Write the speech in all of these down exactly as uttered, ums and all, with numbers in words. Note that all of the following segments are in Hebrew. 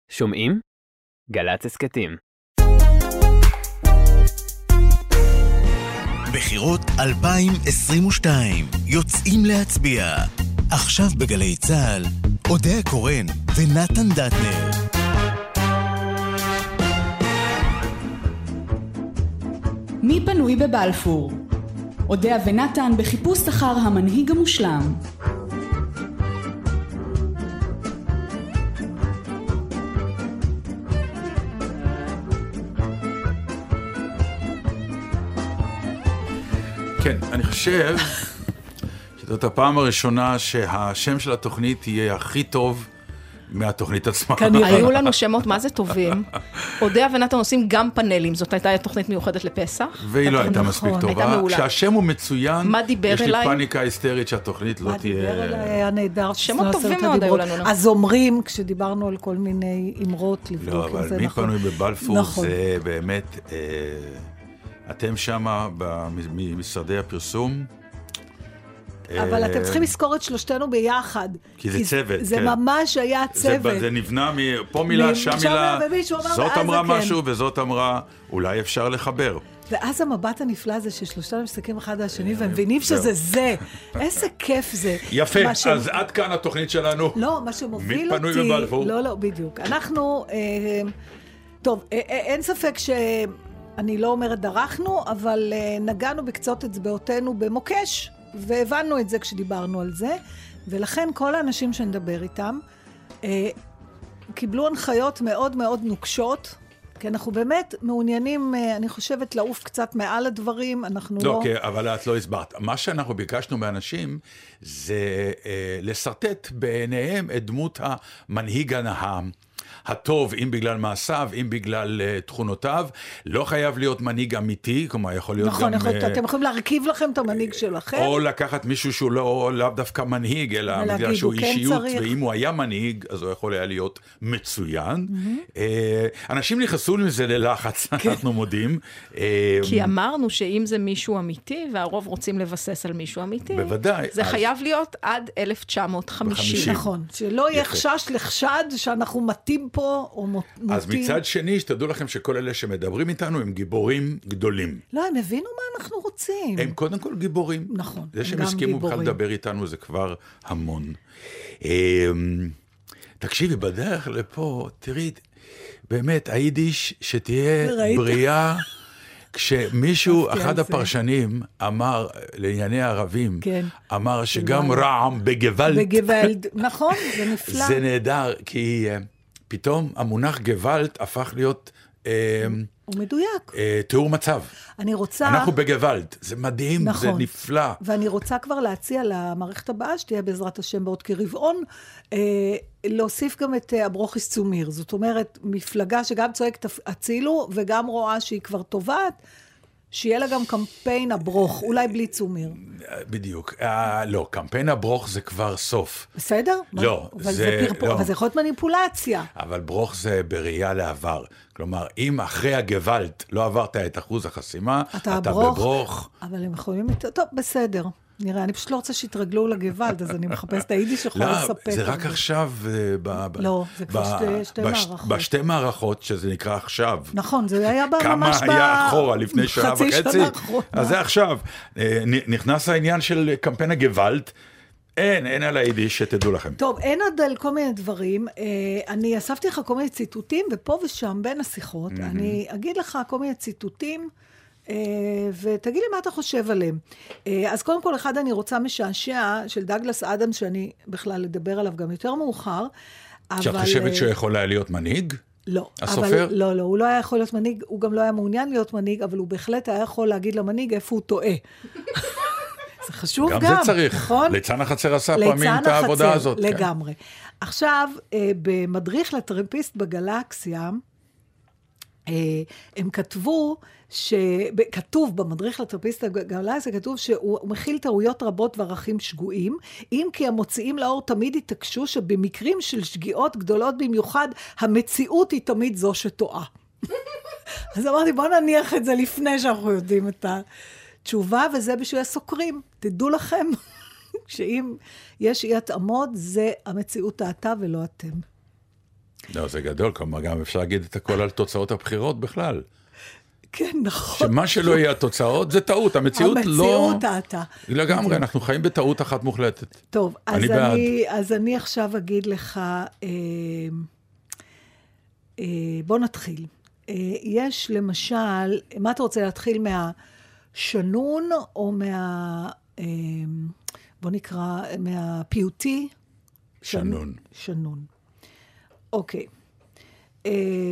שומעים? גל"צ הסכתים. בחירות אלפיים עשרים ושתיים יוצאים להצביע. עכשיו בגלי צהל, אודיה קורן ונתן דטנר. מי פנוי בבלפור? אודיה ונתן בחיפוש אחר המנהיג המושלם. כן, אני חושב שזאת הפעם הראשונה שהשם של התוכנית יהיה הכי טוב מהתוכנית עצמה. היו לנו שמות מה זה טובים. אודיה ונתן עושים גם פאנלים, זאת הייתה תוכנית מיוחדת לפסח. והיא לא הייתה מספיק טובה. כשהשם הוא מצוין, יש לי פאניקה היסטרית שהתוכנית לא תהיה... מה דיבר אליי היה נהדר. שמות טובים מאוד היו לנו. אז אומרים, כשדיברנו על כל מיני אמרות, לא, אבל מי פנוי בבלפור זה באמת... אתם שמה במשרדי הפרסום. אבל אתם צריכים לזכור את שלושתנו ביחד. כי זה צוות, כן. זה ממש היה צוות. זה נבנה מפה מילה, שם מילה. זאת אמרה משהו וזאת אמרה, אולי אפשר לחבר. ואז המבט הנפלא הזה ששלושתנו מסתכלים אחד על השני והם מבינים שזה זה. איזה כיף זה. יפה, אז עד כאן התוכנית שלנו. לא, מה שמוביל אותי... מי פנוי בבלפור? לא, לא, בדיוק. אנחנו... טוב, אין ספק ש... אני לא אומרת דרכנו, אבל uh, נגענו בקצות אצבעותינו במוקש, והבנו את זה כשדיברנו על זה, ולכן כל האנשים שנדבר איתם, uh, קיבלו הנחיות מאוד מאוד נוקשות, כי אנחנו באמת מעוניינים, uh, אני חושבת, לעוף קצת מעל הדברים, אנחנו לא... לא, okay, אבל את לא הסברת. מה שאנחנו ביקשנו מאנשים, זה uh, לסרטט בעיניהם את דמות המנהיג הנהם. הטוב, אם בגלל מעשיו, אם בגלל uh, תכונותיו, לא חייב להיות מנהיג אמיתי, כלומר יכול להיות נכון, גם... נכון, uh, אתם יכולים להרכיב לכם את המנהיג שלכם. או לקחת מישהו שהוא לא, לא דווקא מנהיג, אלא בגלל שהוא כן אישיות, צריך. ואם הוא היה מנהיג, אז הוא יכול היה להיות מצוין. Mm-hmm. Uh, אנשים נכנסו לזה ללחץ, כן. אנחנו מודים. Uh, כי אמרנו שאם זה מישהו אמיתי, והרוב רוצים לבסס על מישהו אמיתי, בוודאי. זה אז... חייב להיות עד אלף תשע מאות חמישים. נכון, שלא יהיה חשש לחשד שאנחנו מתים פה או מותים. אז מצד שני, שתדעו לכם שכל אלה שמדברים איתנו הם גיבורים גדולים. לא, הם הבינו מה אנחנו רוצים. הם קודם כל גיבורים. נכון, זה שהם הסכימו בכלל לדבר איתנו זה כבר המון. תקשיבי, בדרך לפה, תראי, באמת, היידיש שתהיה בריאה, כשמישהו, אחד הפרשנים אמר, לענייני הערבים, אמר שגם רעם בגוואלד. בגוואלד, נכון, זה נפלא. זה נהדר, כי... פתאום המונח גוואלד הפך להיות... הוא מדויק. תיאור מצב. אני רוצה... אנחנו בגוואלד. זה מדהים, נכון. זה נפלא. ואני רוצה כבר להציע למערכת הבאה, שתהיה בעזרת השם בעוד כרבעון, אה, להוסיף גם את אברוכיס צומיר. זאת אומרת, מפלגה שגם צועקת הצילו, וגם רואה שהיא כבר טובעת, שיהיה לה גם קמפיין הברוך, אולי בלי צומיר. בדיוק. לא, קמפיין הברוך זה כבר סוף. בסדר? לא, זה... אבל זה יכול להיות מניפולציה. אבל ברוך זה בראייה לעבר. כלומר, אם אחרי הגוואלד לא עברת את אחוז החסימה, אתה בברוך. אבל הם יכולים... טוב, בסדר. נראה, אני פשוט לא רוצה שיתרגלו לגוואלד, אז אני מחפש את היידיש שיכולה לספק. לא, זה רק עכשיו, לא, זה כבר שתי מערכות. בשתי מערכות, שזה נקרא עכשיו. נכון, זה היה ממש כמה היה אחורה לפני שנה וחצי. אז זה עכשיו. נכנס העניין של קמפיין הגוואלד, אין, אין על היידיש שתדעו לכם. טוב, אין עוד על כל מיני דברים. אני אספתי לך כל מיני ציטוטים, ופה ושם בין השיחות, אני אגיד לך כל מיני ציטוטים, ותגיד לי מה אתה חושב עליהם. אז קודם כל אחד אני רוצה משעשע של דאגלס אדמס, שאני בכלל לדבר עליו גם יותר מאוחר. שאת חושבת שהוא יכול היה להיות מנהיג? לא. הסופר? אבל, לא, לא, הוא לא היה יכול להיות מנהיג, הוא גם לא היה מעוניין להיות מנהיג, אבל הוא בהחלט היה יכול להגיד למנהיג איפה הוא טועה. זה חשוב גם, גם זה צריך. נכון? ליצן החצר עשה פעמים את העבודה הזאת. לגמרי. כן. עכשיו, במדריך לטרמפיסט בגלקסיה, הם כתבו, שכתוב במדריך לטרמפיסט בגלקסיה, כתוב שהוא מכיל טעויות רבות וערכים שגויים, אם כי המוציאים לאור תמיד התעקשו שבמקרים של שגיאות גדולות במיוחד, המציאות היא תמיד זו שטועה. אז אמרתי, בואו נניח את זה לפני שאנחנו יודעים את התשובה, וזה בשביל הסוקרים. תדעו לכם, שאם יש אי התאמות, זה המציאות טעתה ולא אתם. לא, זה גדול, כלומר גם אפשר להגיד את הכל על תוצאות הבחירות בכלל. כן, נכון. שמה שלא יהיה התוצאות זה טעות, המציאות לא... המציאות טעתה. לגמרי, אנחנו חיים בטעות אחת מוחלטת. טוב, אז אני בעד. אני, אז אני עכשיו אגיד לך, אה, אה, בוא נתחיל. אה, יש למשל, מה אתה רוצה להתחיל מהשנון או מה... אה, בוא נקרא, מהפיוטי? שנון. שנון. אוקיי. אה,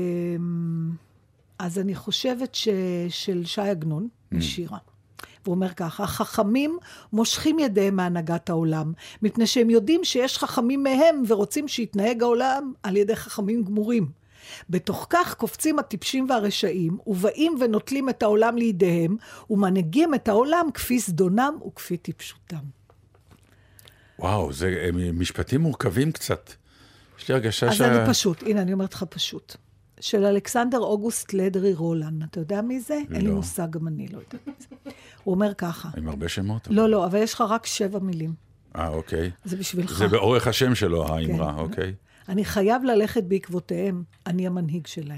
אז אני חושבת ש... של שי עגנון, בשירה. והוא אומר ככה, החכמים מושכים ידיהם מהנהגת העולם, מפני שהם יודעים שיש חכמים מהם ורוצים שיתנהג העולם על ידי חכמים גמורים. בתוך כך קופצים הטיפשים והרשעים, ובאים ונוטלים את העולם לידיהם, ומנהגים את העולם כפי סדונם וכפי טיפשותם. וואו, זה משפטים מורכבים קצת. יש לי הרגשה אז ש... אז אני פשוט, הנה אני אומרת לך פשוט. של אלכסנדר אוגוסט לדרי רולן. אתה יודע מי זה? לא. אין לי מושג, גם אני לא יודעת מי זה. הוא אומר ככה. עם הרבה שמות? לא, לא, אבל יש לך רק שבע מילים. אה, אוקיי. זה בשבילך. זה באורך השם שלו, האמרה, כן. אוקיי. אני חייב ללכת בעקבותיהם, אני המנהיג שלהם.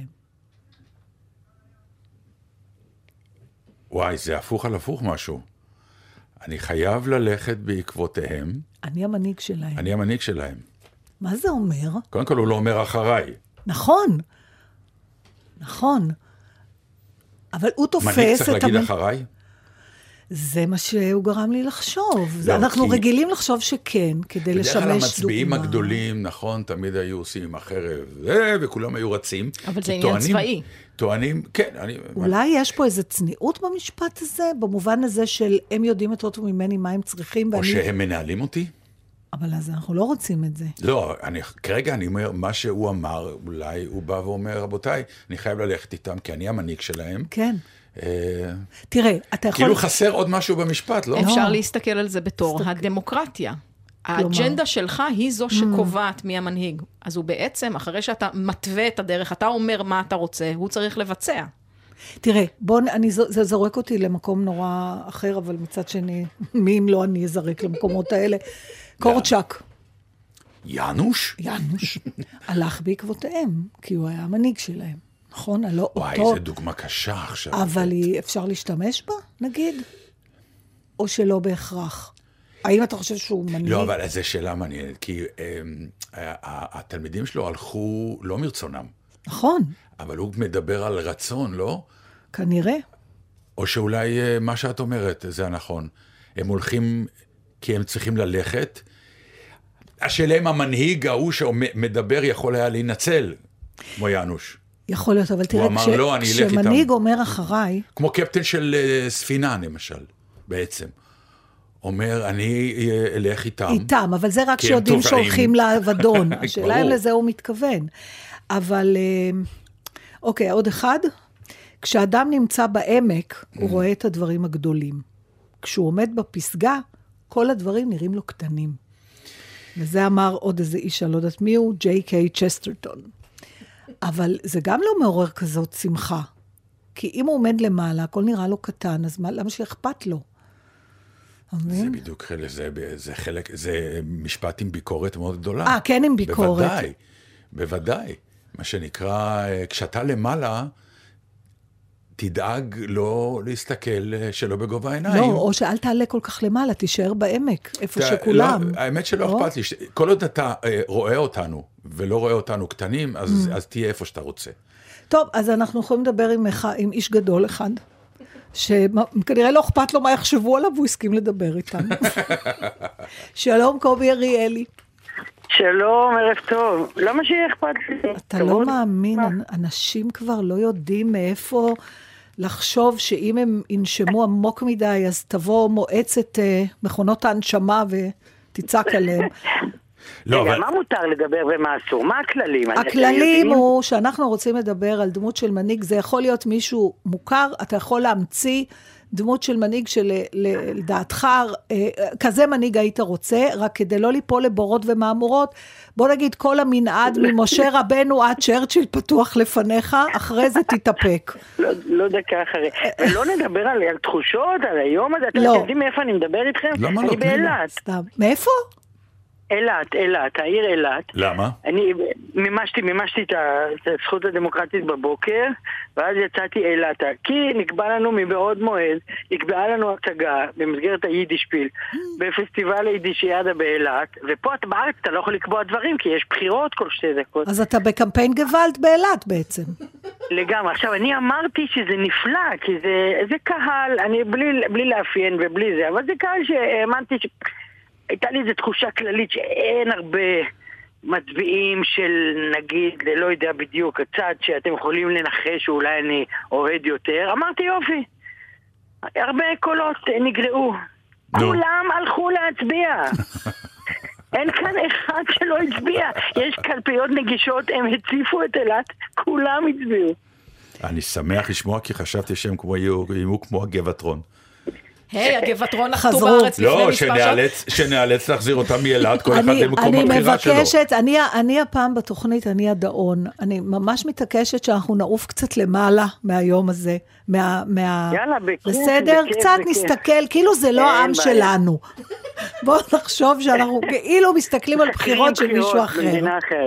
וואי, זה הפוך על הפוך משהו. אני חייב ללכת בעקבותיהם. אני המנהיג שלהם. אני המנהיג שלהם. מה זה אומר? קודם כל הוא לא אומר אחריי. נכון. נכון. אבל הוא תופס את... מנהיג צריך להגיד המנ... אחריי? זה מה שהוא גרם לי לחשוב. לא, אנחנו כי... רגילים לחשוב שכן, כדי לשמש דוגמה. בדרך כלל המצביעים הגדולים, נכון, תמיד היו עושים עם החרב, וכולם היו רצים. אבל זה עניין צבאי. טוענים, כן. אני... אולי יש פה איזו צניעות במשפט הזה, במובן הזה של הם יודעים יותר טוב ממני מה הם צריכים. או ואני... שהם מנהלים אותי? אבל אז אנחנו לא רוצים את זה. לא, אני, כרגע אני אומר, מה שהוא אמר, אולי הוא בא ואומר, רבותיי, אני חייב ללכת איתם, כי אני המנהיג שלהם. כן. תראה, אתה יכול... כאילו חסר עוד משהו במשפט, לא? אפשר להסתכל על זה בתור הדמוקרטיה. האג'נדה שלך היא זו שקובעת מי המנהיג. אז הוא בעצם, אחרי שאתה מתווה את הדרך, אתה אומר מה אתה רוצה, הוא צריך לבצע. תראה, בוא, אני, זה זורק אותי למקום נורא אחר, אבל מצד שני, מי אם לא אני אזרק למקומות האלה? קורצ'אק. ינוש? ינוש. הלך בעקבותיהם, כי הוא היה המנהיג שלהם. נכון? הלא וואי, אותו. זו דוגמה קשה עכשיו. אבל היא, אפשר להשתמש בה, נגיד? או שלא בהכרח? האם אתה חושב שהוא מנהיג? לא, אבל זו שאלה מעניינת, כי התלמידים שלו הלכו לא מרצונם. נכון. אבל הוא מדבר על רצון, לא? כנראה. או שאולי מה שאת אומרת, זה הנכון. הם הולכים כי הם צריכים ללכת. השאלה אם המנהיג ההוא שמדבר יכול היה להינצל, כמו ינוש. יכול להיות, אבל תראה, כש, לא, כשמנהיג אומר אחריי... כמו קפטן של uh, ספינה, למשל, בעצם. אומר, אני אלך איתם. איתם, אבל זה רק שיודעים שהולכים לעבדון. השאלה אם לזה הוא מתכוון. אבל, אוקיי, עוד אחד. כשאדם נמצא בעמק, הוא רואה את הדברים הגדולים. כשהוא עומד בפסגה, כל הדברים נראים לו קטנים. וזה אמר עוד איזה איש, אני לא יודעת מי הוא, ג'יי קיי צ'סטרטון. אבל זה גם לא מעורר כזאת שמחה. כי אם הוא עומד למעלה, הכל נראה לו קטן, אז מה, למה שאכפת לו? זה בדיוק חלק, זה, זה חלק, זה משפט עם ביקורת מאוד גדולה. אה, כן עם ביקורת. בוודאי, בוודאי. מה שנקרא, כשאתה למעלה, תדאג לא להסתכל שלא בגובה העיניים. לא, או שאל תעלה כל כך למעלה, תישאר בעמק, איפה תה, שכולם. לא, האמת שלא לא? אכפת לי, כל עוד אתה רואה אותנו, ולא רואה אותנו קטנים, אז, mm. אז תהיה איפה שאתה רוצה. טוב, אז אנחנו יכולים לדבר עם, עם איש גדול אחד, שכנראה לא אכפת לו מה יחשבו עליו, והוא הסכים לדבר איתם. שלום, קובי אריאלי. שלום, ערב טוב. למה שיהיה אכפת לי? אתה לא מאמין, אנשים כבר לא יודעים מאיפה לחשוב שאם הם ינשמו עמוק מדי, אז תבוא מועצת מכונות ההנשמה ותצעק עליהם. רגע, מה מותר לדבר ומה אסור? מה הכללים? הכללים הוא שאנחנו רוצים לדבר על דמות של מנהיג, זה יכול להיות מישהו מוכר, אתה יכול להמציא דמות של מנהיג שלדעתך, כזה מנהיג היית רוצה, רק כדי לא ליפול לבורות ומאמורות, בוא נגיד כל המנעד ממשה רבנו עד צ'רצ'יל פתוח לפניך, אחרי זה תתאפק. לא דקה אחרי. לא נדבר על תחושות, על היום הזה, אתם יודעים מאיפה אני מדבר איתכם? אני באילת. מאיפה? אילת, אילת, העיר אילת. למה? אני מימשתי, מימשתי את הזכות הדמוקרטית בבוקר, ואז יצאתי אילת. כי נקבע לנו מבעוד מועד, נקבעה לנו הצגה במסגרת היידישפיל, בפסטיבל היידישיאדה באילת, ופה את בארץ אתה לא יכול לקבוע דברים, כי יש בחירות כל שתי דקות. אז אתה בקמפיין גוואלד באילת בעצם. לגמרי. עכשיו, אני אמרתי שזה נפלא, כי זה, זה קהל, אני בלי, בלי לאפיין ובלי זה, אבל זה קהל שהאמנתי ש... הייתה לי איזו תחושה כללית שאין הרבה מצביעים של, נגיד, לא יודע בדיוק, הצד שאתם יכולים לנחש שאולי אני אוהד יותר. אמרתי יופי, הרבה קולות נגרעו. No. כולם הלכו להצביע. אין כאן אחד שלא הצביע. יש קלפיות נגישות, הם הציפו את אילת, כולם הצביעו. אני שמח לשמוע כי חשבתי שהם כמו יהיו כמו הגבעתרון. היי, הגבעתרון נחתו בארץ לפני לא, מספר שעות. שנאלץ להחזיר אותם מאילת, כל אחד למקום הבחירה שלו. אני מבקשת, אני הפעם בתוכנית, אני הדאון, אני ממש מתעקשת שאנחנו נעוף קצת למעלה מהיום הזה, יאללה, בכיף, בסדר? קצת נסתכל, כאילו זה לא העם שלנו. בואו נחשוב שאנחנו כאילו מסתכלים על בחירות של מישהו אחר.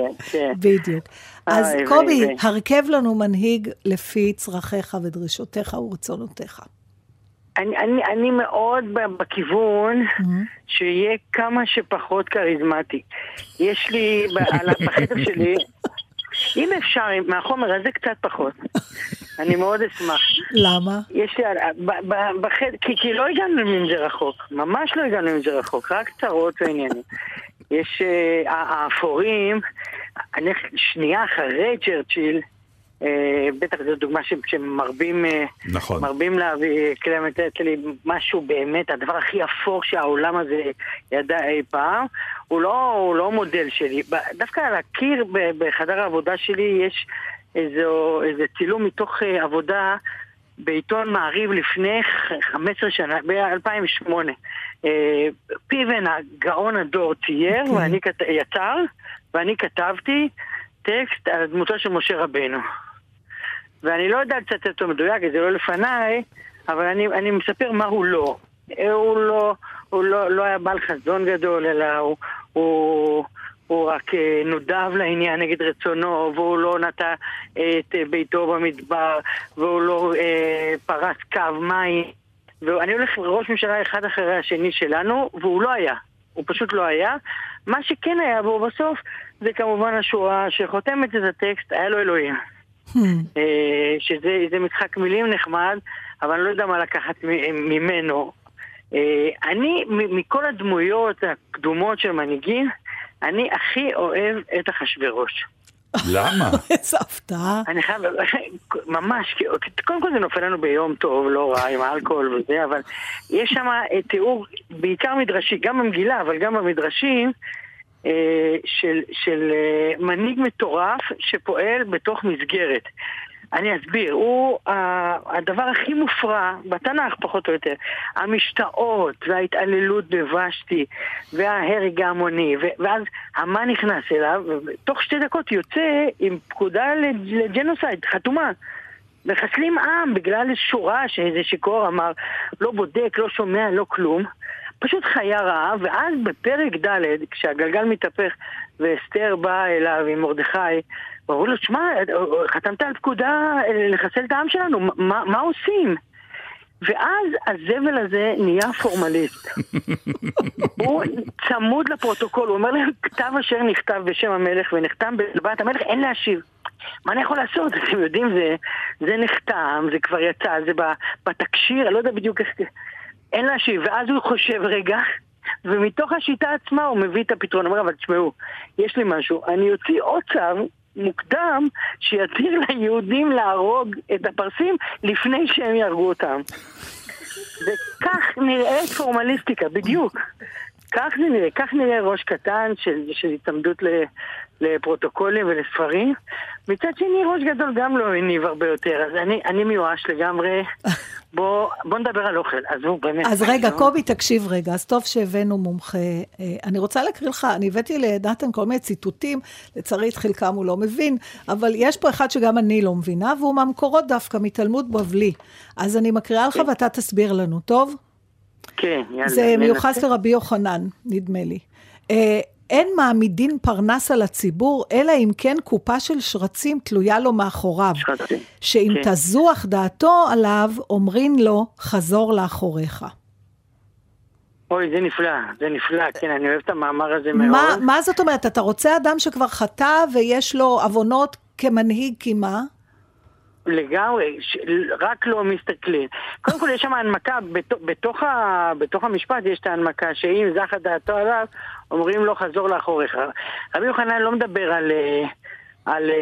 בדיוק. אז קובי, הרכב לנו מנהיג לפי צרכיך ודרישותיך ורצונותיך. אני, אני, אני מאוד בכיוון mm-hmm. שיהיה כמה שפחות קריזמטי. יש לי בחדר שלי, אם אפשר, מהחומר הזה קצת פחות. אני מאוד אשמח. למה? יש לי, בחדר, כי, כי לא הגענו עם זה רחוק. ממש לא הגענו עם זה רחוק. רק צרות ועניינים. יש uh, האפורים, אני שנייה אחרי צ'רצ'יל, Uh, בטח זו דוגמה שמרבים נכון. מרבים להביא קלמנט אטלי, משהו באמת, הדבר הכי אפור שהעולם הזה ידע אי פעם, הוא לא, הוא לא מודל שלי. דווקא על הקיר בחדר העבודה שלי יש איזו, איזה צילום מתוך עבודה בעיתון מעריב לפני חמש עשרה שנה, ב-אלפיים ושמונה. Uh, פיבן הגאון הדור צייר, okay. ואני כת... יצר, ואני כתבתי טקסט על דמותו של משה רבנו. ואני לא יודע קצת יותר מדויק, זה לא לפניי, אבל אני, אני מספר מה הוא לא. הוא לא, הוא לא, לא היה בעל חזון גדול, אלא הוא, הוא, הוא רק נודב לעניין נגד רצונו, והוא לא נטע את ביתו במדבר, והוא לא אה, פרס קו מים. ואני הולך ראש ממשלה אחד אחרי השני שלנו, והוא לא היה. הוא פשוט לא היה. מה שכן היה בו בסוף, זה כמובן השורה שחותמת את הטקסט, היה לו אלוהים. שזה משחק מילים נחמד, אבל אני לא יודע מה לקחת ממנו. אני, מכל הדמויות הקדומות של מנהיגים, אני הכי אוהב את אחשוורוש. למה? איזה הפתעה. אני חייב, ממש, קודם כל זה נופל לנו ביום טוב, לא רע, עם האלכוהול וזה, אבל יש שם תיאור, בעיקר מדרשי, גם במגילה, אבל גם במדרשים, של, של מנהיג מטורף שפועל בתוך מסגרת. אני אסביר, הוא הדבר הכי מופרע בתנ"ך פחות או יותר, המשתאות וההתעללות בוושתי וההרג ההמוני, ואז המן נכנס אליו ותוך שתי דקות יוצא עם פקודה לג'נוסייד, חתומה, מחסלים עם בגלל שורה שאיזה שיקור אמר לא בודק, לא שומע, לא כלום, פשוט חיה רעה. ואז בפרק ד' כשהגלגל מתהפך ואסתר באה אליו עם מרדכי ואומרו לו, שמע, חתמת על פקודה לחסל את העם שלנו, מה, מה עושים? ואז הזבל הזה נהיה פורמליסט. הוא צמוד לפרוטוקול, הוא אומר להם, כתב אשר נכתב בשם המלך ונחתם בלבת המלך, אין להשיב. מה אני יכול לעשות? אתם יודעים, זה, זה נחתם, זה כבר יצא, זה בתקשיר, אני לא יודע בדיוק איך... אין להשיב, ואז הוא חושב רגע, ומתוך השיטה עצמה הוא מביא את הפתרון. הוא אומר, אבל תשמעו, יש לי משהו, אני אוציא עוד צו מוקדם שיתיר ליהודים להרוג את הפרסים לפני שהם יהרגו אותם. וכך נראית פורמליסטיקה, בדיוק. כך זה נראה, כך נראה ראש קטן של, של התעמדות לפרוטוקולים ולספרים. מצד שני, ראש גדול גם לא הניב הרבה יותר, אז אני, אני מיואש לגמרי. בוא, בוא נדבר על אוכל, אז הוא באמת... אז רגע, קובי, תקשיב רגע, אז טוב שהבאנו מומחה. אני רוצה להקריא לך, אני הבאתי לדעתן כל מיני ציטוטים, לצערי את חלקם הוא לא מבין, אבל יש פה אחד שגם אני לא מבינה, והוא מהמקורות דווקא, מתלמוד בבלי. אז אני מקריאה לך ואתה תסביר לנו, טוב? כן, יאללה. זה מיוחס לרבי יוחנן, נדמה לי. אין מעמידין פרנס על הציבור, אלא אם כן קופה של שרצים תלויה לו מאחוריו. שרצים. שאם כן. תזוח דעתו עליו, אומרין לו, חזור לאחוריך. אוי, זה נפלא, זה נפלא, כן, אני אוהב את המאמר הזה מאוד. מה, מה זאת אומרת? אתה רוצה אדם שכבר חטא ויש לו אבונות כמנהיג, כי מה? לגמרי, ש... רק לא מסתכלים. קודם כל יש שם הנמקה, בת... בתוך, ה... בתוך המשפט יש את ההנמקה, שאם זכה דעתו עליו, אומרים לו חזור לאחוריך. רבי יוחנן לא מדבר על, על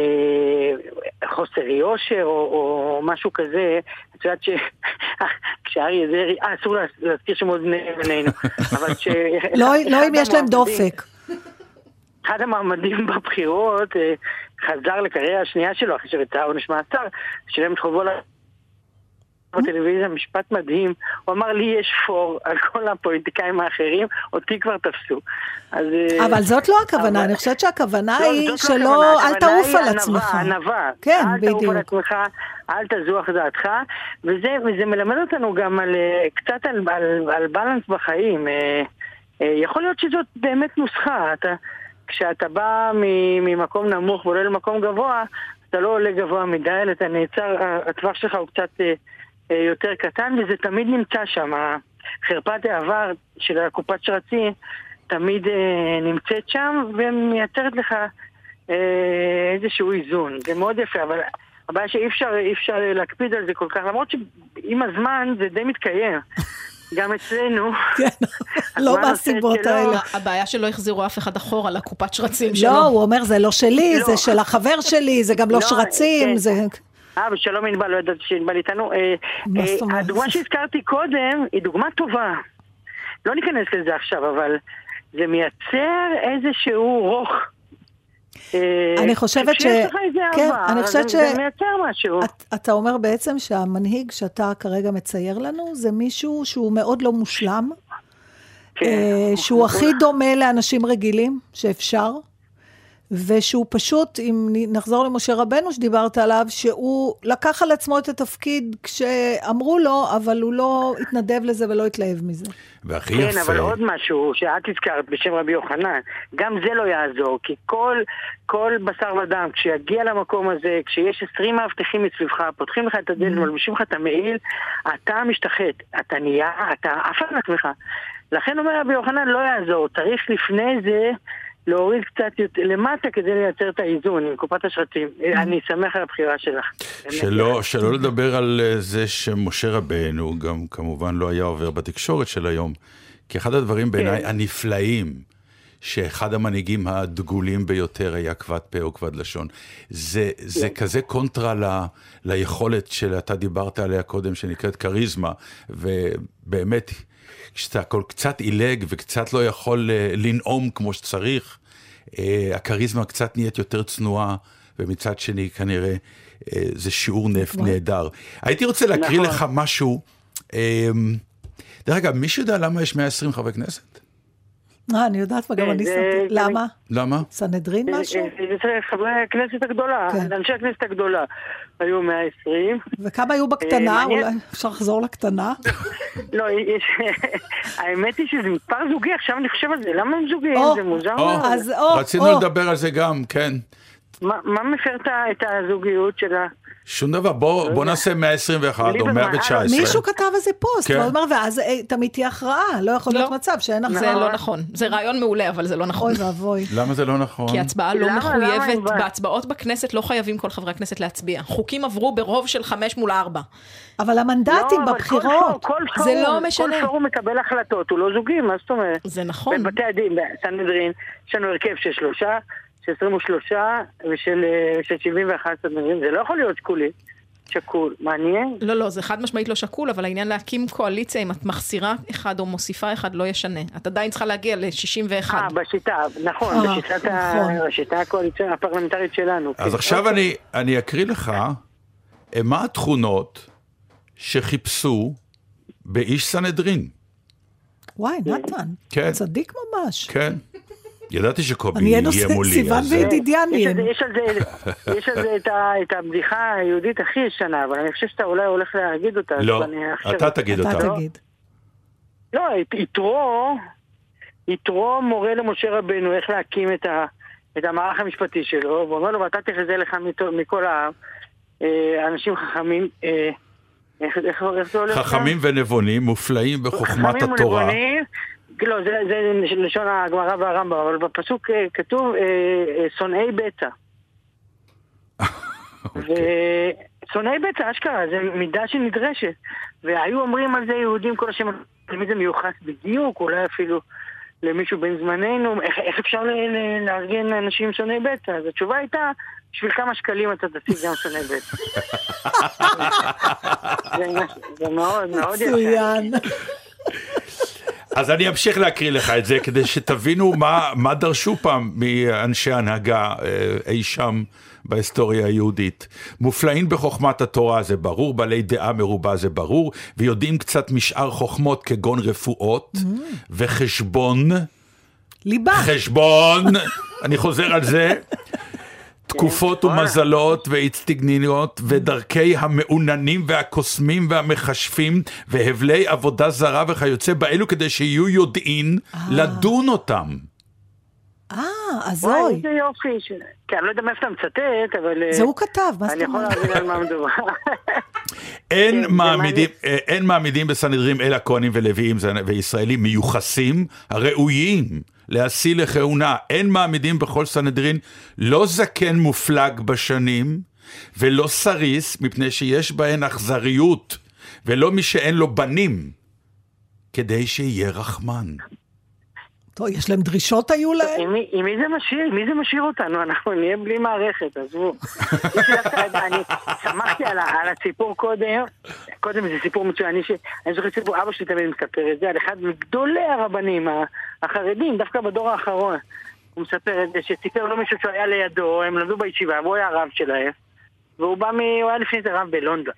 חוסר יושר או, או משהו כזה. את יודעת ש... כשאריה זרי, אה, אסור להזכיר שמות בינינו. אבל ש... לא, לא אם יש להם דופק. אחד המעמדים בבחירות חזר לקריירה השנייה שלו, אחרי שריצה עונש מאסר, שילם את חובו בטלוויזיה, משפט מדהים. הוא אמר לי יש פור על כל הפוליטיקאים האחרים, אותי כבר תפסו. אבל זאת לא הכוונה, אני חושבת שהכוונה היא שלא, אל תעוף על עצמך. ענווה, כן, אל תעוף על בדיוק. עצמך, אל תזוח דעתך, וזה מלמד אותנו גם קצת על בלנס בחיים. יכול להיות שזאת באמת נוסחה, אתה... כשאתה בא ממקום נמוך ועולה למקום גבוה, אתה לא עולה גבוה מדי, אלא אתה נעצר, הטווח שלך הוא קצת יותר קטן, וזה תמיד נמצא שם. חרפת העבר של הקופת שרצים תמיד נמצאת שם, ומייצרת לך איזשהו איזון. זה מאוד יפה, אבל הבעיה שאי אפשר, אי אפשר להקפיד על זה כל כך, למרות שעם הזמן זה די מתקיים. גם אצלנו. כן, לא מהסיבות האלה. הבעיה שלא החזירו אף אחד אחורה לקופת שרצים שלו. לא, הוא אומר, זה לא שלי, זה של החבר שלי, זה גם לא שרצים, זה... אה, ושלום ענבל, לא יודעת שענבל איתנו. הדוגמה שהזכרתי קודם היא דוגמה טובה. לא ניכנס לזה עכשיו, אבל זה מייצר איזשהו רוך. אני חושבת ש... כן, אני חושבת ש... זה מייצר משהו. אתה אומר בעצם שהמנהיג שאתה כרגע מצייר לנו, זה מישהו שהוא מאוד לא מושלם, שהוא הכי דומה לאנשים רגילים שאפשר, ושהוא פשוט, אם נחזור למשה רבנו שדיברת עליו, שהוא לקח על עצמו את התפקיד כשאמרו לו, אבל הוא לא התנדב לזה ולא התלהב מזה. והכי כן, יפה. אבל עוד משהו שאת הזכרת בשם רבי יוחנן, גם זה לא יעזור, כי כל, כל בשר ודם, כשיגיע למקום הזה, כשיש עשרים מאבטחים מסביבך, פותחים לך את הדלת, מלבישים לך את המעיל, אתה משתחט, אתה נהיה, אתה עף על עצמך. לכן אומר רבי יוחנן, לא יעזור, צריך לפני זה להוריד קצת למטה כדי לייצר את האיזון עם קופת השרצים. אני שמח על הבחירה שלך. שלא, שלא לדבר על זה שמשה רבנו גם כמובן לא היה עובר בתקשורת של היום, כי אחד הדברים בעיניי הנפלאים, שאחד המנהיגים הדגולים ביותר היה כבד פה או כבד לשון. זה, זה כזה קונטרה ל, ליכולת שאתה דיברת עליה קודם, שנקראת קריזמה, ובאמת... כשאתה כל קצת אילג וקצת לא יכול לנאום כמו שצריך, הקריזמה קצת נהיית יותר צנועה, ומצד שני כנראה זה שיעור נפט נהדר. הייתי רוצה להקריא לך משהו, דרך אגב, מישהו יודע למה יש מאה ועשרים חברי כנסת? אה, אני יודעת מה גם אני שמתי. למה? למה? סנהדרין משהו? זה חברי הכנסת הגדולה, אנשי הכנסת הגדולה. היו מאה ועשרים. וכמה היו בקטנה? אולי אפשר לחזור לקטנה? לא, האמת היא שזה מספר זוגי, עכשיו אני חושב על זה. למה הם זוגיים? זה מוזר. רצינו לדבר על זה גם, כן. מה מפר את הזוגיות של ה... שום דבר, בוא, בוא נעשה מאה עשרים ואחת או מאה ותשע עשרה. מישהו כתב איזה פוסט, כן. אומר, ואז תמיד תהיה הכרעה, לא יכול להיות מצב שאין הכרעה. זה לא נכון, זה רעיון מעולה, אבל זה לא נכון. אוי ואבוי. למה זה לא נכון? כי הצבעה לא מחויבת, בהצבעות בכנסת לא חייבים כל חברי הכנסת להצביע. חוקים עברו ברוב של חמש מול ארבע. אבל המנדטים בבחירות, זה לא משנה. כל פורום מקבל החלטות, הוא לא זוגי, מה זאת אומרת? זה נכון. בבתי הדין, בסנהדרין, יש לנו הרכב של שלושה, של עשרים ושלושה ושל שבעים ואחת סנהדרין, זה לא יכול להיות שקולי. שקול, מעניין? לא, לא, זה חד משמעית לא שקול, אבל העניין להקים קואליציה, אם את מחסירה אחד או מוסיפה אחד, לא ישנה. את עדיין צריכה להגיע ל-שישים ואחת. אה, בשיטה, נכון, בשיטה הקואליציה הפרלמנטרית שלנו. אז עכשיו אני אקריא לך, מה התכונות שחיפשו באיש סנהדרין? וואי, נתן, כן. צדיק ממש. כן. ידעתי שקובי יהיה מולי. סיוון וידידיאן יהיה. יש על זה את הבדיחה היהודית הכי ישנה, אבל אני חושב שאתה אולי הולך להגיד אותה. לא, אתה תגיד אותה. אתה תגיד. לא, יתרו, יתרו מורה למשה רבנו איך להקים את, ה, את המערך המשפטי שלו, ואומר לו, ואתה תחזה לך מכל העם, אנשים חכמים, איך, איך, איך זה הולך? חכמים ונבונים, מופלאים בחוכמת התורה. חכמים ונבונים, לא, זה, זה לשון הגמרא והרמב"ם, אבל בפסוק כתוב, שונאי בצע. ושונאי בצע, אשכרה, זה מידה שנדרשת. והיו אומרים על זה יהודים כל השם, למי זה מיוחס בדיוק, אולי אפילו למישהו בין זמננו, איך, איך אפשר לארגן אנשים שונאי בצע? אז התשובה הייתה, בשביל כמה שקלים אתה תשיג גם שונאי בצע. זה מאוד מאוד יפה. אז אני אמשיך להקריא לך את זה, כדי שתבינו מה, מה דרשו פעם מאנשי הנהגה אי שם בהיסטוריה היהודית. מופלאים בחוכמת התורה זה ברור, בעלי דעה מרובה זה ברור, ויודעים קצת משאר חוכמות כגון רפואות, mm. וחשבון. ליבה. חשבון, אני חוזר על זה. תקופות ומזלות ואצטגניניות ודרכי המעוננים והקוסמים והמחשפים והבלי עבודה זרה וכיוצא באלו כדי שיהיו יודעין לדון אותם. אה, אז וואי, אוי. איזה יופי. ש... כן, אני לא יודע מאיפה אתה מצטט, אבל... זה הוא כתב, מה אני יכול להבין על מה מדובר. אין מעמידים, אין מעמידים בסנהדרין אלא כהנים ולוויים וישראלים מיוחסים הראויים להשיא לכהונה. אין מעמידים בכל סנהדרין לא זקן מופלג בשנים ולא סריס, מפני שיש בהן אכזריות, ולא מי שאין לו בנים, כדי שיהיה רחמן. טוב, יש להם דרישות היו להם? עם מי זה משאיר? מי זה משאיר אותנו? אנחנו נהיה בלי מערכת, עזבו. אני שמחתי על הסיפור קודם, קודם זה סיפור מצוין, אני זוכר סיפור, אבא שלי תמיד מספר את זה, על אחד מגדולי הרבנים החרדים, דווקא בדור האחרון, הוא מספר את זה, שסיפר לו מישהו שהוא היה לידו, הם למדו בישיבה, והוא היה הרב שלהם, והוא בא מ... הוא היה לפני זה רב בלונדון.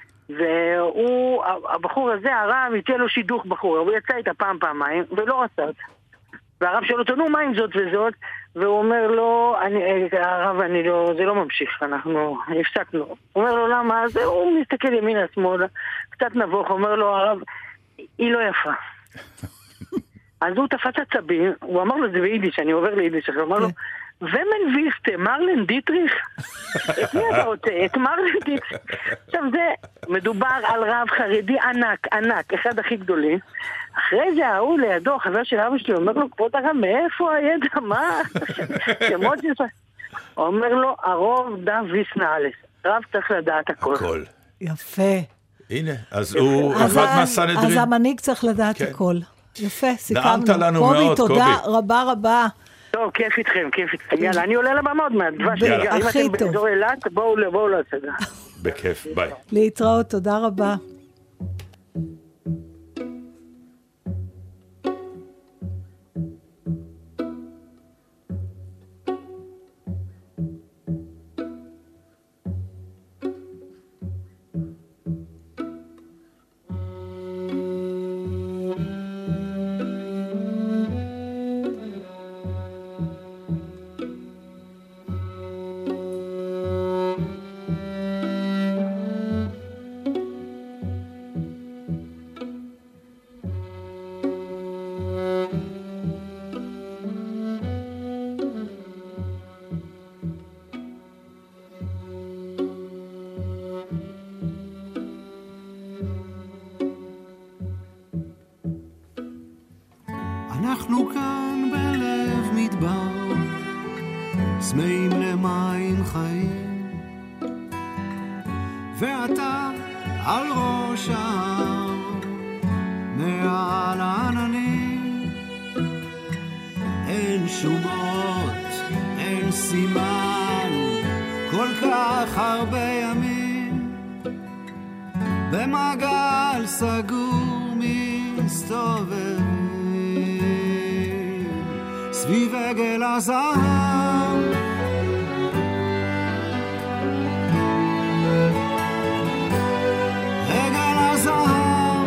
והוא, הבחור הזה, הרב, יצא לו שידוך בחור, הוא יצא איתה פעם פעמיים, ולא רצה אותה. והרב שואל אותו, נו, מה עם זאת וזאת? והוא אומר לו, אני, הרב, אני לא, זה לא ממשיך, אנחנו הפסקנו. הוא אומר לו, למה? אז הוא מסתכל ימינה שמאלה, קצת נבוך, אומר לו, הרב, היא לא יפה. אז הוא תפס עצבים, הוא אמר לו, זה ביידיש, אני עובר ליידיש, הוא אמר לו, ומן ויסטה, מרלן דיטריך? את מי אתה רוצה? את מרלן דיטריך? עכשיו זה, מדובר על רב חרדי ענק, ענק, אחד הכי גדולים. אחרי זה ההוא לידו, חבר של אבא שלי, אומר לו, כבוד הרב, מאיפה הידע? מה? שמות שזה... אומר לו, הרוב דא ויסנא אלס. רב צריך לדעת הכל. הכל. יפה. הנה, אז הוא אחד מהסנהדרין. אז המנהיג צריך לדעת הכל. יפה, סיכמנו. נעמת לנו מאוד, קובי. קובי. תודה רבה רבה. טוב, כיף איתכם, כיף איתכם. יאללה, אני עולה לבמה עוד מעט. אם אתם באזור אילת, בואו להצגה. בכיף, ביי. להתראות, תודה רבה. אנחנו כאן בלב מדבר, צמאים למים חיים, ואתה על ראש ההר, מעל העננים. אין שומות, אין סימן, כל כך הרבה ימים, במעגל סגור מסתובב סביב עגל הזהב. עגל הזהב,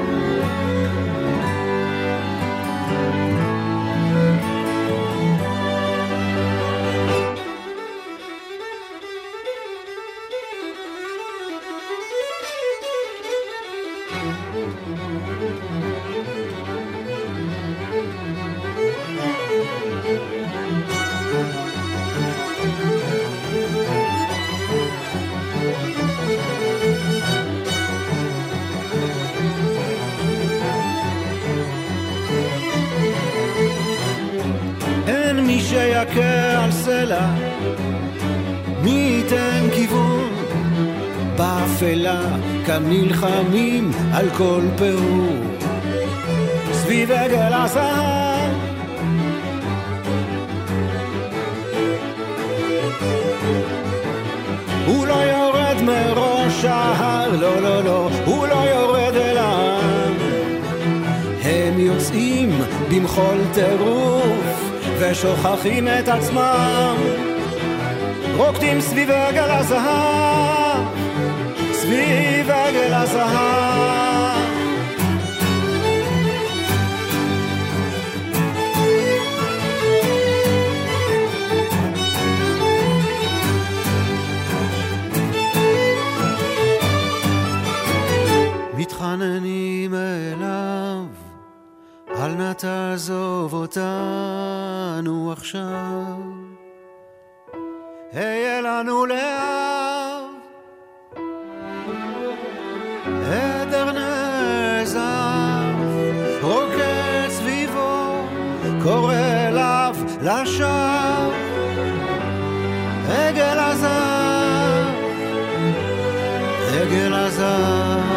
יכה על סלע, מי ייתן כיוון? באפלה כאן נלחמים על כל פירור, סביב עגל הזהב. הוא לא יורד מראש ההר, לא לא לא, הוא לא יורד אל העם. הם יוצאים במחול טירוף ושוכחים את עצמם, רוקדים סביב עגל הזהב, סביב עגל הזהב. מתחננים אליו, אל נא תעזוב אותנו עכשיו, היה לנו לאב, עדר נעזב, רוקד סביבו, קורא אליו לשווא, עגל הזהב, עגל הזהב.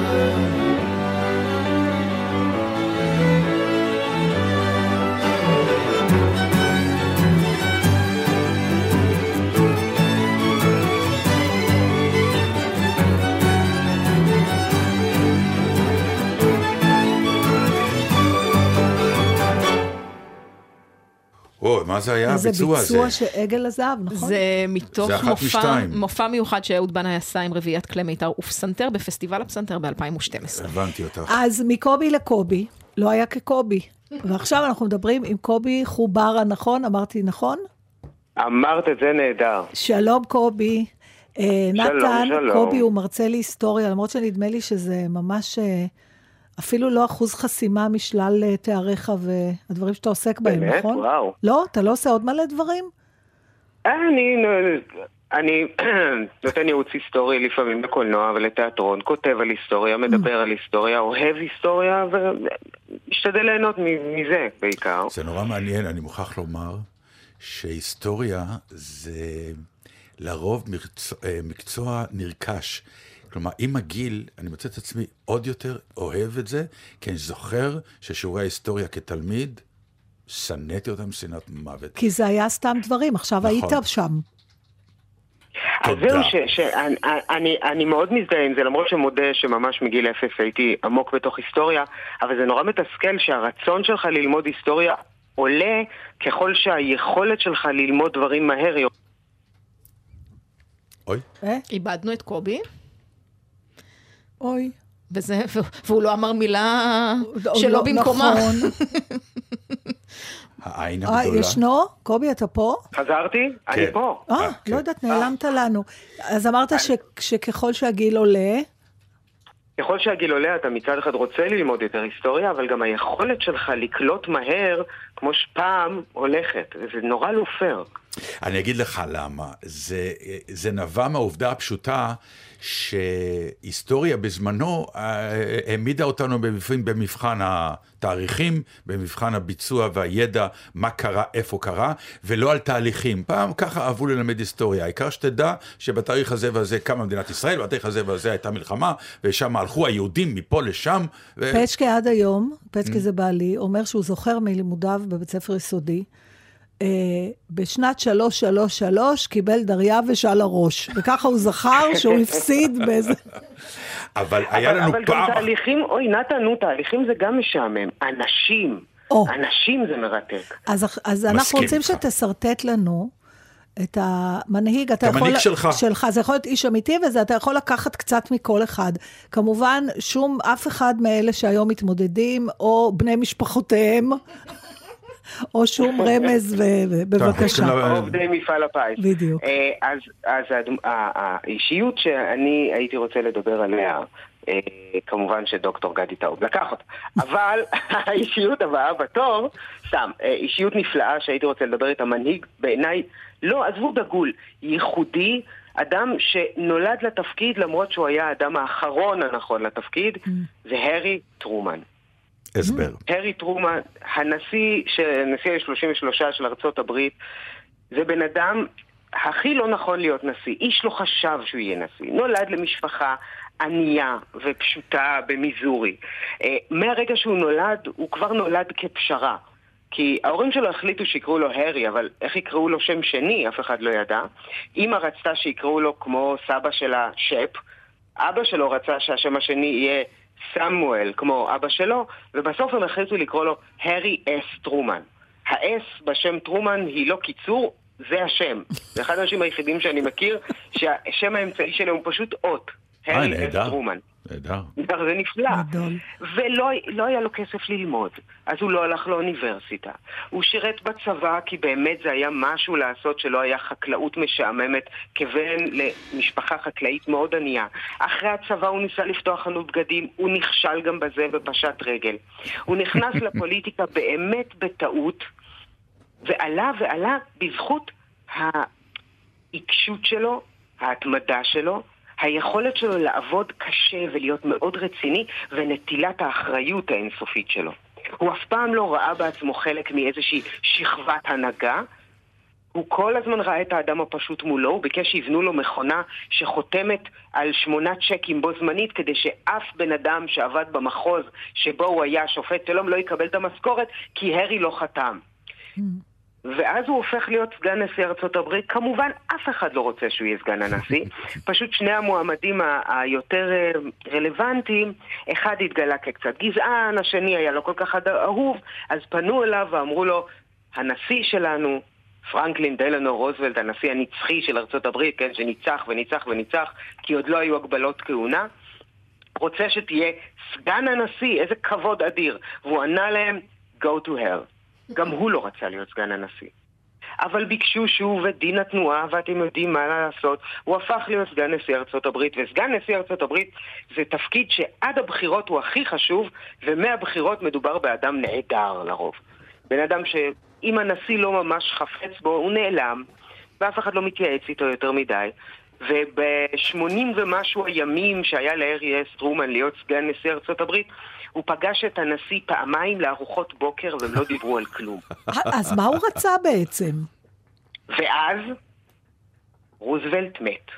או, מה זה היה הביצוע הזה? זה ביצוע של עגל הזהב, נכון? זה מתוך זה אחת מופע, משתיים. מופע מיוחד שאהוד בנאי עשה עם רביעיית כלי מיתר ופסנתר בפסטיבל הפסנתר ב-אלפיים ושתים עשרה. הבנתי אותך. אז מקובי לקובי, לא היה כקובי. ועכשיו אנחנו מדברים עם קובי חוברה, נכון? אמרתי נכון? אמרת את זה נהדר. שלום קובי. אה, שלום, נתן, שלום. קובי הוא מרצה להיסטוריה, למרות שנדמה לי שזה ממש אה, אפילו לא אחוז חסימה משלל אה, תאריך והדברים שאתה עוסק בהם, באמת? נכון? וואו. לא? אתה לא עושה עוד מלא דברים? אני, אני נותן ייעוץ היסטורי לפעמים בקולנוע ולתיאטרון, כותב על היסטוריה, מדבר על היסטוריה, אוהב היסטוריה ומשתדל ליהנות מזה בעיקר. זה נורא מעניין, אני מוכרח לומר שהיסטוריה זה לרוב מקצוע, מקצוע נרכש. כלומר, עם הגיל, אני מוצא את עצמי עוד יותר אוהב את זה, כי אני זוכר ששיעורי ההיסטוריה כתלמיד, שנאתי אותם שנאת מוות. כי זה היה סתם דברים, עכשיו נכון. היית שם. אז זהו שאני מאוד מזדהה עם זה, למרות שמודה שממש מגיל אפס הייתי עמוק בתוך היסטוריה, אבל זה נורא מתסכל שהרצון שלך ללמוד היסטוריה עולה ככל שהיכולת שלך ללמוד דברים מהר. אוי. אה? איבדנו את קובי, אוי. וזה, והוא לא אמר מילה שלא במקומה. נכון. העין אה, הגדולה. ישנו? קובי, אתה פה? חזרתי? אני פה. אה, כן. לא יודעת, נעלמת לנו. אז אמרת ש- שככל שהגיל עולה, ככל שהגיל עולה, אתה מצד אחד רוצה ללמוד יותר היסטוריה, אבל גם היכולת שלך לקלוט מהר, כמו שפעם, הולכת. זה נורא לא פייר. אני אגיד לך למה. זה, זה נבע מהעובדה הפשוטה שהיסטוריה בזמנו העמידה אותנו במבחן, במבחן התאריכים, במבחן הביצוע והידע, מה קרה, איפה קרה, ולא על תהליכים. פעם ככה אהבו ללמד היסטוריה. העיקר שתדע שבתאריך הזה והזה קמה מדינת ישראל, בתאריך הזה והזה הייתה מלחמה, ושם הלכו היהודים מפה לשם. ו... פצ'קה עד היום, פצ'קה זה בעלי, אומר שהוא זוכר מלימודיו בבית ספר יסודי, Uh, בשנת שלוש שלוש שלוש קיבל דריה ושל הראש, וככה הוא זכר שהוא הפסיד באיזה... אבל היה לנו אבל פעם... גם תהליכים, אוי נתן, נו, תהליכים זה גם משעמם. אנשים, Oh. אנשים זה מרתק. אז, אז אנחנו רוצים איתך. שתסרטט לנו את המנהיג, אתה המנהיג יכול, שלך. שלך, זה יכול להיות איש אמיתי, וזה אתה יכול לקחת קצת מכל אחד. כמובן, שום, אף אחד מאלה שהיום מתמודדים, או בני משפחותיהם, או שום רמז, ובבקשה. עובדי מפעל הפיס. בדיוק. אז, אז האישיות שאני הייתי רוצה לדבר עליה, כמובן שדוקטור גדי טאוב לקח אותה, אבל האישיות הבאה בתור, סתם, אישיות נפלאה שהייתי רוצה לדבר איתה, מנהיג בעיניי, לא, עזבו דגול, ייחודי, אדם שנולד לתפקיד למרות שהוא היה האדם האחרון הנכון לתפקיד, זה הרי טרומן. הסבר. הרי טרומן, הנשיא, הנשיא ה-שלושים ושלוש של ארצות הברית, זה בן אדם הכי לא נכון להיות נשיא. איש לא חשב שהוא יהיה נשיא. נולד למשפחה ענייה ופשוטה במיזורי. מהרגע שהוא נולד, הוא כבר נולד כפשרה. כי ההורים שלו החליטו שיקראו לו הרי, אבל איך יקראו לו שם שני, אף אחד לא ידע. אמא רצתה שיקראו לו כמו סבא שלה שפ. אבא שלו רצה שהשם השני יהיה סמואל, כמו אבא שלו, ובסוף הם החליטו לקרוא לו הרי אס טרומן. האס בשם טרומן היא לא קיצור, זה השם. זה אחד האנשים היחידים שאני מכיר, שהשם האמצעי שלו הוא פשוט אות. הרי אס טרומן. נהדר. זה נפלא. ולא לא היה לו כסף ללמוד, אז הוא לא הלך לאוניברסיטה. הוא שירת בצבא כי באמת זה היה משהו לעשות שלא היה חקלאות משעממת כבן למשפחה חקלאית מאוד ענייה. אחרי הצבא הוא ניסה לפתוח חנות בגדים, הוא נכשל גם בזה בפשט רגל. הוא נכנס לפוליטיקה באמת בטעות, ועלה ועלה בזכות העיקשות שלו, ההתמדה שלו, היכולת שלו לעבוד קשה ולהיות מאוד רציני, ונטילת האחריות האינסופית שלו. הוא אף פעם לא ראה בעצמו חלק מאיזושהי שכבת הנהגה, הוא כל הזמן ראה את האדם הפשוט מולו, הוא ביקש שיבנו לו מכונה שחותמת על שמונה צ'קים בו זמנית, כדי שאף בן אדם שעבד במחוז שבו הוא היה שופט שלום לא יקבל את המשכורת, כי הרי לא חתם. ואז הוא הופך להיות סגן נשיא ארצות הברית. כמובן, אף אחד לא רוצה שהוא יהיה סגן הנשיא. פשוט שני המועמדים היותר רלוונטיים, אחד התגלה כקצת גזען, השני היה לא כל כך אהוב, אז פנו אליו ואמרו לו, הנשיא שלנו, פרנקלין דלנו רוזוולט, הנשיא הנצחי של ארצות הברית, כן, שניצח וניצח וניצח, כי עוד לא היו הגבלות כהונה, רוצה שתהיה סגן הנשיא, איזה כבוד אדיר. והוא ענה להם, go to hell. גם הוא לא רצה להיות סגן הנשיא. אבל ביקשו שוב את דין התנועה, ואתם יודעים מה לעשות. הוא הפך להיות סגן נשיא ארצות הברית, וסגן נשיא ארצות הברית זה תפקיד שעד הבחירות הוא הכי חשוב, ומהבחירות מדובר באדם נהדר לרוב. בן אדם שאם הנשיא לא ממש חפץ בו, הוא נעלם, ואף אחד לא מתייעץ איתו יותר מדי. וב-שמונים ומשהו הימים שהיה להרי אס טרומן להיות סגן נשיא ארצות הברית, הוא פגש את הנשיא פעמיים לארוחות בוקר, והם לא דיברו על כלום. אז מה הוא רצה בעצם? ואז רוזוולט מת.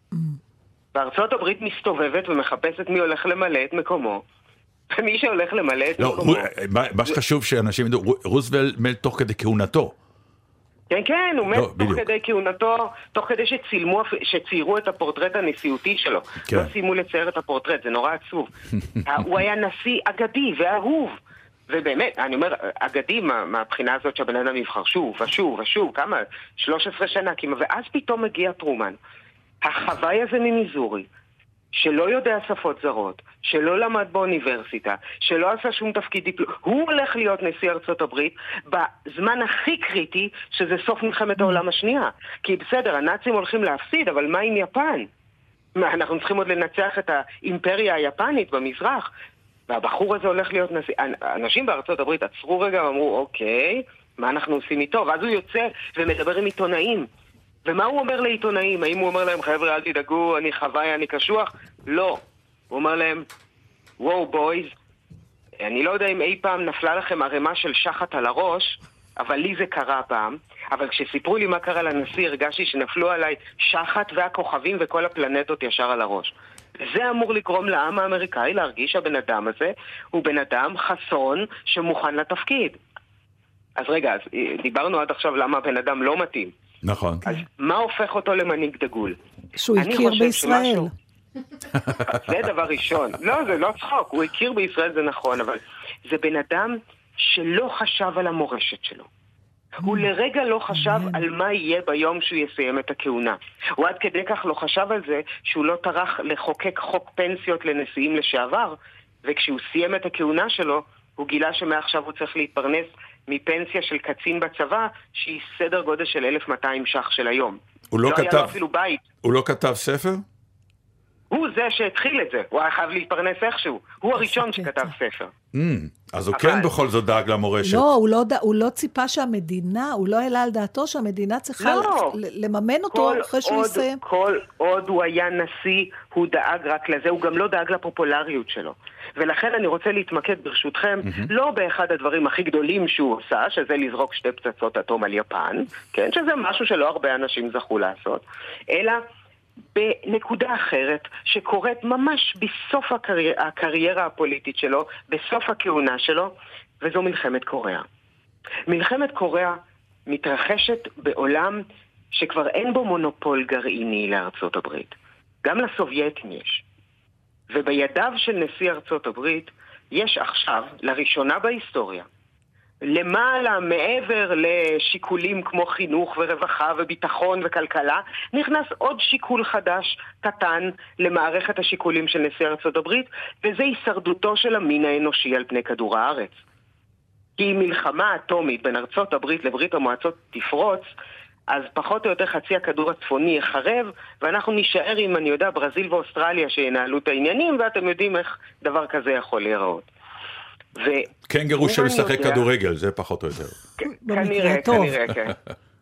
וארצות הברית מסתובבת ומחפשת מי הולך למלא את מקומו. ומי שהולך למלא את לא, מקומו... הוא, מה שחשוב שאנשים ידעו, רוזוולט מת תוך כדי כהונתו. כן, כן, הוא מת לא, תוך בדיוק. כדי כהונתו, תוך כדי שצילמו, שציירו את הפורטרט הנשיאותי שלו. כן. לא סיימו לצייר את הפורטרט, זה נורא עצוב. הוא היה נשיא אגדי ואהוב. ובאמת, אני אומר, אגדי מה, מהבחינה הזאת שהבן אדם נבחר שוב ושוב ושוב, כמה? שלוש עשרה שנה, כמה, ואז פתאום מגיע טרומן. החוואי הזה ממיזורי, שלא יודע שפות זרות, שלא למד באוניברסיטה, שלא עשה שום תפקיד דיפלומטי, הוא הולך להיות נשיא ארצות הברית בזמן הכי קריטי, שזה סוף מלחמת העולם השנייה. כי בסדר, הנאצים הולכים להפסיד, אבל מה עם יפן? מה, אנחנו צריכים עוד לנצח את האימפריה היפנית במזרח, והבחור הזה הולך להיות נשיא. אנשים בארצות הברית עצרו רגע ואמרו, אוקיי, מה אנחנו עושים איתו? ואז הוא יוצא ומדבר עם עיתונאים. ומה הוא אומר לעיתונאים? האם הוא אומר להם, חבר'ה, אל תדאגו, אני חוואי, אני קשוח? לא. הוא אומר להם, וואו בויז, אני לא יודע אם אי פעם נפלה לכם ערימה של שחת על הראש, אבל לי זה קרה פעם. אבל כשסיפרו לי מה קרה לנשיא, הרגשתי שנפלו עליי שחת והכוכבים וכל הפלנטות ישר על הראש. זה אמור לגרום לעם האמריקאי להרגיש שהבן אדם הזה הוא בן אדם חסון שמוכן לתפקיד. אז רגע, אז דיברנו עד עכשיו למה הבן אדם לא מתאים. נכון. אז מה הופך אותו למנהיג דגול? שהוא הכיר בישראל. שמשהו... זה דבר ראשון. לא, זה לא צחוק. הוא הכיר בישראל, זה נכון, אבל זה בן אדם שלא חשב על המורשת שלו. הוא לרגע לא חשב על מה יהיה ביום שהוא יסיים את הכהונה. הוא עד כדי כך לא חשב על זה שהוא לא טרח לחוקק חוק פנסיות לנשיאים לשעבר, וכשהוא סיים את הכהונה שלו, הוא גילה שמעכשיו הוא צריך להתפרנס מפנסיה של קצין בצבא, שהיא סדר גודל של אלף מאתיים שח של היום. הוא לא, לא כתב, היה לו אפילו בית. הוא לא כתב ספר? הוא זה שהתחיל את זה. הוא היה חייב להתפרנס איכשהו. הוא הראשון שכתב ספר. Mm. אז הוא כן בכל זאת דאג למורשת. לא, הוא לא, הוא לא ציפה שהמדינה, הוא לא העלה על דעתו שהמדינה צריכה לא. לממן אותו אחרי שהוא יסיים. כל עוד הוא היה נשיא, הוא דאג רק לזה, הוא גם לא דאג לפופולריות שלו. ולכן אני רוצה להתמקד ברשותכם, mm-hmm. לא באחד הדברים הכי גדולים שהוא עושה, שזה לזרוק שתי פצצות אטום על יפן, כן, שזה משהו שלא הרבה אנשים זכו לעשות, אלא בנקודה אחרת שקורית ממש בסוף הקרי... הקריירה הפוליטית שלו, בסוף הכהונה שלו, וזו מלחמת קוריאה. מלחמת קוריאה מתרחשת בעולם שכבר אין בו מונופול גרעיני לארצות הברית. גם לסובייטים יש. ובידיו של נשיא ארצות הברית יש עכשיו, לראשונה בהיסטוריה, למעלה, מעבר לשיקולים כמו חינוך ורווחה וביטחון וכלכלה, נכנס עוד שיקול חדש, קטן, למערכת השיקולים של נשיא ארצות הברית, וזה הישרדותו של המין האנושי על פני כדור הארץ. כי מלחמה אטומית בין ארצות הברית לברית המועצות תפרוץ, אז פחות או יותר חצי הכדור הצפוני יחרב, ואנחנו נשאר עם, אני יודע, ברזיל ואוסטרליה שינהלו את העניינים, ואתם יודעים איך דבר כזה יכול להיראות. קנגרו שמשחק כדורגל, זה פחות או יותר. כנראה, כנראה, כן.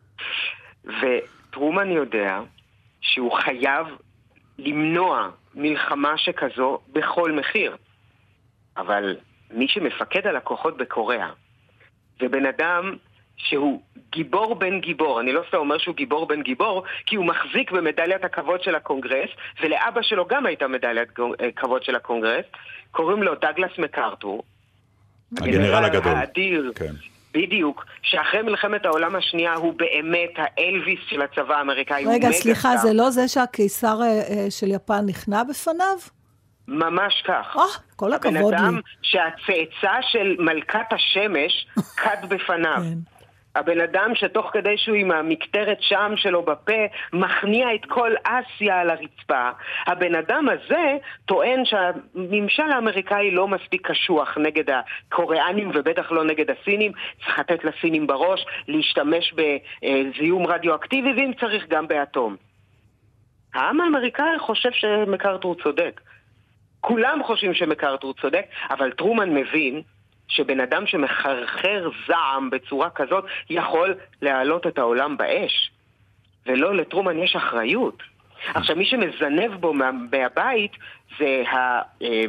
וטרומן יודע שהוא חייב למנוע מלחמה שכזו בכל מחיר. אבל מי שמפקד על הכוחות בקוריאה, זה בן אדם שהוא גיבור בן גיבור. אני לא סתם אומר שהוא גיבור בן גיבור, כי הוא מחזיק במדליית הכבוד של הקונגרס, ולאבא שלו גם הייתה מדליית כבוד של הקונגרס. קוראים לו דאגלס מקארתור, הגנרל הגדול. האדיר, כן. בדיוק, שאחרי מלחמת העולם השנייה הוא באמת האלוויס של הצבא האמריקאי. רגע, סליחה, זה לא זה שהקיסר של יפן נכנע בפניו? ממש כך. אה, כל הכבוד לי. הבן אדם שהצאצא של מלכת השמש קד בפניו. כן. הבן אדם שתוך כדי שהוא עם המקטרת שם שלו בפה, מכניע את כל אסיה על הרצפה. הבן אדם הזה טוען שהממשל האמריקאי לא מספיק קשוח נגד הקוריאנים ובטח לא נגד הסינים. צריך לתת לסינים בראש, להשתמש בזיהום רדיואקטיבי, ואם צריך גם באטום. העם האמריקאי חושב שמקארתור צודק. כולם חושבים שמקארתור צודק, אבל טרומן מבין שבן אדם שמחרחר זעם בצורה כזאת יכול להעלות את העולם באש. ולא, לטרומן יש אחריות. עכשיו, מי שמזנב בו מהבית זה ה...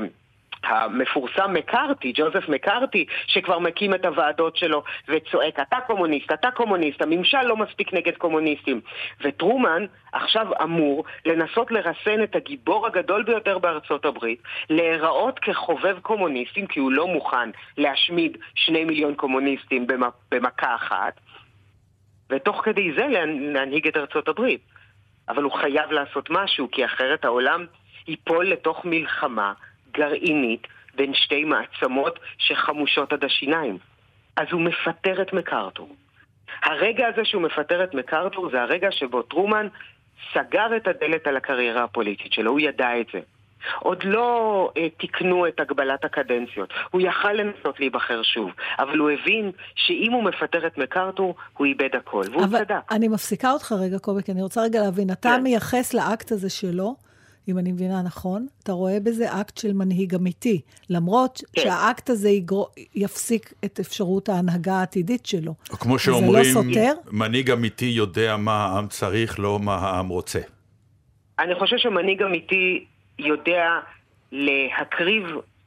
המפורסם מקארתי, ג'וזף מקארתי, שכבר מקים את הוועדות שלו וצועק, אתה קומוניסט, אתה קומוניסט, הממשל לא מספיק נגד קומוניסטים. וטרומן עכשיו אמור לנסות לרסן את הגיבור הגדול ביותר בארצות הברית, להיראות כחובב קומוניסטים, כי הוא לא מוכן להשמיד שני מיליון קומוניסטים במכה אחת, ותוך כדי זה להנהיג את ארצות הברית. אבל הוא חייב לעשות משהו, כי אחרת העולם ייפול לתוך מלחמה גרעינית בין שתי מעצמות שחמושות עד השיניים. אז הוא מפטר את מקארתור. הרגע הזה שהוא מפטר את מקארתור זה הרגע שבו טרומן סגר את הדלת על הקריירה הפוליטית שלו. הוא ידע את זה. עוד לא אה, תקנו את הגבלת הקדנציות. הוא יכל לנסות להיבחר שוב. אבל הוא הבין שאם הוא מפטר את מקארתור, הוא איבד הכל. והוא אבל צדק. אני מפסיקה אותך רגע, קובי, כי אני רוצה רגע להבין. אתה כן. מייחס לאקט הזה שלו, אם אני מבינה נכון, אתה רואה בזה אקט של מנהיג אמיתי, למרות כן. שהאקט הזה יגרו, יפסיק את אפשרות ההנהגה העתידית שלו. כמו שאומרים, לא מנהיג אמיתי יודע מה העם צריך, לא מה העם רוצה. אני חושב שמנהיג אמיתי יודע להקריב,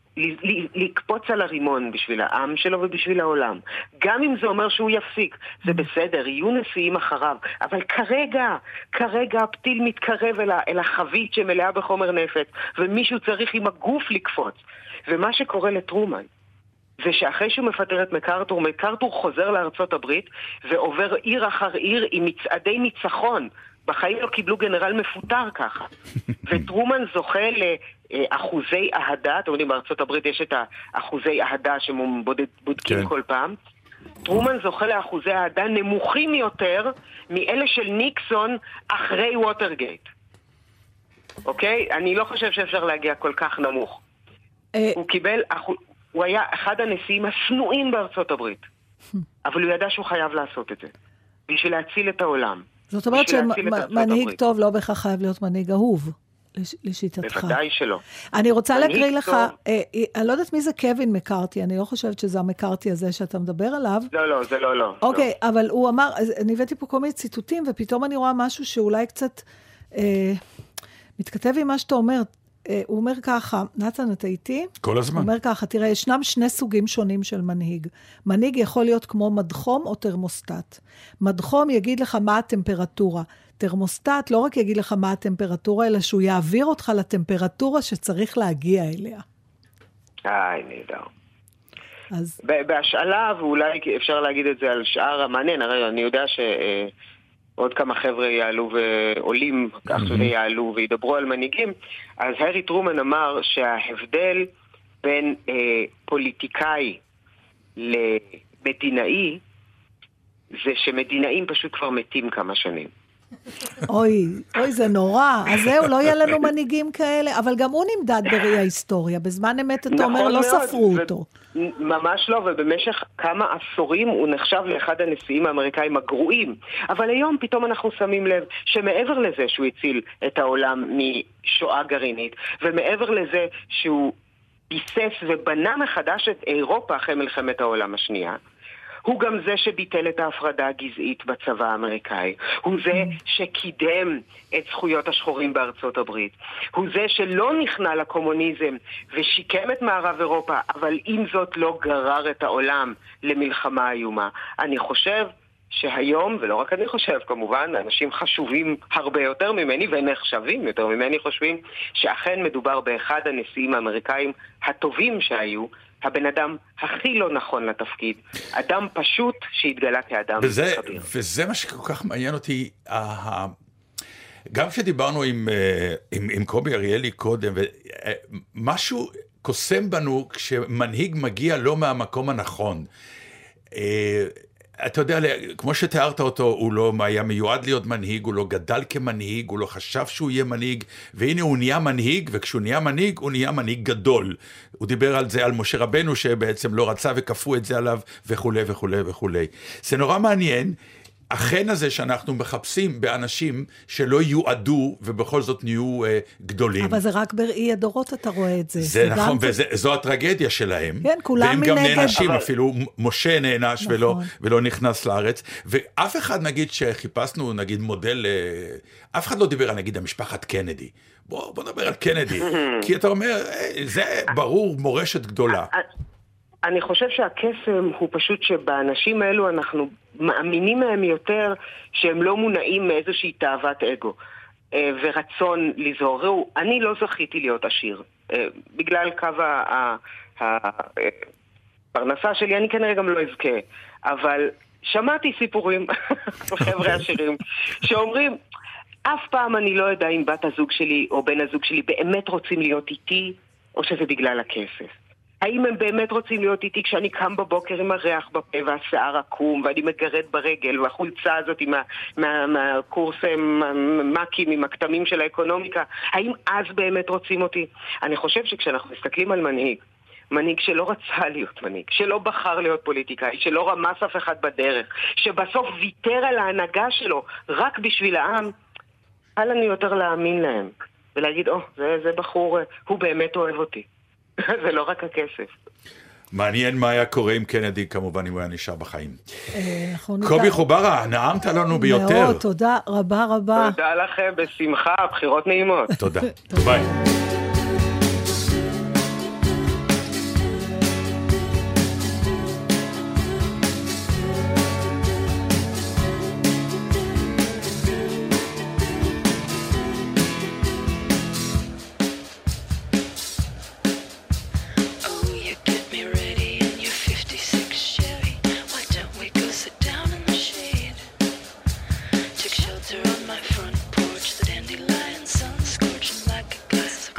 לקפוץ על הרימון בשביל העם שלו ובשביל העולם. גם אם זה אומר שהוא יפסיק, זה בסדר, יהיו נשיאים אחריו. אבל כרגע, כרגע הפתיל מתקרב אל, אל החבית שמלאה בחומר נפץ, ומישהו צריך עם הגוף לקפוץ. ומה שקורה לטרומן, זה שאחרי שהוא מפטר את מקארתור, מקארתור חוזר לארצות הברית, ועובר עיר אחר עיר עם מצעדי ניצחון. בחיים לא קיבלו גנרל מפוטר ככה. וטרומן זוכה לאחוזי אהדה, אתם יודעים, בארצות הברית יש את האחוזי אהדה שבודקים כן. כל פעם. טרומן זוכה לאחוזי אהדה נמוכים יותר מאלה של ניקסון אחרי ווטרגייט. אוקיי? אני לא חושב שאפשר להגיע כל כך נמוך. הוא קיבל, הוא היה אחד הנשיאים השנואים בארצות הברית. אבל הוא ידע שהוא חייב לעשות את זה. בשביל להציל את העולם. זאת אומרת שמנהיג טוב לא בהכרח חייב להיות מנהיג אהוב. לש, לשיטתך. בוודאי שלא. אני רוצה להקריא טוב. לך, אה, אה, אני לא יודעת מי זה קווין מקארתי, אני לא חושבת שזה המקארתי הזה שאתה מדבר עליו. לא, לא, זה לא, לא. אוקיי, לא. אבל הוא אמר, אז אני הבאתי פה כל מיני ציטוטים, ופתאום אני רואה משהו שאולי קצת אה, מתכתב עם מה שאתה אומר. אה, הוא אומר ככה, נתן, אתה איתי? כל הזמן. הוא אומר ככה, תראה, ישנם שני סוגים שונים של מנהיג. מנהיג יכול להיות כמו מדחום או תרמוסטט. מדחום יגיד לך מה הטמפרטורה. תרמוסטט לא רק יגיד לך מה הטמפרטורה, אלא שהוא יעביר אותך לטמפרטורה שצריך להגיע אליה. איי, נהדר. אז... בהשאלה, ואולי אפשר להגיד את זה על שאר המעניין, הרי אני יודע שעוד כמה חבר'ה יעלו ועולים, כך ויעלו וידברו על מנהיגים, אז הארי טרומן אמר שההבדל בין אה, פוליטיקאי למדינאי, זה שמדינאים פשוט כבר מתים כמה שנים. אוי, אוי, זה נורא. אז זהו, לא יהיה לנו מנהיגים כאלה, אבל גם הוא נמדד בראי ההיסטוריה. בזמן אמת אתה אומר, לא ספרו אותו. ממש לא, ובמשך כמה עשורים הוא נחשב לאחד הנשיאים האמריקאים הגרועים. אבל היום פתאום אנחנו שמים לב שמעבר לזה שהוא הציל את העולם משואה גרעינית, ומעבר לזה שהוא ביסס ובנה מחדש את אירופה אחרי מלחמת העולם השנייה, הוא גם זה שביטל את ההפרדה הגזעית בצבא האמריקאי. הוא זה שקידם את זכויות השחורים בארצות הברית. הוא זה שלא נכנע לקומוניזם ושיקם את מערב אירופה, אבל עם זאת לא גרר את העולם למלחמה איומה. אני חושב שהיום, ולא רק אני חושב כמובן, אנשים חשובים הרבה יותר ממני ונחשבים יותר ממני חושבים שאכן מדובר באחד הנשיאים האמריקאים הטובים שהיו, הבן אדם הכי לא נכון לתפקיד. אדם פשוט שהתגלה כאדם וזה, כביר. וזה מה שכל כך מעניין אותי, גם כשדיברנו עם, עם, עם קובי אריאלי קודם, משהו קוסם בנו כשמנהיג מגיע לא מהמקום הנכון. אתה יודע, כמו שתיארת אותו, הוא לא היה מיועד להיות מנהיג, הוא לא גדל כמנהיג, הוא לא חשב שהוא יהיה מנהיג, והנה הוא נהיה מנהיג, וכשהוא נהיה מנהיג, הוא נהיה מנהיג גדול. הוא דיבר על זה, על משה רבנו, שבעצם לא רצה וכפו את זה עליו, וכו' וכו' וכו'. זה נורא מעניין, החן הזה שאנחנו מחפשים באנשים שלא יועדו, ובכל זאת נהיו אה, גדולים. אבל זה רק בראי הדורות אתה רואה את זה. זה נכון, וזו הטרגדיה שלהם. כן, כולם מנגד. והם גם נענשים, אפילו משה נענש ולא, ולא נכנס לארץ. ואף אחד, נגיד, שחיפשנו, נגיד, מודל, אף אחד לא דיבר על, נגיד, המשפחת קנדי. בוא, בוא נדבר על קנדי. כי אתה אומר, זה ברור מורשת גדולה. אני חושב שהקסם הוא פשוט שבאנשים האלו אנחנו מאמינים מהם יותר שהם לא מונעים מאיזושהי תאוות אגו ורצון לזהור. אני לא זכיתי להיות עשיר. בגלל קו הפרנסה שלי, אני כנראה גם לא אזכה. אבל שמעתי סיפורים, חבר'ה עשירים, שאומרים, אף פעם אני לא יודע אם בת הזוג שלי או בן הזוג שלי באמת רוצים להיות איתי, או שזה בגלל הכסף. האם הם באמת רוצים להיות איתי כשאני קם בבוקר עם הריח בפה והשיער עקום ואני מגרד ברגל והחולצה הזאת עם מה, מהקורס מקים עם הכתמים של האקונומיקה, האם אז באמת רוצים אותי? אני חושב שכשאנחנו מסתכלים על מנהיג, מנהיג שלא רצה להיות מנהיג, שלא בחר להיות פוליטיקאי, שלא רמס אף אחד בדרך, שבסוף ויתר על ההנהגה שלו רק בשביל העם, קל לנו יותר להאמין להם ולהגיד, או, זה, זה בחור, הוא באמת אוהב אותי. זה לא רק הכסף. מעניין מה היה קורה עם קנדי, כמובן, אם הוא היה נשאר בחיים. קובי חוברה, נעמת לנו ביותר. מאוד, תודה רבה רבה. תודה לכם, בשמחה, בחירות נעימות. תודה. ביי. Shelter on my front porch, the dandelion sun scorching like a glass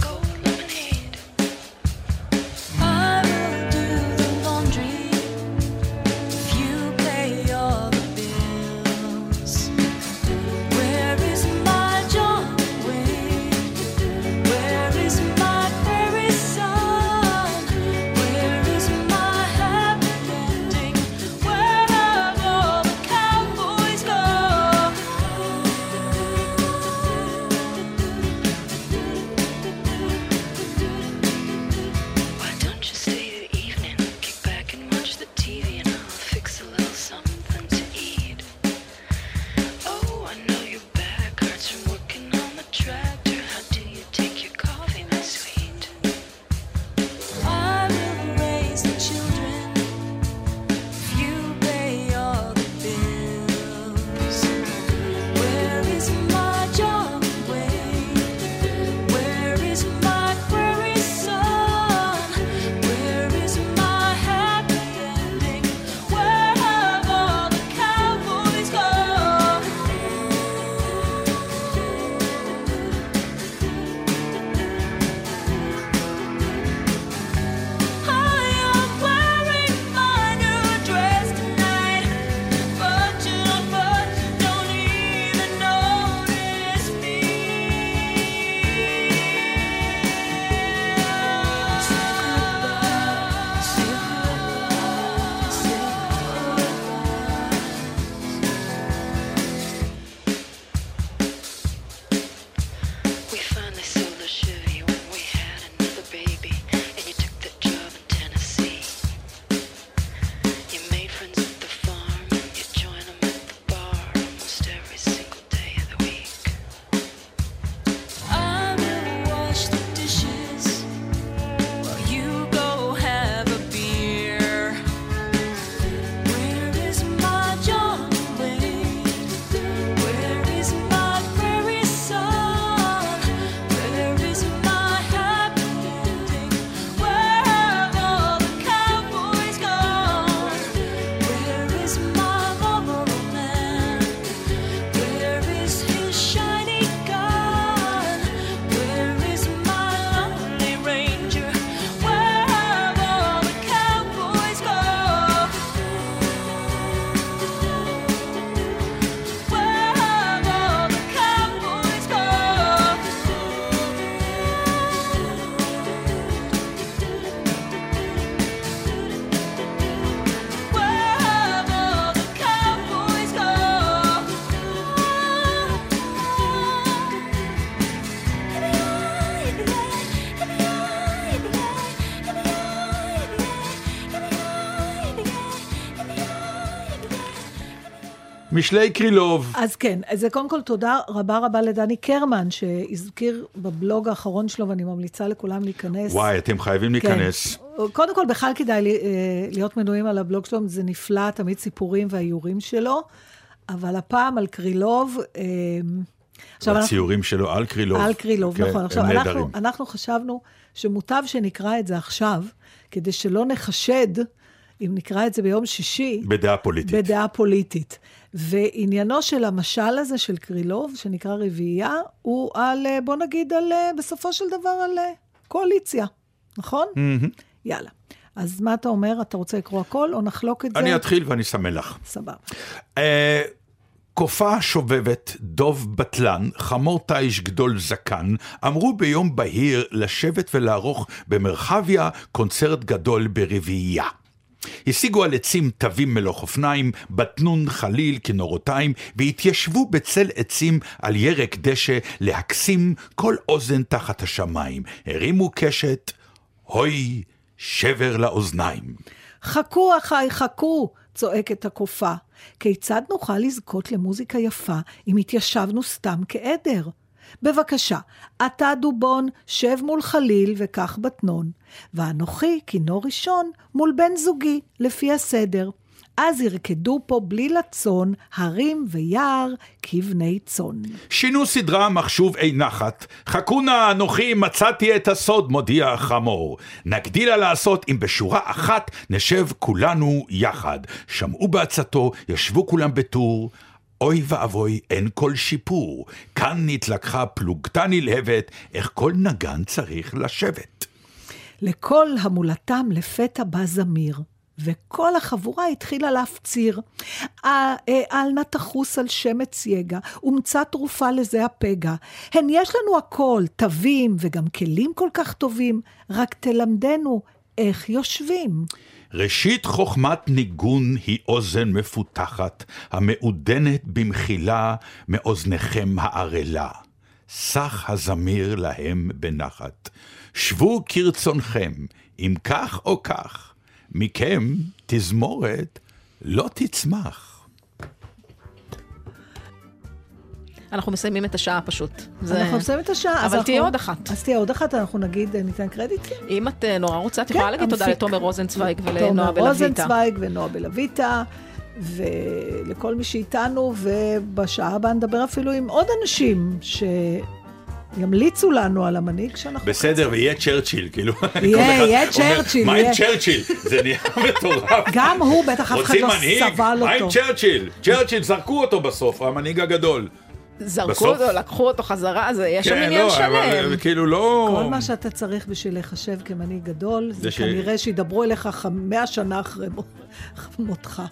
משלי קרילוב. אז כן, אז קודם כל תודה רבה רבה לדני קרמן, שהזכיר בבלוג האחרון שלו, ואני ממליצה לכולם להיכנס. וואי, אתם חייבים להיכנס. כן. קודם כל, בכלל כדאי להיות מנויים על הבלוג שלו, זה נפלא, תמיד סיפורים והאיורים שלו, אבל הפעם על קרילוב... הציורים אנחנו... שלו על קרילוב. על קרילוב, כן, נכון. עכשיו, אנחנו, אנחנו חשבנו שמוטב שנקרא את זה עכשיו, כדי שלא נחשד, אם נקרא את זה ביום שישי, בדעה פוליטית. בדעה פוליטית. ועניינו של המשל הזה של קרילוב, שנקרא רביעייה, הוא על, בוא נגיד, על, בסופו של דבר על קואליציה. נכון? Mm-hmm. יאללה. אז מה אתה אומר? אתה רוצה לקרוא הכל, או נחלוק את זה? אני אתחיל ואני שמח. סבבה. אה... קופה שובבת, דוב בטלן, חמור תאיש גדול זקן, אמרו ביום בהיר לשבת ולערוך במרחביה קונצרט גדול ברביעייה. השיגו על עצים תווים מלוך אופניים, בטנון חליל כנורותיים, והתיישבו בצל עצים על ירק דשא להקסים כל אוזן תחת השמיים. הרימו קשת, הוי שבר לאוזניים. חכו אחי, חכו, צועקת הקופה. כיצד נוכל לזכות למוזיקה יפה אם התיישבנו סתם כעדר? בבקשה, אתה דובון, שב מול חליל וכך בטנון, ואנוכי, כינור ראשון, מול בן זוגי, לפי הסדר. אז ירקדו פה בלי לצון, הרים ויער כבני צון. שינו סדרה מחשוב אי נחת, חכו נא אנוכי מצאתי את הסוד, מודיע החמור. נגדילה לעשות אם בשורה אחת נשב כולנו יחד. שמעו בעצתו, ישבו כולם בטור, אוי ואבוי אין כל שיפור. כאן נתלקחה פלוגתה נלהבת, איך כל נגן צריך לשבת. לכל המולתם לפתע בא זמיר. וכל החבורה התחילה להפציר. אל נא תחוס על שמץ יגע, ומצא תרופה לזה הפגע. הן יש לנו הכל, תווים וגם כלים כל כך טובים, רק תלמדנו איך יושבים. ראשית חוכמת ניגון היא אוזן מפותחת, המעודנת במחילה מאוזניכם הערלה. סך הזמיר להם בנחת. שבו כרצונכם, אם כך או כך. מכם תזמורת לא תצמח. אנחנו מסיימים את השעה פשוט. אנחנו מסיימים את השעה. אבל תהיה עוד אחת. אז תהיה עוד אחת, אנחנו נגיד, ניתן קרדיט? אם את נורא רוצה, את יכולה להגיד תודה לתומר רוזנצוויג ולנועה בלויטה. תומר רוזנצוויג ונועה בלויטה, ולכל מי שאיתנו, ובשעה הבאה נדבר אפילו עם עוד אנשים ש... ימליצו לנו על המנהיג שאנחנו... בסדר, ויהיה צ'רצ'יל, כאילו... יהיה, יהיה צ'רצ'יל. מה עם צ'רצ'יל? זה נהיה מטורף. גם הוא, בטח אף אחד לא סבל אותו. מה עם צ'רצ'יל? צ'רצ'יל, זרקו אותו בסוף, המנהיג הגדול. זרקו אותו, לקחו אותו חזרה, זה יש שם עניין שלם. כן, לא, אבל כאילו לא... כל מה שאתה צריך בשביל לחשב כמנהיג גדול, זה כנראה שידברו אליך מאה שנה אחרי מותך.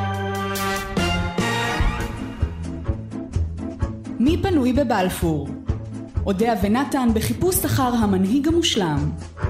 מי פנוי בבלפור? אודיה ונתן בחיפוש אחר המנהיג המושלם.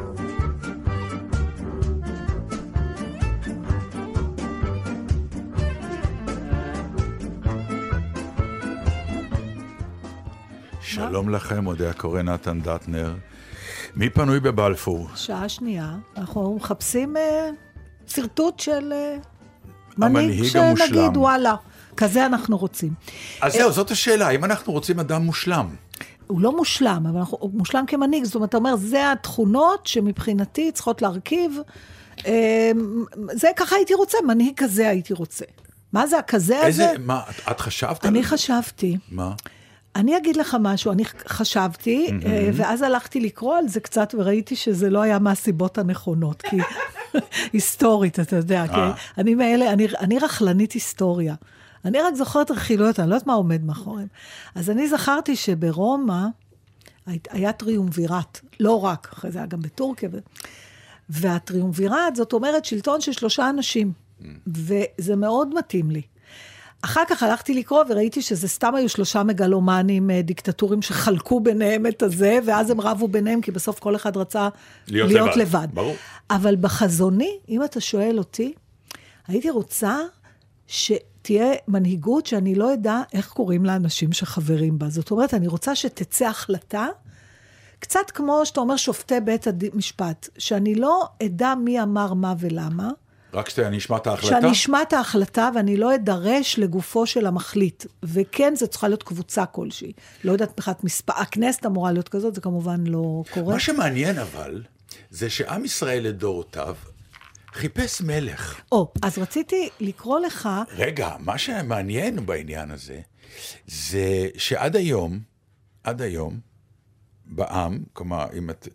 שלום לכם, אודיה קורא נתן דטנר. מי פנוי בבלפור? שעה שנייה. אנחנו מחפשים אה, סרטוט של אה, מנהיג שנגיד וואלה. כזה אנחנו רוצים. אז זהו, זאת השאלה. אם אנחנו רוצים אדם מושלם? הוא לא מושלם, אבל הוא מושלם כמנהיג. זאת אומרת, אתה אומר, זה התכונות שמבחינתי צריכות להרכיב. זה ככה הייתי רוצה, מנהיג כזה הייתי רוצה. מה זה הכזה הזה? איזה, מה, את חשבת? אני חשבתי. מה? אני אגיד לך משהו, אני חשבתי, ואז הלכתי לקרוא על זה קצת, וראיתי שזה לא היה מהסיבות הנכונות, כי היסטורית, אתה יודע, אני מאלה, אני רחלנית היסטוריה. אני רק זוכרת רכילויות, אני לא יודעת מה עומד מאחוריהם. אז אני זכרתי שברומא היה טריומווירט, לא רק, אחרי זה היה גם בטורקיה, והטריומווירט זאת אומרת שלטון של שלושה אנשים, וזה מאוד מתאים לי. אחר כך הלכתי לקרוא וראיתי שזה סתם היו שלושה מגלומנים, דיקטטורים שחלקו ביניהם את הזה, ואז הם רבו ביניהם, כי בסוף כל אחד רצה להיות, להיות לבד. לבד. ברור. אבל בחזוני, אם אתה שואל אותי, הייתי רוצה שתהיה מנהיגות שאני לא יודע איך קוראים לאנשים שחברים בה. זאת אומרת, אני רוצה שתצא החלטה, קצת כמו שאתה אומר שופטי בית המשפט, שאני לא אדע מי אמר מה ולמה, רק שאני אשמע את ההחלטה? שאני אשמע את ההחלטה ואני לא אדרש לגופו של המחליט. וכן, זה צריכה להיות קבוצה כלשהי. לא יודעת מבחינת מספר, הכנסת אמורה להיות כזאת, זה כמובן לא קורה. מה שמעניין אבל, זה שעם ישראל לדורותיו, חיפש מלך. או, אז רציתי לקרוא לך... רגע, מה שמעניין בעניין הזה, זה שעד היום, עד היום, בעם, כלומר, אם את...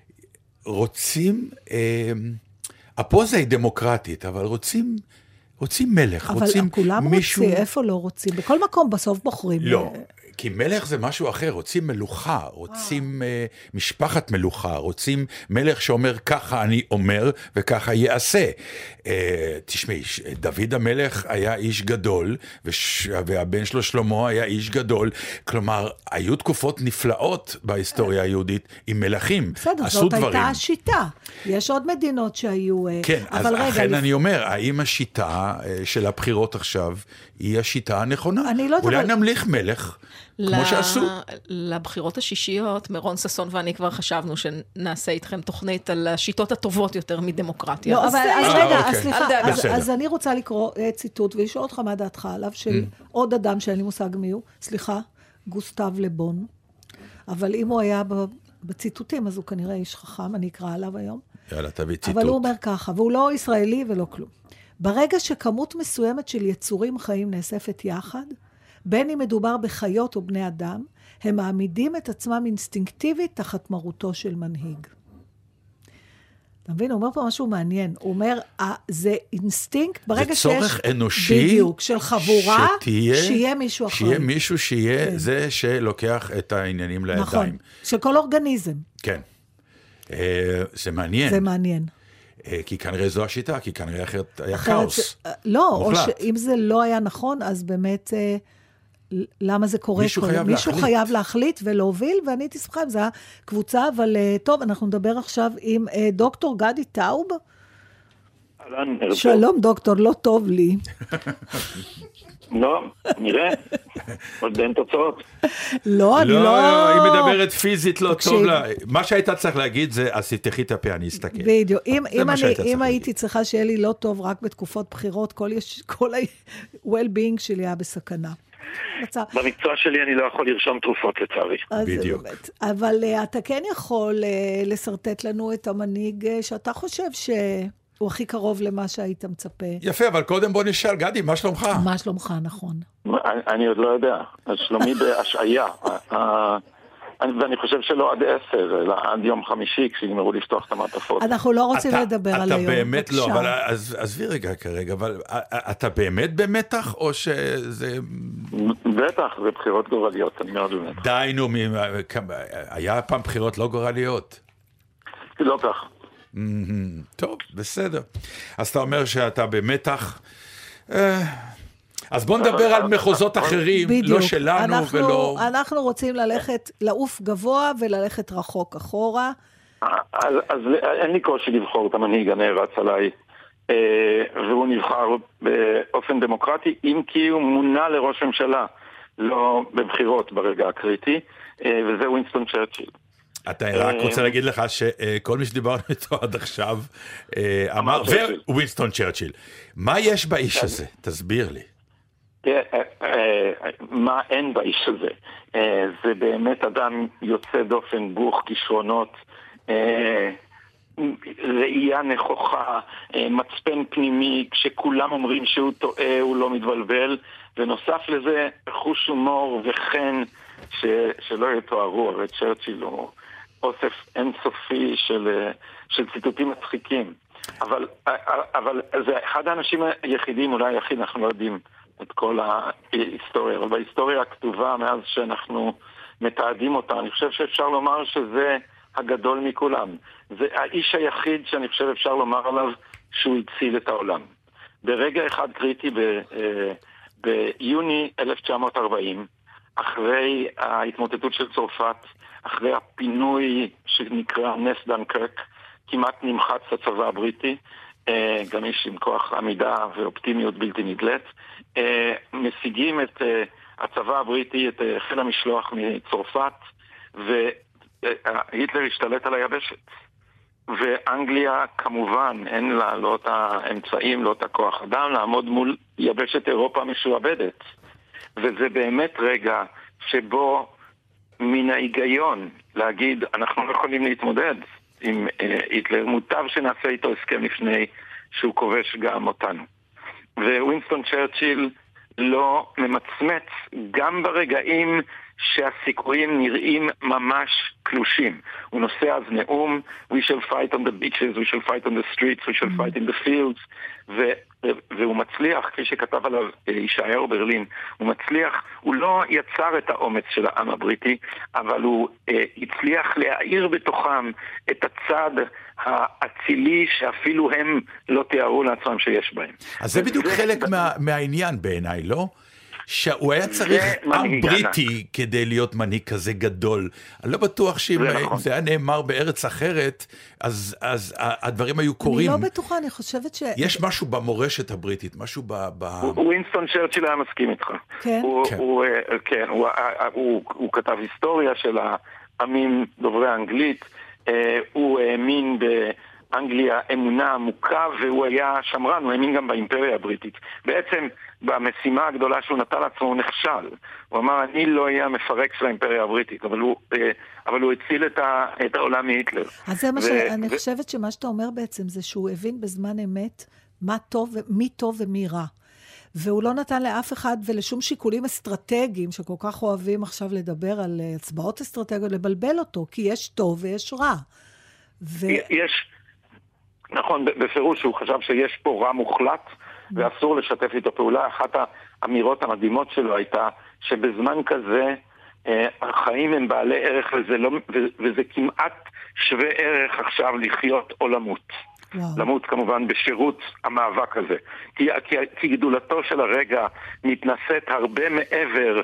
רוצים... אה, הפוזה היא דמוקרטית, אבל רוצים, רוצים מלך, אבל רוצים כולם מישהו... רוצים, איפה לא רוצים? בכל מקום בסוף בוחרים. לא, כי מלך זה משהו אחר, רוצים מלוכה, רוצים uh, משפחת מלוכה, רוצים מלך שאומר ככה אני אומר וככה יעשה. Uh, תשמעי, דוד המלך היה איש גדול, וש... והבן שלו שלמה היה איש גדול, כלומר, היו תקופות נפלאות בהיסטוריה היהודית עם מלכים, בסדר, עשו זאת דברים. הייתה השיטה. יש עוד מדינות שהיו... כן, אז רגע, אכן לפ... אני אומר, האם השיטה של הבחירות עכשיו היא השיטה הנכונה? אני לא יודעת, אולי אבל... נמליך מלך, כמו שעשו. לבחירות השישיות, מרון ססון ואני כבר חשבנו שנעשה איתכם תוכנית על השיטות הטובות יותר מדמוקרטיה. לא, אז אבל אז אה, רגע, אוקיי. אז סליחה, אל אז, בסדר. אז אני רוצה לקרוא uh, ציטוט, ולשאול אותך מה דעתך עליו, של עוד אדם שאין לי מושג מי הוא, סליחה, גוסטב לבון, אבל אם הוא היה ב- בציטוטים, אז הוא כנראה איש חכם, אני אקרא עליו היום. יאללה, תביא ציטוט. אבל הוא אומר ככה, והוא לא ישראלי ולא כלום. ברגע שכמות מסוימת של יצורים חיים נאספת יחד, בין אם מדובר בחיות או בני אדם, הם מעמידים את עצמם אינסטינקטיבית תחת מרותו של מנהיג. אתה מבין? הוא אומר פה משהו מעניין. הוא אומר, זה אינסטינקט, ברגע שיש... זה צורך אנושי, בדיוק, של חבורה, שתהיה, שיהיה מישהו אחר. שיהיה מישהו שיהיה כן. זה שלוקח את העניינים לידיים. נכון, של כל אורגניזם. כן. אה, זה מעניין. זה מעניין. אה, כי כנראה זו השיטה, כי כנראה אחרת היה אחרת כאוס. ש... לא, מוחלט. או שאם זה לא היה נכון, אז באמת... אה, למה זה קורה? מישהו חייב מישהו להחליט. חייב להחליט ולהוביל, ואני הייתי שמחה אם זה היה קבוצה, אבל uh, טוב, אנחנו נדבר עכשיו עם uh, דוקטור גדי טאוב. אהלן, ערב טוב. שלום דוקטור, לא טוב לי. לא, נראה. עוד אין תוצאות. לא, אני לא... לא, היא מדברת פיזית, לא תקשיב. טוב לה. מה שהייתה צריך להגיד זה, אז תפתחי את הפה, אני אסתכל. בדיוק. אם, זה אם, מה אני, שהיית צריך אם הייתי להגיד. צריכה שיהיה לי לא טוב רק בתקופות בחירות, כל, יש, כל ה-well-being שלי היה בסכנה. מצא. במקצוע שלי אני לא יכול לרשום תרופות לצערי. אז זה בדיוק. באמת. אבל uh, אתה כן יכול uh, לסרטט לנו את המנהיג uh, שאתה חושב שהוא הכי קרוב למה שהיית מצפה. יפה, אבל קודם בוא נשאל, גדי, מה שלומך? מה שלומך, נכון. אני, אני עוד לא יודע. אז שלומי בהשעיה. אה, אני- ואני חושב שלא עד עשר, אלא עד יום חמישי, כשנגמרו לפתוח את המעטפות. אנחנו לא רוצים אתה- לדבר על אתה היום. באמת לא, בבקשה. אבל אז- עזבי רגע כרגע, אבל א- אתה באמת במתח, או שזה... בטח, זה בחירות גורליות, אני מאוד באמת. די, נו, מ- כמה- היה פעם בחירות לא גורליות? לא כך. מהמם. טוב, בסדר. אז אתה אומר שאתה במתח. אה, אז בוא נדבר על מחוזות אחרים, בדיוק. לא שלנו אנחנו, ולא... אנחנו רוצים ללכת, לעוף גבוה וללכת רחוק אחורה. אז, אז אין לי קושי לבחור את המנהיג הנערץ עליי, אה, והוא נבחר באופן דמוקרטי, אם כי הוא מונה לראש ממשלה, לא בבחירות ברגע הקריטי, אה, וזה ווינסטון צ'רצ'יל. אתה רק רוצה להגיד לך שכל מי שדיברנו איתו עד עכשיו אה, אמר, צ'רצ'יל. ווינסטון צ'רצ'יל. מה יש באיש הזה? תסביר לי. כן, אה, אה, מה אין באיש הזה? אה, זה באמת אדם יוצא דופן, בוך, כישרונות, אה, ראייה נכוחה, אה, מצפן פנימי, כשכולם אומרים שהוא טועה, הוא לא מתבלבל, ונוסף לזה חוש הומור וכן ש, שלא יתוארו, הרי צ'רצ'יל הוא אוסף אינסופי של, של ציטוטים מצחיקים. אבל, אבל זה אחד האנשים היחידים, אולי היחיד, אנחנו לא יודעים את כל ההיסטוריה, אבל בהיסטוריה הכתובה מאז שאנחנו מתעדים אותה, אני חושב שאפשר לומר שזה הגדול מכולם. זה האיש היחיד שאני חושב אפשר לומר עליו שהוא הציל את העולם. ברגע אחד קריטי ב, ביוני אלף תשע מאות ארבעים, אחרי ההתמוטטות של צרפת, אחרי הפינוי שנקרא נס דנקרק, כמעט נמחץ הצבא הבריטי, גם איש עם כוח עמידה ואופטימיות בלתי נדלת, משיגים את הצבא הבריטי, את חיל המשלוח מצרפת, והיטלר השתלט על היבשת. ואנגליה כמובן אין לה לא את האמצעים, לא את הכוח אדם לעמוד מול יבשת אירופה משועבדת. וזה באמת רגע שבו מן ההיגיון להגיד אנחנו לא יכולים להתמודד עם היטלר, מוטב שנעשה איתו הסכם לפני שהוא כובש גם אותנו. ווינסטון צ'רצ'יל לא ממצמץ גם ברגעים שהסיכויים נראים ממש קלושים. הוא נושא אז נאום, we shall fight on the beaches, we shall fight on the streets, we shall fight in the fields, ו, והוא מצליח, כפי שכתב עליו ישעיהו ברלין, הוא מצליח, הוא לא יצר את האומץ של העם הבריטי, אבל הוא אה, הצליח להעיר בתוכם את הצד האצילי שאפילו הם לא תיארו לעצמם שיש בהם. אז זה בדיוק חלק מה, מהעניין בעיניי, לא? שהוא היה צריך עם בריטי כדי להיות מנהיג כזה גדול. אני לא בטוח שאם זה היה נאמר בארץ אחרת, אז, אז הדברים היו קורים. אני לא בטוחה, אני חושבת ש... יש משהו במורשת הבריטית, משהו ב... ב... ווינסטון צ'רצ'יל היה מסכים איתך. כן? הוא, כן. הוא, כן, הוא, הוא, הוא כתב היסטוריה של העמים דוברי האנגלית, הוא האמין באנגליה אמונה עמוקה, והוא היה שמרן, הוא האמין גם באימפריה הבריטית. בעצם במשימה הגדולה שהוא נטל לעצמו הוא נכשל. הוא אמר, אני לא אהיה המפרק של האימפריה הבריטית, אבל הוא, אבל הוא הציל את, ה, את העולם מהיטלר. אז זה מה ו- שאני ו- חושבת שמה שאתה אומר בעצם זה שהוא הבין בזמן אמת מה טוב, מי טוב ומי רע. והוא לא נתן לאף אחד ולשום שיקולים אסטרטגיים שכל כך אוהבים עכשיו לדבר על הצבעות אסטרטגיות, לבלבל אותו, כי יש טוב ויש רע. ו... יש, נכון, בפירוש הוא חשב שיש פה רע מוחלט, ואסור לשתף איתו פעולה. אחת האמירות המדהימות שלו הייתה שבזמן כזה החיים הם בעלי ערך, וזה, לא, וזה כמעט שווה ערך עכשיו לחיות או למות. וואו. למות כמובן בשירות המאבק הזה. כי, כי, כי גדולתו של הרגע מתנשאת הרבה מעבר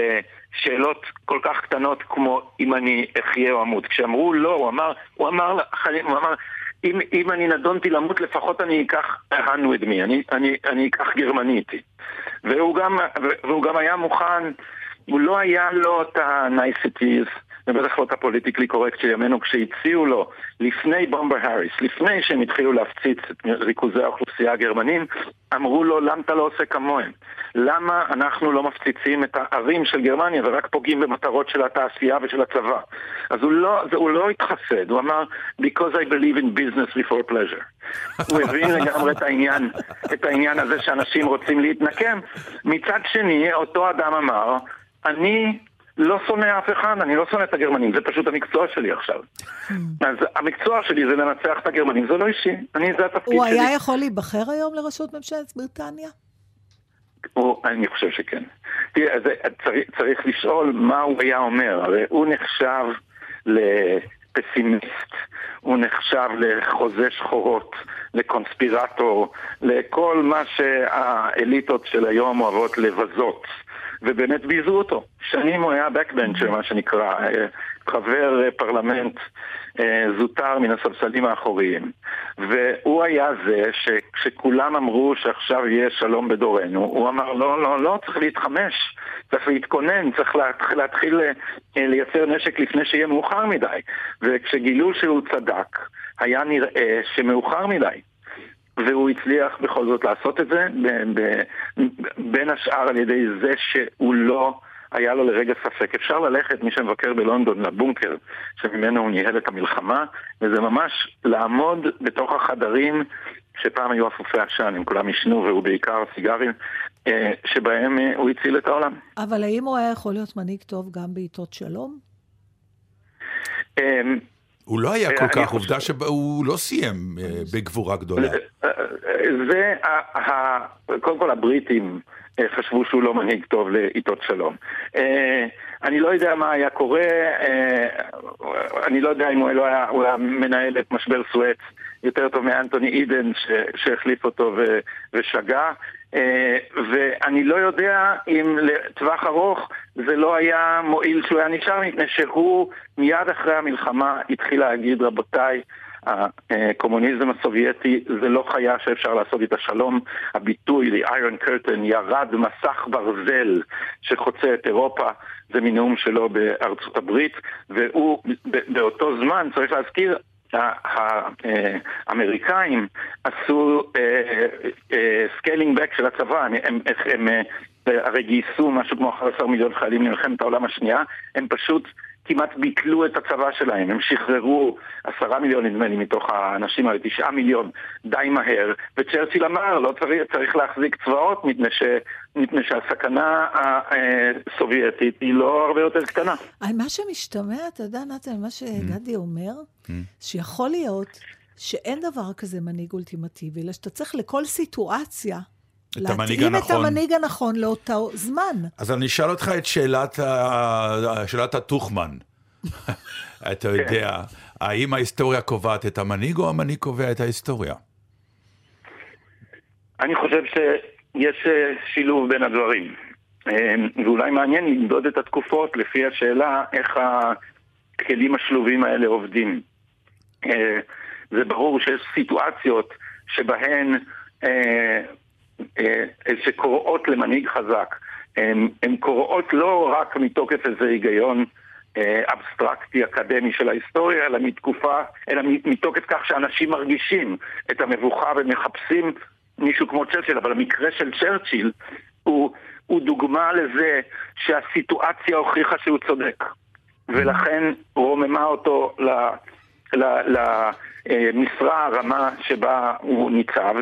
לשאלות כל כך קטנות כמו אם אני אחיה או אמות. כשאמרו לא, הוא אמר, הוא אמר, הוא אמר אם, אם אני נדונתי למות, לפחות אני אקח hand with me, אני, אני, אני אקח גרמני איתי. והוא גם, והוא גם היה מוכן, הוא לא היה לו את ה-niceties, ובטח לא את הפוליטיקלי קורקט של ימינו, כשהציעו לו, לפני בומבר האריס, לפני שהם התחילו להפציץ את ריכוזי האוכלוסייה הגרמנים, אמרו לו, למה אתה לא עושה כמוהם? למה אנחנו לא מפציצים את הערים של גרמניה, ורק פוגעים במטרות של התעשייה ושל הצבא? אז הוא לא, זה, הוא לא התחסד, הוא אמר, because I believe in business before pleasure. הוא הבין לגמרי את העניין, את העניין הזה שאנשים רוצים להתנקם. מצד שני, אותו אדם אמר, אני לא שונא אף אחד, אני לא שונא את הגרמנים, זה פשוט המקצוע שלי עכשיו. אז המקצוע שלי זה לנצח את הגרמנים, זה לא אישי, אני, זה התפקיד שלי. הוא היה יכול להיבחר היום לראשות ממשלת בריטניה? הוא, אני חושב שכן. תראה, זה, צריך, צריך לשאול מה הוא היה אומר, הרי הוא נחשב לפסימיסט, הוא נחשב לחוזה שחורות, לקונספירטור, לכל מה שהאליטות של היום אוהבות לבזות. ובאמת ביזו אותו. שנים הוא היה backbencher, מה שנקרא, חבר פרלמנט זוטר מן הספסלים האחוריים. והוא היה זה שכשכולם אמרו שעכשיו יהיה שלום בדורנו, הוא אמר, לא, לא, לא, צריך להתחמש, צריך להתכונן, צריך להתחיל לייצר נשק לפני שיהיה מאוחר מדי. וכשגילו שהוא צדק, היה נראה שמאוחר מדי. והוא הצליח בכל זאת לעשות את זה, ב- ב- בין השאר על ידי זה שהוא לא היה לו לרגע ספק. אפשר ללכת, מי שמבקר בלונדון, לבונקר, שממנו הוא ניהל את המלחמה, וזה ממש לעמוד בתוך החדרים, שפעם היו אפופי עשן, הם כולם ישנו, והוא בעיקר סיגרים, שבהם הוא הציל את העולם. אבל האם הוא היה יכול להיות מנהיג טוב גם בעיתות שלום? הוא לא היה כל כך, עובדה שהוא לא סיים בגבורה גדולה. זה, קודם כל הבריטים חשבו שהוא לא מנהיג טוב לעיתות שלום. אני לא יודע מה היה קורה, אני לא יודע אם הוא לא היה, הוא היה מנהל את משבר סואץ יותר טוב מאנטוני אידן שהחליף אותו ושגע, ואני לא יודע אם לטווח ארוך זה לא היה מועיל שהוא היה נשאר, מפני שהוא מיד אחרי המלחמה התחיל להגיד, רבותיי, הקומוניזם הסובייטי זה לא חיה שאפשר לעשות את השלום. הביטוי, the Iron Curtain, ירד מסך ברזל שחוצה את אירופה, זה מנאום שלו בארצות הברית, והוא באותו זמן, צריך להזכיר, האמריקאים עשו סקיילינג בק של הצבא, הם, הם הרי גייסו משהו כמו אחת עשרה מיליון חיילים למלחמת העולם השנייה, הם פשוט כמעט ביטלו את הצבא שלהם, הם שחררו עשרה מיליון נדמה לי מתוך האנשים האלה, תשעה מיליון די מהר, וצ'רצ'יל אמר, לא צריך, צריך להחזיק צבאות, מפני ש... מפני שהסכנה הסובייטית היא לא הרבה יותר קטנה. מה שמשתמע, אתה יודע, נתן, מה שגדי אומר, שיכול להיות שאין דבר כזה מנהיג אולטימטיבי, אלא שאתה צריך לכל סיטואציה, להתאים את המנהיג הנכון לאותו זמן. אז אני אשאל אותך את שאלת, שאלת התוכמן. אתה יודע, האם ההיסטוריה קובעת את המנהיג, או המנהיג קובע את ההיסטוריה? אני חושב שיש שילוב בין הדברים. ואולי מעניין למדוד את התקופות לפי השאלה איך הכלים השלובים האלה עובדים. זה ברור שיש סיטואציות שבהן שקוראות למנהיג חזק. הן קוראות לא רק מתוקף איזה היגיון אבסטרקטי אקדמי של ההיסטוריה, אלא מתקופה, אלא מתוקף כך שאנשים מרגישים את המבוכה ומחפשים מישהו כמו צ'רצ'יל, אבל המקרה של צ'רצ'יל הוא, הוא דוגמה לזה שהסיטואציה הוכיחה שהוא צודק, ולכן רוממה אותו ל, ל, למשרה הרמה שבה הוא ניצב,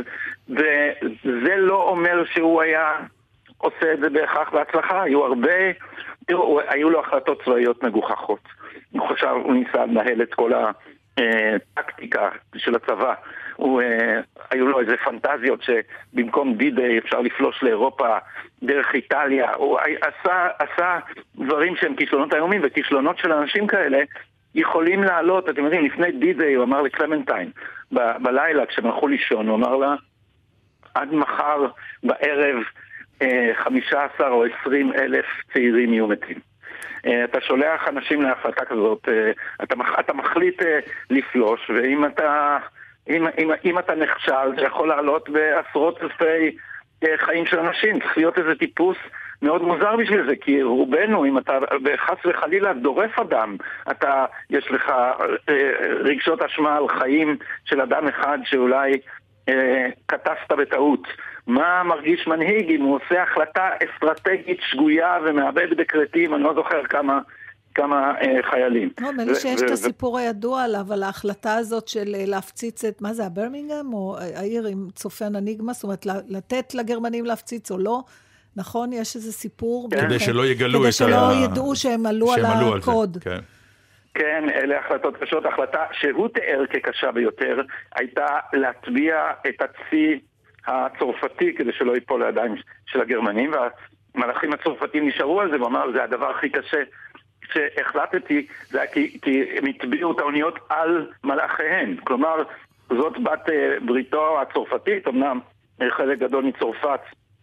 וזה לא אומר שהוא היה עושה את זה בהכרח בהצלחה. היו הרבה, תראו, היו לו החלטות צבאיות מגוחכות. הוא חושב, הוא ניסה לנהל את כל הטקטיקה של הצבא. הוא, היו לו איזה פנטזיות שבמקום די-דיי אפשר לפלוש לאירופה דרך איטליה. הוא עשה, עשה דברים שהם כישלונות איומים, וכישלונות של אנשים כאלה יכולים לעלות. אתם יודעים, לפני די-דיי הוא אמר לקלמנטיין, ב- בלילה כשהם הלכו לישון, הוא אמר לה, עד מחר בערב חמישה עשר או עשרים אלף צעירים יהיו מתים. אתה שולח אנשים להחלטה כזאת, אתה, אתה מחליט לפלוש, ואם אתה, אם, אם, אם אתה נכשל, זה יכול לעלות בעשרות אלפי חיים של אנשים. צריך להיות איזה טיפוס מאוד מוזר בשביל זה, כי רובנו, אם אתה בחס וחלילה דורף אדם, אתה, יש לך רגשות אשמה על חיים של אדם אחד שאולי כתסת בטעות. מה מרגיש מנהיג אם הוא עושה החלטה אסטרטגית שגויה ומאבד בקרטים, אני לא זוכר כמה, כמה אה, חיילים. לא, מלי שיש את הסיפור הידוע עליו, על ההחלטה הזאת של להפציץ את, מה זה, הברמינגהם, או העיר עם צופן הניגמה, זאת אומרת, לתת לגרמנים להפציץ או לא, נכון? יש איזה סיפור. כדי שלא יגלו את ה... כדי שלא ידעו שהם עלו על הקוד. כן. כן, אלה החלטות קשות. החלטה שהוא תיאר כקשה ביותר, הייתה להטביע את הצי הצרפתי כדי שלא ייפול לידיים של הגרמנים, והמלאכים הצרפתים נשארו על זה, ואמר, זה הדבר הכי קשה שהחלטתי, זה היה כי, כי הם הטביעו את האוניות על מלאכיהן. כלומר, זאת בת בריתו הצרפתית, אמנם חלק גדול מצרפת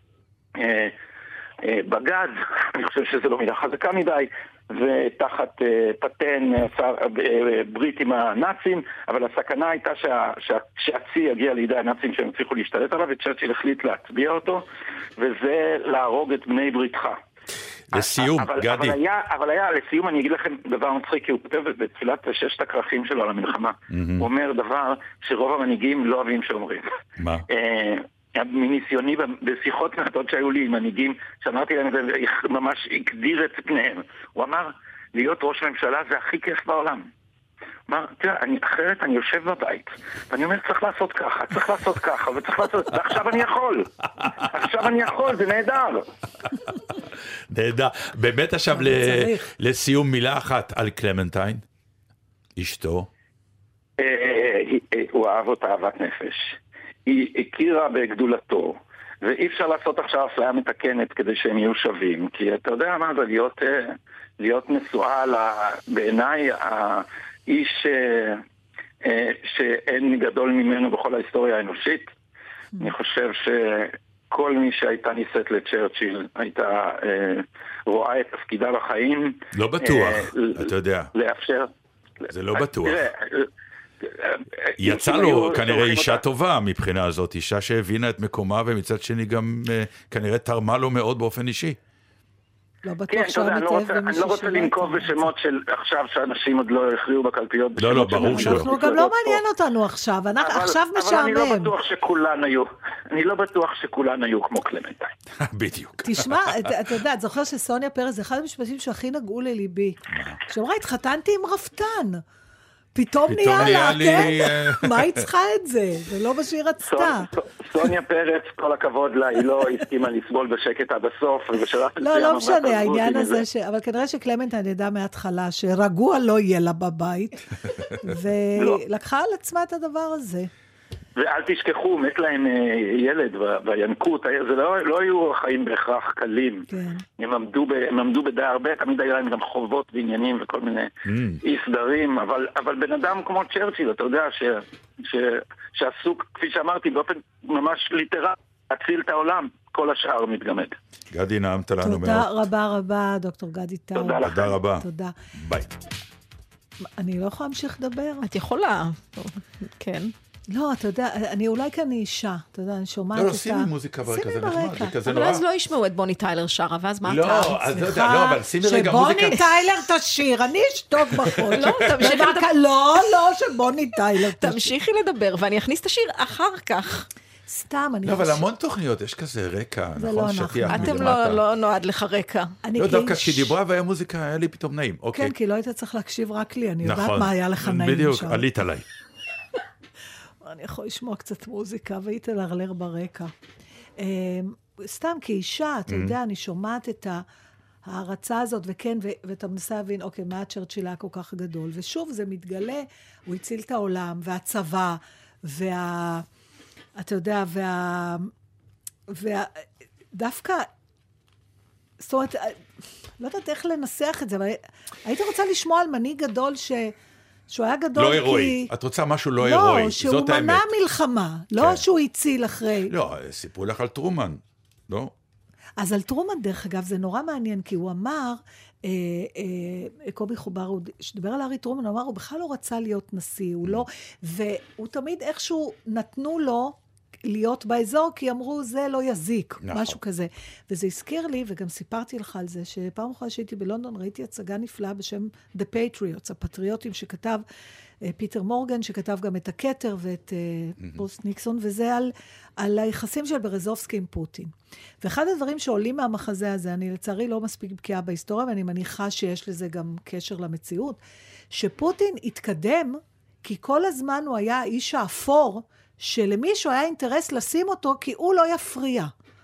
בגד, אני חושב שזה לא מילה חזקה מדי, ותחת פטן ברית עם הנאצים, אבל הסכנה הייתה שה, שה, שהצי יגיע לידי הנאצים שהם צריכו להשתלט עליו, וצ'רצ'יל החליט להטביע אותו, וזה להרוג את בני בריתך. לסיום, אבל, גדי. אבל היה, אבל היה, לסיום אני אגיד לכם דבר מצחיק, כי הוא כותב בתפילת ששת הכרכים שלו על המלחמה. Mm-hmm. הוא אומר דבר שרוב המנהיגים לא אוהבים שאומרים. מה? מניסיוני בשיחות מעטות שהיו לי עם מנהיגים, שאמרתי להם, זה ממש הגדיר את פניהם. הוא אמר, להיות ראש ממשלה זה הכי כיף בעולם. הוא אמר, תראה, אני, אחרת אני יושב בבית, ואני אומר, צריך לעשות ככה, צריך לעשות ככה, וצריך לעשות, ועכשיו אני יכול. עכשיו אני יכול, זה נהדר. נהדר. באמת עכשיו לסיום מילה אחת על קלמנטיין, אשתו. הוא אהב אותה אהבת נפש. היא הכירה בגדולתו, ואי אפשר לעשות עכשיו אפליה מתקנת כדי שהם יהיו שווים, כי אתה יודע מה זה להיות, להיות נשואה בעיניי האיש שאין גדול ממנו בכל ההיסטוריה האנושית. אני חושב שכל מי שהייתה ניסית לצ'רצ'יל הייתה רואה את תפקידה בחיים. לא בטוח, אתה יודע. לאפשר. זה לא בטוח. יצא לו כנראה אישה טובה מבחינה הזאת, אישה שהבינה את מקומה, ומצד שני גם כנראה תרמה לו מאוד באופן אישי. לא בטוח כן, אתה יודע, אני לא רוצה- אני לא רוצה לנקוב בשמות של עכשיו שאנשים עוד לא הכריעו בקלפיות. לא, לא, בשמות של ברור שלא. אנחנו גם לא מעניין אותנו עכשיו, אנחנו אבל- עכשיו אבל אני לא משעמם. בטוח שכולן היו, אני לא בטוח שכולן היו כמו קלמנטיין. בדיוק. תשמע, אתה אתה יודע, את זוכר שסוניה פרס, זה אחד המשפטים שהכי נגעו לליבי. שאמרה, התחתנתי עם רפתן. פתאום נהיה לה, נהיה לי, כן? מה היא צריכה את זה? זה לא מה שהיא רצתה. סונ- סונ- סוניה פרץ, כל הכבוד לה, היא לא הסכימה לסבול בשקט עד הסוף, ובשלב לא, מסוים לא אמרה, משנה, "תעזבו העניין אותי הזה, מזה." ש... אבל כנראה שקלמנטיין ידע מההתחלה שרגוע לא יהיה לה בבית, ולקחה על עצמה את הדבר הזה. ואל תשכחו, מת להם אה, ילד בינקות, זה לא, לא היו חיים בהכרח קלים. כן. הם עמדו, ב, הם עמדו בדי הרבה, תמיד היה להם גם חובות ועניינים וכל מיני אי סדרים, אבל, אבל בן אדם כמו צ'רצ'יל, אתה יודע, ש, ש, שעסוק, כפי שאמרתי, באופן ממש ליטרלי, להציל את העולם, כל השאר מתגמד. גדי, נעמת לנו מאוד. תודה רבה רבה, דוקטור גדי טאו. תודה לך. תודה רבה. תודה. ביי. אני לא יכולה להמשיך לדבר? את יכולה, כן. לא, אתה יודע, אני אולי כאן אישה, אתה יודע, אני שומעת את לא, ה... לא, שימי מוזיקה ברקע, שימי זה נחמד, ברקע. זה כזה אבל נורא. אז לא ישמעו את בוני טיילר שרה, ואז מה לא, אתה? אז לא יודע, סליחה, לא, אבל שימי רגע מוזיקה. שבוני טיילר תשיר, אני אשתוק בחול. לא, תמשיכי בבקשה, לדבר. לא, לא, שבוני טיילר תשיר. תמשיכי לדבר, ואני אכניס את השיר אחר כך. סתם, אני לא, אבל חושבת- המון תוכניות, יש כזה רקע, זה נכון? לא אנחנו. שטיח אתם מלמטה. לא, לא נועד לך רקע. אני לא, דווקא כאיש- כשהיא דיברה והיה מוזיקה, היה לי פתאום נעים. אוקיי. כן, כי לא היית צריך להקשיב רק לי, אני יודעת נכון. מה היה לך נעים בדיוק, שם. עלית עליי. אני יכול לשמוע קצת מוזיקה, והיא תלרלר ברקע. אה, סתם כאישה, אתה יודע, אני שומעת את ההרצה הזאת, וכן, ו- ואתה מנסה להבין, אוקיי, מה הצ'רצ'יל היה כל כך גדול? ושוב, זה מתגלה, הוא הציל את העולם, והצבא, וה... אתה יודע, וה... וה... דווקא... זאת אומרת, לא יודעת איך לנסח את זה, אבל הייתי רוצה לשמוע על מנהיג גדול ש... שהוא היה גדול לא כי... הירואי. את רוצה משהו לא הירואי, לא, שהוא זאת האמת. מנע מלחמה, לא כן. שהוא הציל אחרי. לא, סיפרו לך על טרומן, לא? אז על טרומן, דרך אגב, זה נורא מעניין, כי הוא אמר, אה, אה, קובי חובר, הוא שדיבר על הארי טרומן, הוא אמר, הוא בכלל לא רצה להיות נשיא, הוא לא, והוא תמיד איכשהו נתנו לו להיות באזור, כי אמרו, זה לא יזיק, נכון. משהו כזה. וזה הזכיר לי, וגם סיפרתי לך על זה, שפעם אחת שהייתי בלונדון, ראיתי הצגה נפלאה בשם The Patriots, הפטריוטים שכתב אה, פיטר מורגן, שכתב גם את הכתר ואת אה, פוסט ניקסון, וזה על, על היחסים של ברזובסקי עם פוטין. ואחד הדברים שעולים מהמחזה הזה, אני לצערי לא מספיק בקיאה בהיסטוריה, ואני מניחה שיש לזה גם קשר למציאות, שפוטין התקדם, כי כל הזמן הוא היה האיש האפור, שלמישהו היה אינטרס לשים אותו, כי הוא לא יפריע.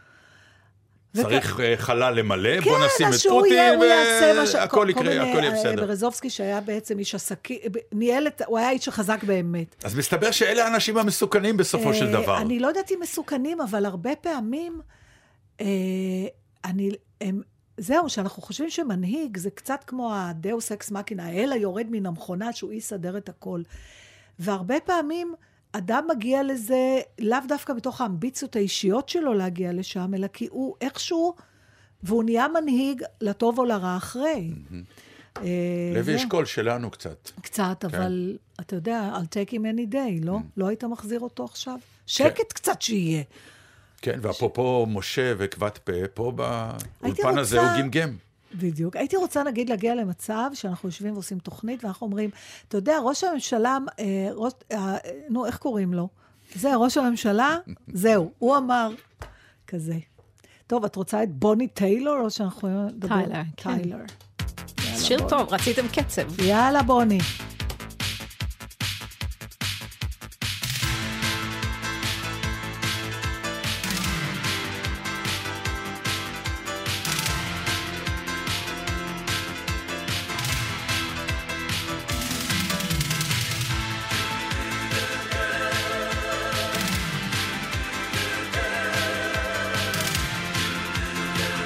צריך אה, חלל למלא, כן, בוא נשים אז את שהוא יהיה- הוא יעשה מה ש- פוטין, והכל כל- כל יקרה, מיני, הכל יהיה אה, בסדר. ברזובסקי שהיה בעצם איש עסקי, ניהל את, הוא היה איש החזק באמת. אז מסתבר שאלה האנשים המסוכנים בסופו של אה, דבר. אני לא יודעת אם מסוכנים, אבל הרבה פעמים, אה, אני, הם, זהו, שאנחנו חושבים שמנהיג, זה קצת כמו הדאוס אקס מאקינה, האל היורד מן המכונה, שהוא יסדר את הכל. והרבה פעמים, אדם מגיע לזה, לאו דווקא בתוך האמביציות האישיות שלו להגיע לשם, אלא כי הוא איכשהו, והוא נהיה מנהיג לטוב או לרע אחרי. אה, לוי זה- אשכול שלנו קצת. קצת, אבל אתה יודע, I'll take him any day, לא? לא היית מחזיר אותו עכשיו? שקט קצת שיהיה. כן, ואפרופו משה וכבת פה, פה באולפן הזה רוצה- הוא גמגם. בדיוק. הייתי רוצה, נגיד, להגיע למצב שאנחנו יושבים ועושים תוכנית, ואנחנו אומרים, אתה יודע, ראש הממשלה, אה, ראש, אה, נו, איך קוראים לו? זה, ראש הממשלה, זהו, הוא אמר כזה. טוב, את רוצה את בוני טיילור, או שאנחנו יכולים לדבר? טיילר, כן. טיילר. שיר טוב, רציתם קצב. יאללה, בוני.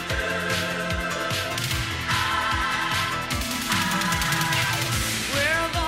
Well,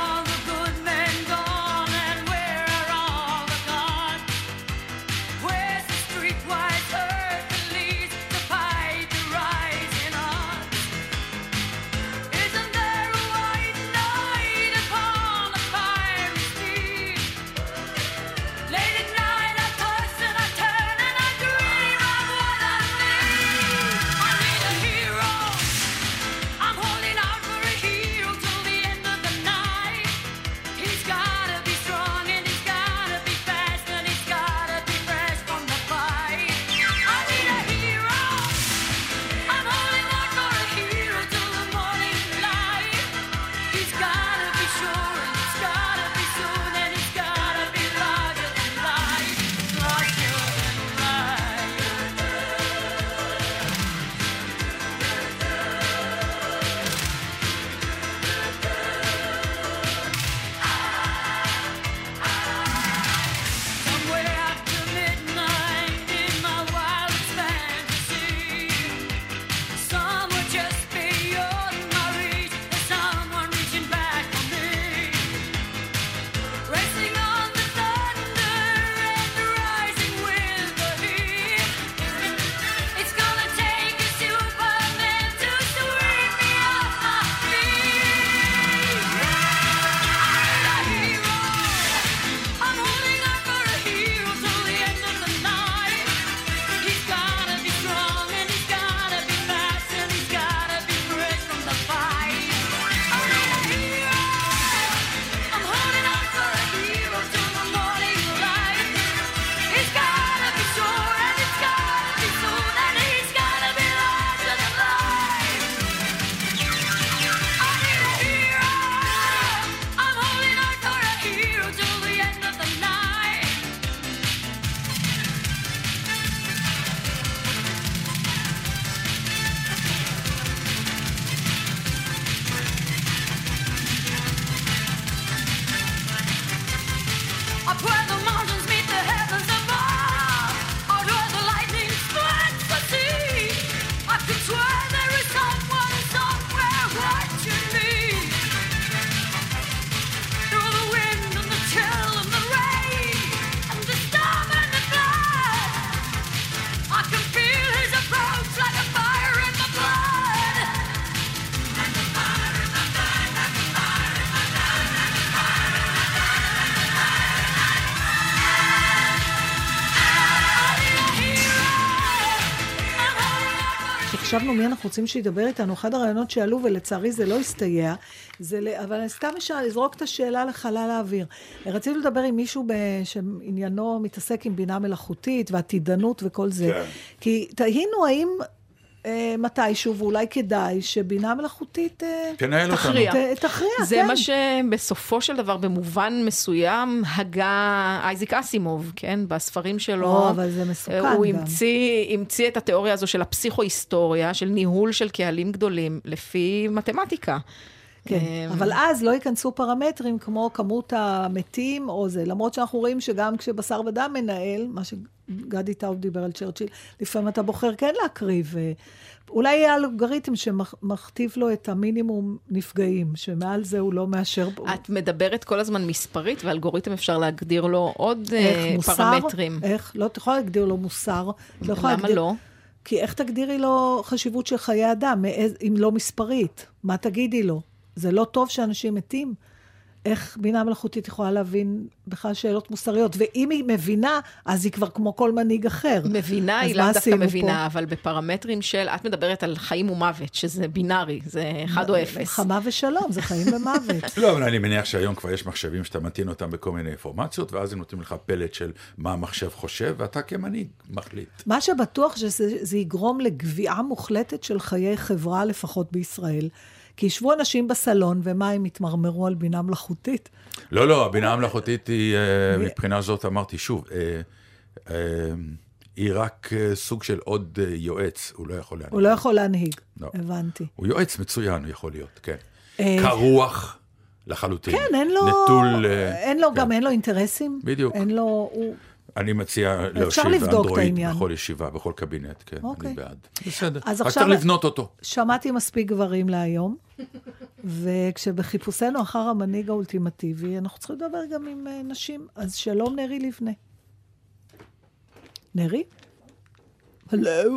חשבנו מי אנחנו רוצים שידבר איתנו, אחד הרעיונות שעלו, ולצערי זה לא הסתייע, זה, אבל אני סתם אפשר לזרוק את השאלה לחלל האוויר. רצינו לדבר עם מישהו שעניינו מתעסק עם בינה מלאכותית, ועתידנות וכל זה, כן. כי תהינו האם מתישהו, ואולי כדאי שבינה מלאכותית תכריע. תכריע, זה כן. מה שבסופו של דבר, במובן מסוים, הגה אייזיק אסימוב, כן? בספרים שלו. או, אבל זה מסוכן גם. הוא המציא, המציא את התיאוריה הזו של הפסיכו-היסטוריה, של ניהול של קהלים גדולים, לפי מתמטיקה. כן, אבל אז לא ייכנסו פרמטרים כמו כמות המתים או זה, למרות שאנחנו רואים שגם כשבשר ודם מנהל, מה שגדי טאוב דיבר על צ'רצ'יל, לפעמים אתה בוחר כן להקריב, אולי יהיה אלגוריתם שמכתיב לו את המינימום נפגעים, שמעל זה הוא לא מאשר. את מדברת כל הזמן מספרית, ואלגוריתם אפשר להגדיר לו עוד פרמטרים. איך? לא תוכל להגדיר לו מוסר. למה לא? כי איך תגדירי לו חשיבות של חיי אדם, אם לא מספרית? מה תגידי לו? זה לא טוב שאנשים מתים. איך בינה מלאכותית יכולה להבין בכלל שאלות מוסריות, ואם היא מבינה, אז היא כבר כמו כל מנהיג אחר. מבינה, היא לא דווקא מבינה, אבל בפרמטרים של, את מדברת על חיים ומוות, שזה בינארי, זה אחד או אפס. חמה ושלום, זה חיים ומוות. לא, אבל אני מניח שהיום כבר יש מחשבים שאתה מתאים אותם בכל מיני אינפורמציות, ואז הם נותנים לך פלט של מה המחשב חושב, ואתה כמנהיג מחליט. מה שבטוח שזה יגרום לגביעה מוחלטת של חיי חברה, לפחות בישראל. כי ישבו אנשים בסלון, ומה הם התמרמרו על בינה מלאכותית? לא, לא, הבינה המלאכותית היא, מבחינה זאת אמרתי, שוב, היא רק סוג של עוד יועץ, הוא לא יכול להנהיג. הוא לא יכול להנהיג, הבנתי. הוא יועץ מצוין, יכול להיות, כן. כרוח לחלוטין. כן, אין לו, אין לו, גם אין לו אינטרסים. בדיוק. אין לו, הוא... אני מציע להושיב אנדרואיד בכל ישיבה, בכל קבינט, כן, אני בעד. בסדר, רק צריך לבנות אותו. שמעתי מספיק גברים להיום, וכשבחיפושנו אחר המנהיג האולטימטיבי, אנחנו צריכים לדבר גם עם נשים. אז שלום נרי לבנה. נרי? הלו?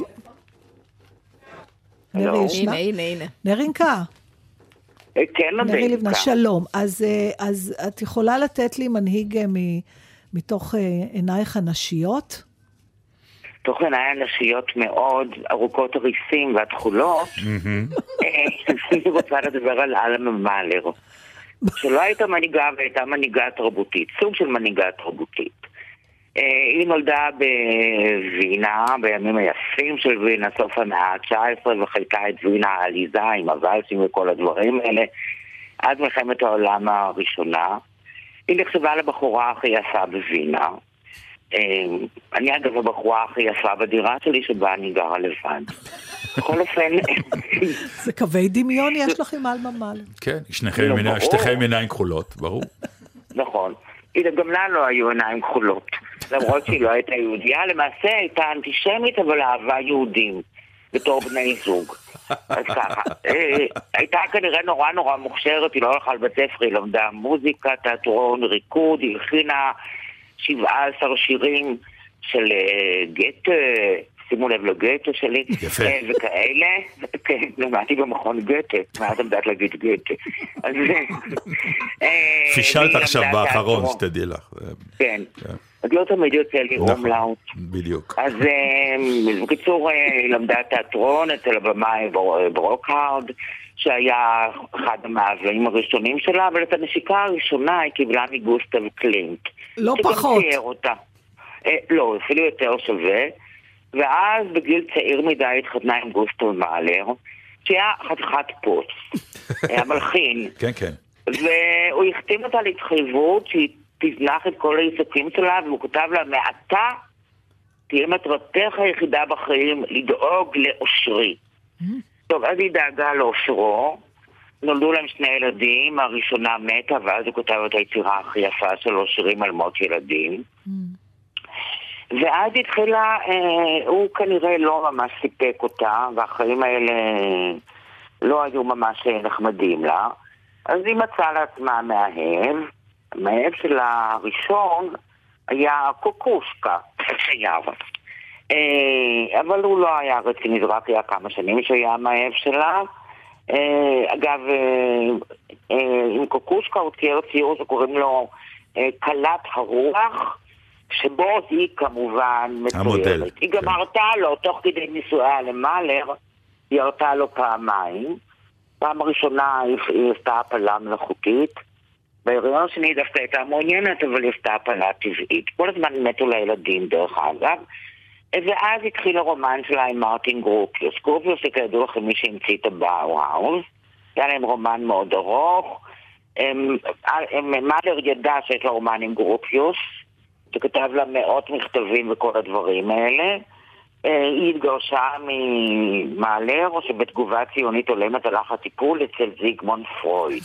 נרי ישנה? הנה, הנה, הנה. נרינקה. כן, נרי לבנה, שלום. אז את יכולה לתת לי מנהיג מ... מתוך עינייך הנשיות? מתוך עיניי הנשיות מאוד ארוכות הריסים והתחולות. אני רוצה לדבר על אלמה מאלר, שלא הייתה מנהיגה והייתה מנהיגה תרבותית, סוג של מנהיגה תרבותית. היא נולדה בווינה, בימים היפים של וינה, סוף המאה ה-תשע עשרה, וחלקה את וינה העליזה עם הוואלסים וכל הדברים האלה, עד מלחמת העולם הראשונה. היא נחשבה לבחורה הכי יפה בווינה. אני אגב הבחורה הכי יפה בדירה שלי שבה אני גרה לבד. בכל אופן... זה קווי דמיון יש לך עם אלמה מאלר. כן, שתיכם עיניים כחולות, ברור. נכון. גם לה לא היו עיניים כחולות. למרות שהיא לא הייתה יהודיה, למעשה הייתה אנטישמית, אבל אהבה יהודים, בתור בני זוג. אז ככה, הייתה כנראה נורא נורא מוכשרת, היא לא הלכה לבית ספר, היא למדה מוזיקה, תיאטרון, ריקוד, היא הכינה שבעה עשר שירים של גטה, שימו לב לגטה שלי, וכאלה, כן, למדתי במכון גטה, מה את עמדת להגיד גטה? פישלת עכשיו באחרון, שתדעי לך. כן. אז לא תמיד יוצא לי אומלאוט. בדיוק. אז בקיצור, היא למדה תיאטרון אצל הבמאי ברוקהרד, שהיה אחד המאהבים הראשונים שלה, אבל את הנשיקה הראשונה היא קיבלה מגוסטב קלינט. לא פחות. לא, אפילו יותר שווה. ואז בגיל צעיר מדי התחתנה עם גוסטב מאלר, שהיה חתיכת פוץ, היה מלחין. כן, כן. והוא החתים אותה להתחייבות שהיא תזנח את כל העיסוקים שלה, והוא כותב לה, מעתה תהיה מטרתך היחידה בחיים לדאוג לאושרי. טוב, אז היא דאגה לאושרו, נולדו להם שני ילדים, הראשונה מתה, ואז הוא כותב את היצירה הכי יפה של אושרים על מות ילדים. ואז התחילה, אה, הוא כנראה לא ממש סיפק אותה, והחיים האלה לא היו ממש נחמדים לה, אז היא מצאה לעצמה מאהב. המאהב שלה הראשון היה קוקושקה, צייר. אה, אבל הוא לא היה רציני, זה רק היה כמה שנים שהיה המאהב שלה. אה, אגב, אה, אה, עם קוקושקה הוא צייר ציור שקוראים לו אה, קלת הרוח, שבו היא כמובן מצוירת. היא גם הרתה לו, תוך כדי נישואיה למאלר, ירתה לו פעמיים. פעם הראשונה היא עשתה הפלה מלאכותית. בהיריון השני דווקא הייתה מעוניינת, אבל היא עשתה הפלה טבעית. כל הזמן מתו לילדים דרך אגב. ואז התחיל הרומן שלה עם מרטין גרופיוס. גרופיוס זה כידוע לכם מי שהמציא את הבאוהאוז. היה להם רומן מאוד ארוך. מאלר ידע שיש לה רומן עם גרופיוס, שכתב לה מאות מכתבים וכל הדברים האלה. היא התגרשה ממאלר, או שבתגובה ציונית הולמת הלך הטיפול אצל זיגמונד פרויד.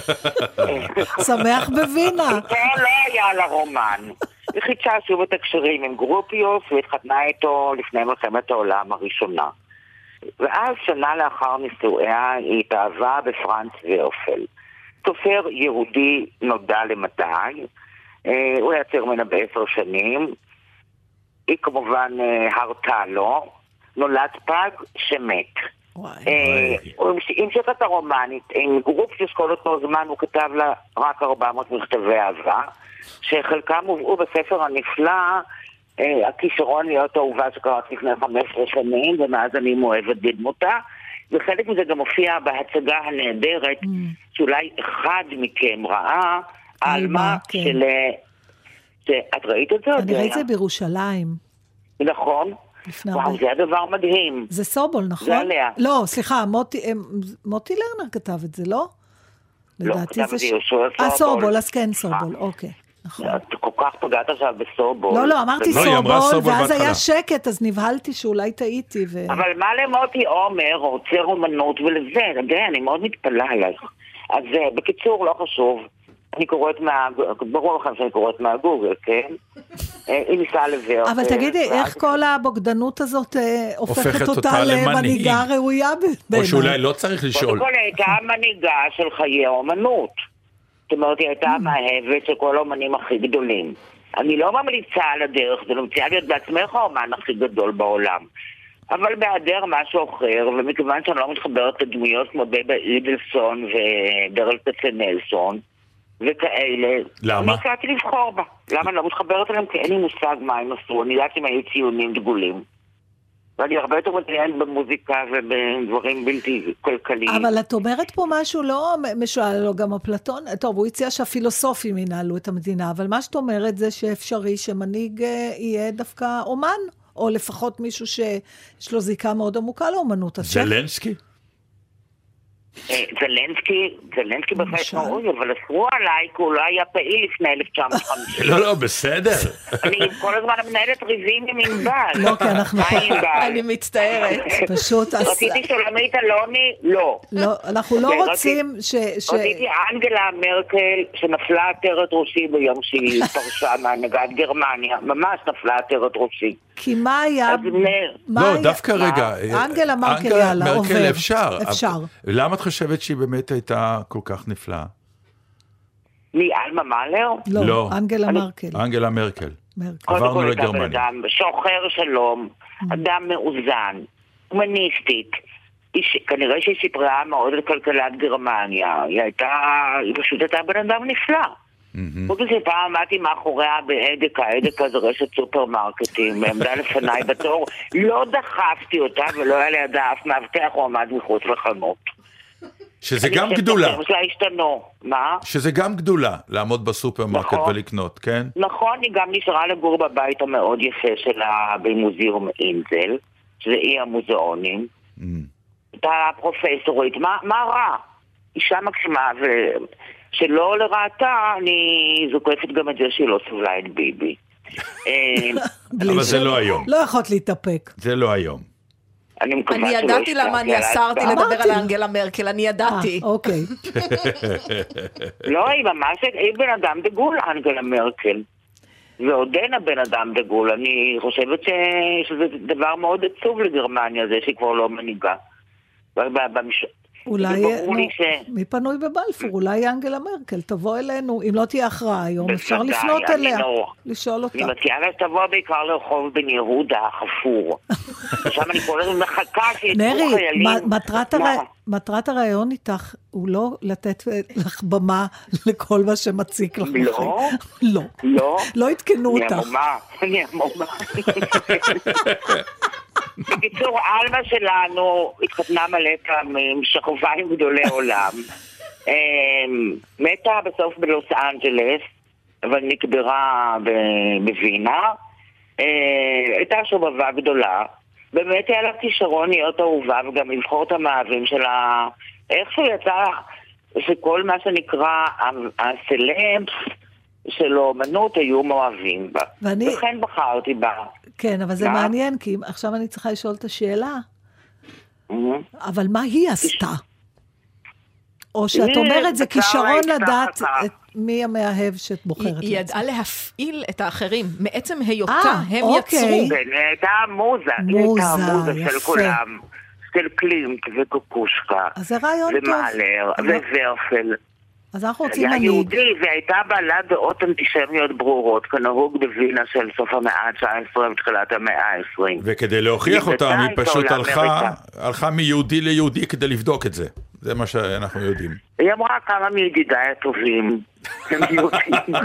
שמח בווינה. זה לא היה לה רומן. היא חידשה שוב את הקשרים עם גרופיוס, והתחתנה איתו לפני מלחמת העולם הראשונה. ואז שנה לאחר נישואיה היא התאהבה בפרנץ ורפל. סופר יהודי נודע למדי, הוא היה יצר ממנה בעשר שנים, היא כמובן הרתה לו, נולד פג שמת. הוא המשיך את הרומנית, עם גרופיוס כל אותו זמן הוא כתב לה רק ארבע מאות מכתבי אהבה, שחלקם הובאו בספר הנפלא, הכישרון להיות אהובה שקראת לפני חמש עשרה שנים, ומאז אני מאוהבת בדמותה, וחלק מזה גם מופיע בהצגה הנהדרת, שאולי אחד מכם ראה, אלמה של... את ראית את זה? אני ראית את זה בירושלים. נכון. וואו, זה הדבר מדהים. זה סובול, נכון? זה עליה. לא, סליחה, מוטי לרנר כתב את זה, לא? לא, כתב את זה יהושע סובול. אה, סובול, אז כן, סובול, אוקיי. אתה כל כך פגעת עכשיו בסובול. לא, לא, אמרתי סובול, ואז היה שקט, אז נבהלתי שאולי טעיתי. אבל מה למוטי עומר, רוצה אומנות ולזה, אני מאוד מתפלאה עליך. אז בקיצור, לא חשוב. אני קוראת מה... ברור לכם שאני קוראת מהגוגל, כן? היא ניסה לבר. אבל תגידי, איך כל הבוגדנות הזאת הופכת אותה למנהיגה ראויה בעיניי? או שאולי לא צריך לשאול. קודם כל הייתה מנהיגה של חיי האומנות. זאת אומרת, היא הייתה מאהבת של כל האומנים הכי גדולים. אני לא ממליצה על הדרך, זה לא מציעה להיות בעצמך האומן הכי גדול בעולם. אבל בהיעדר משהו אחר, ומכיוון שאני לא מתחברת לדמויות כמו בייבה אידלסון וברל כצנלסון, וכאלה. למה? אני הצעתי לבחור בה. למה אני לא מתחברת אליהם? כי אין לי מושג מה הם עשו. אני יודעת שהם היו ציונים דגולים. ואני הרבה יותר מתעניין במוזיקה ובדברים בלתי כלכליים. אבל את אומרת פה משהו לא משועל, לא גם אפלטון. טוב, הוא הציע שהפילוסופים ינהלו את המדינה, אבל מה שאת אומרת זה שאפשרי שמנהיג יהיה דווקא אומן, או לפחות מישהו שיש לו זיקה מאוד עמוקה לאומנות. זלנסקי? זלנסקי, זלנסקי בהחלט ראוי, אבל אסרו עליי, כי הוא לא היה פעיל לפני אלף תשע מאות וחמישים. לא, לא, בסדר. אני כל הזמן מנהלת ריבים עם ענבל. לא, כי אנחנו... אני מצטערת. פשוט... רציתי שולמית אלוני, לא. לא, אנחנו לא רוצים ש... רציתי אנגלה מרקל, שנפלה עטרת ראשי ביום שהיא פרשה מהנהגת גרמניה. ממש נפלה עטרת ראשי. כי מה היה... לא, דווקא רגע. אנגלה מרקל, יאללה, עובר. מרקל אפשר. אפשר. למה את חושבת שהיא באמת הייתה כל כך נפלאה? מי, אלמה מאלר? לא, אנגלה מרקל. אנגלה מרקל. עברנו לגרמניה. שוחר שלום, אדם מאוזן, הומניסטית. כנראה שהיא סיפרה מאוד על כלכלת גרמניה. היא הייתה, היא פשוט הייתה בן אדם נפלא. חוץ מזה פעם עמדתי מאחוריה באדקה, אדקה זה רשת סופרמרקטים, עמדה לפניי בתור, לא דחפתי אותה ולא היה לידה אף מאבטח או עמד מחוץ לחנות. שזה גם גדולה. מה? שזה גם גדולה, לעמוד בסופרמרקט ולקנות, כן? נכון, היא גם נשארה לגור בבית המאוד יפה שלה במוזיאום אינזל, שזה אי המוזיאונים. הייתה פרופסורית, מה רע? אישה מקסימה ו... שלא לרעתה, אני זוקפת גם את זה שהיא לא סובלה את ביבי. אבל זה לא היום. לא יכולת להתאפק. זה לא היום. אני ידעתי למה אני אסרתי לדבר על אנגלה מרקל, אני ידעתי. אוקיי. לא, היא ממש, היא בן אדם דגול, אנגלה מרקל. ועודנה בן אדם דגול. אני חושבת שזה דבר מאוד עצוב לגרמניה, זה שהיא כבר לא מנהיגה. במשל... אולי, מי פנוי בבלפור? אולי אנגלה מרקל, תבוא אלינו, אם לא תהיה הכרעה היום, אפשר לפנות אליה, לשאול אותה. אני מציעה לה שתבוא בעיקר לרחוב בן יהודה, החפור. עכשיו אני כל הזמן מחכה שיצאו חיילים. נרי, מטרת הרעיון איתך, הוא לא לתת לך במה לכל מה שמציק לך. לא? לא. לא? לא התקנו אותך. אני המומה, אני המומה. בקיצור, אלמה שלנו התחתנה מלא פעמים, שכוביים גדולי עולם. מתה בסוף בלוס אנג'לס, אבל נקברה בווינה. הייתה שובבה גדולה. באמת היה לה כישרון להיות אהובה וגם לבחור את המאהבים שלה. איכשהו יצא שכל מה שנקרא הסלמפס של האומנות היו מאוהבים בה. ואני... וכן בחרתי בה. כן, אבל זה מעניין, כי עכשיו אני צריכה לשאול את השאלה. אבל מה היא עשתה? או שאת אומרת, זה כישרון לדעת מי המאהב שאת בוחרת. היא ידעה להפעיל את האחרים. מעצם היותה, הם יצרו. היא הייתה מוזה. היא הייתה המוזה של כולם. של קלימט וקוקושקה. אז זה רעיון טוב. ומאלר, וורפל. אז אנחנו רוצים מנהיג. היהודי, והייתה בעלת דעות אנטישמיות ברורות, כנהוג בווינה של סוף המאה ה-תשע עשרה ותחילת המאה ה-עשרים. וכדי להוכיח אותם, היא פשוט הלכה, הלכה מיהודי ליהודי כדי לבדוק את זה. זה מה שאנחנו יודעים. היא אמרה כמה מידידיי הטובים. הם יהודים.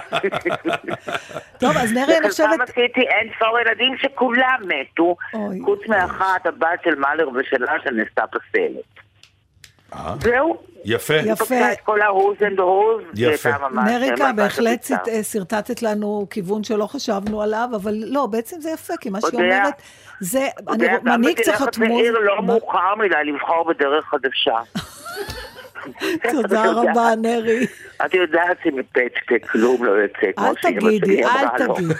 טוב, אז נראה, אני חושבת... וחלקם עשיתי אין ספור ילדים שכולם מתו, חוץ מאחת, הבת של מאלר ושלה שנעשתה פסלת. זהו. יפה. יפה. את כל ההוז אנד הוז. יפה. נריקה, בהחלט סרטטת לנו כיוון שלא חשבנו עליו, אבל לא, בעצם זה יפה, כי מה שהיא אומרת, זה, מנהיג צריך להיות מוז... לא מאוחר מדי לבחור בדרך חדשה. תודה רבה, נרי. את יודעת שמפצ'קה כלום לא יוצא. אל תגידי, אל תגידי.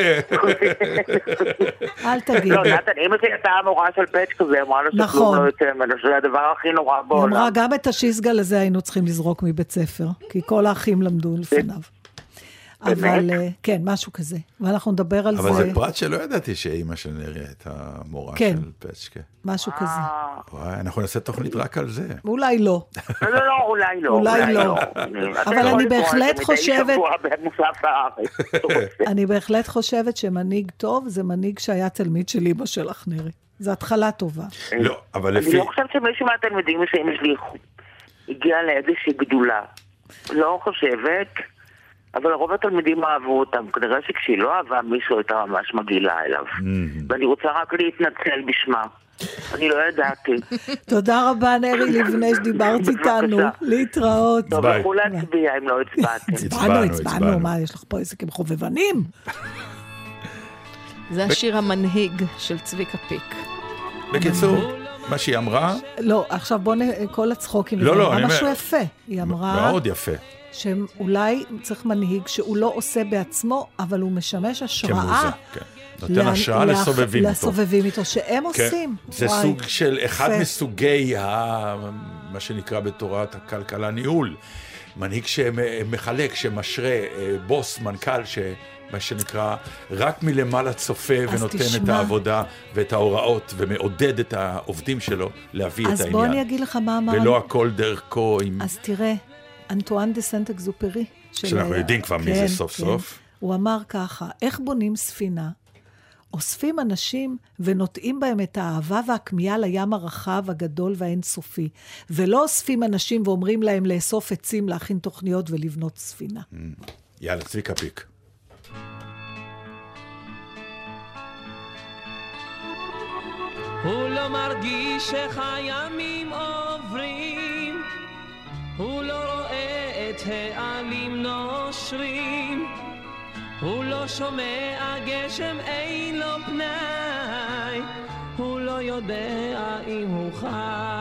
אל תגידי. לא, נתן, אמא שלי הייתה המורה של פצ'קה, זה אמרה לו שכלום לא יוצא, זה הדבר הכי נורא בעולם. היא אמרה, גם את השיסגל הזה היינו צריכים לזרוק מבית ספר, כי כל האחים למדו לפניו. אבל כן, משהו כזה. ואנחנו נדבר על זה. אבל זה פרט שלא ידעתי שאימא של נרי הייתה המורה של פצ'קה. משהו כזה. וואי, אנחנו נעשה תוכנית רק על זה. אולי לא. לא, לא, לא, אולי לא. אולי לא. אבל אני בהחלט חושבת... אני בהחלט חושבת שמנהיג טוב זה מנהיג שהיה תלמיד של אמא שלך, נרי. זו התחלה טובה. לא, אבל לפי... אני לא חושבת שמישהו מהתלמידים שהם השליחו. הגיע לאיזושהי גדולה. לא חושבת... אבל רוב התלמידים אהבו אותם, כנראה שכשהיא לא אהבה מישהו הייתה ממש מגעילה אליו. ואני רוצה רק להתנצל בשמה. אני לא ידעתי. תודה רבה נרי לבנה שדיברת איתנו. להתראות. טוב, יכולו להצביע אם לא הצבעתם. הצבענו, הצבענו. מה, יש לך פה איזה כמחובבנים? זה השיר המנהיג של צביקה פיק. בקיצור, מה שהיא אמרה... לא, עכשיו בוא נכל הצחוקים. לא, לא, אני אומר... משהו יפה. היא אמרה... מאוד יפה. שאולי צריך מנהיג שהוא לא עושה בעצמו, אבל הוא משמש השראה. כמוזה, כן. נותן השראה לסובבים אותו. לסובבים איתו, שהם עושים. זה סוג של אחד מסוגי, מה שנקרא בתורת הכלכלה ניהול. מנהיג שמחלק, שמשרה, בוס, מנכ"ל, מה שנקרא, רק מלמעלה צופה ונותן את העבודה ואת ההוראות, ומעודד את העובדים שלו להביא את העניין. אז בוא אני אגיד לך מה אמר. ולא הכל דרכו עם... אז תראה, אנטואן דה סנט-אקזופרי. שאנחנו יודעים כבר מי זה סוף סוף. הוא אמר ככה, איך בונים ספינה? אוספים אנשים ונוטעים בהם את האהבה והכמיהה לים הרחב, הגדול והאינסופי. ולא אוספים אנשים ואומרים להם לאסוף עצים, להכין תוכניות ולבנות ספינה. יאללה, צביקה פיק. הוא לא מרגיש איך הימים עוברים, הוא לא רואה את העלים נושרים, הוא לא שומע גשם אין לו פנאי, הוא לא יודע אם הוא חי.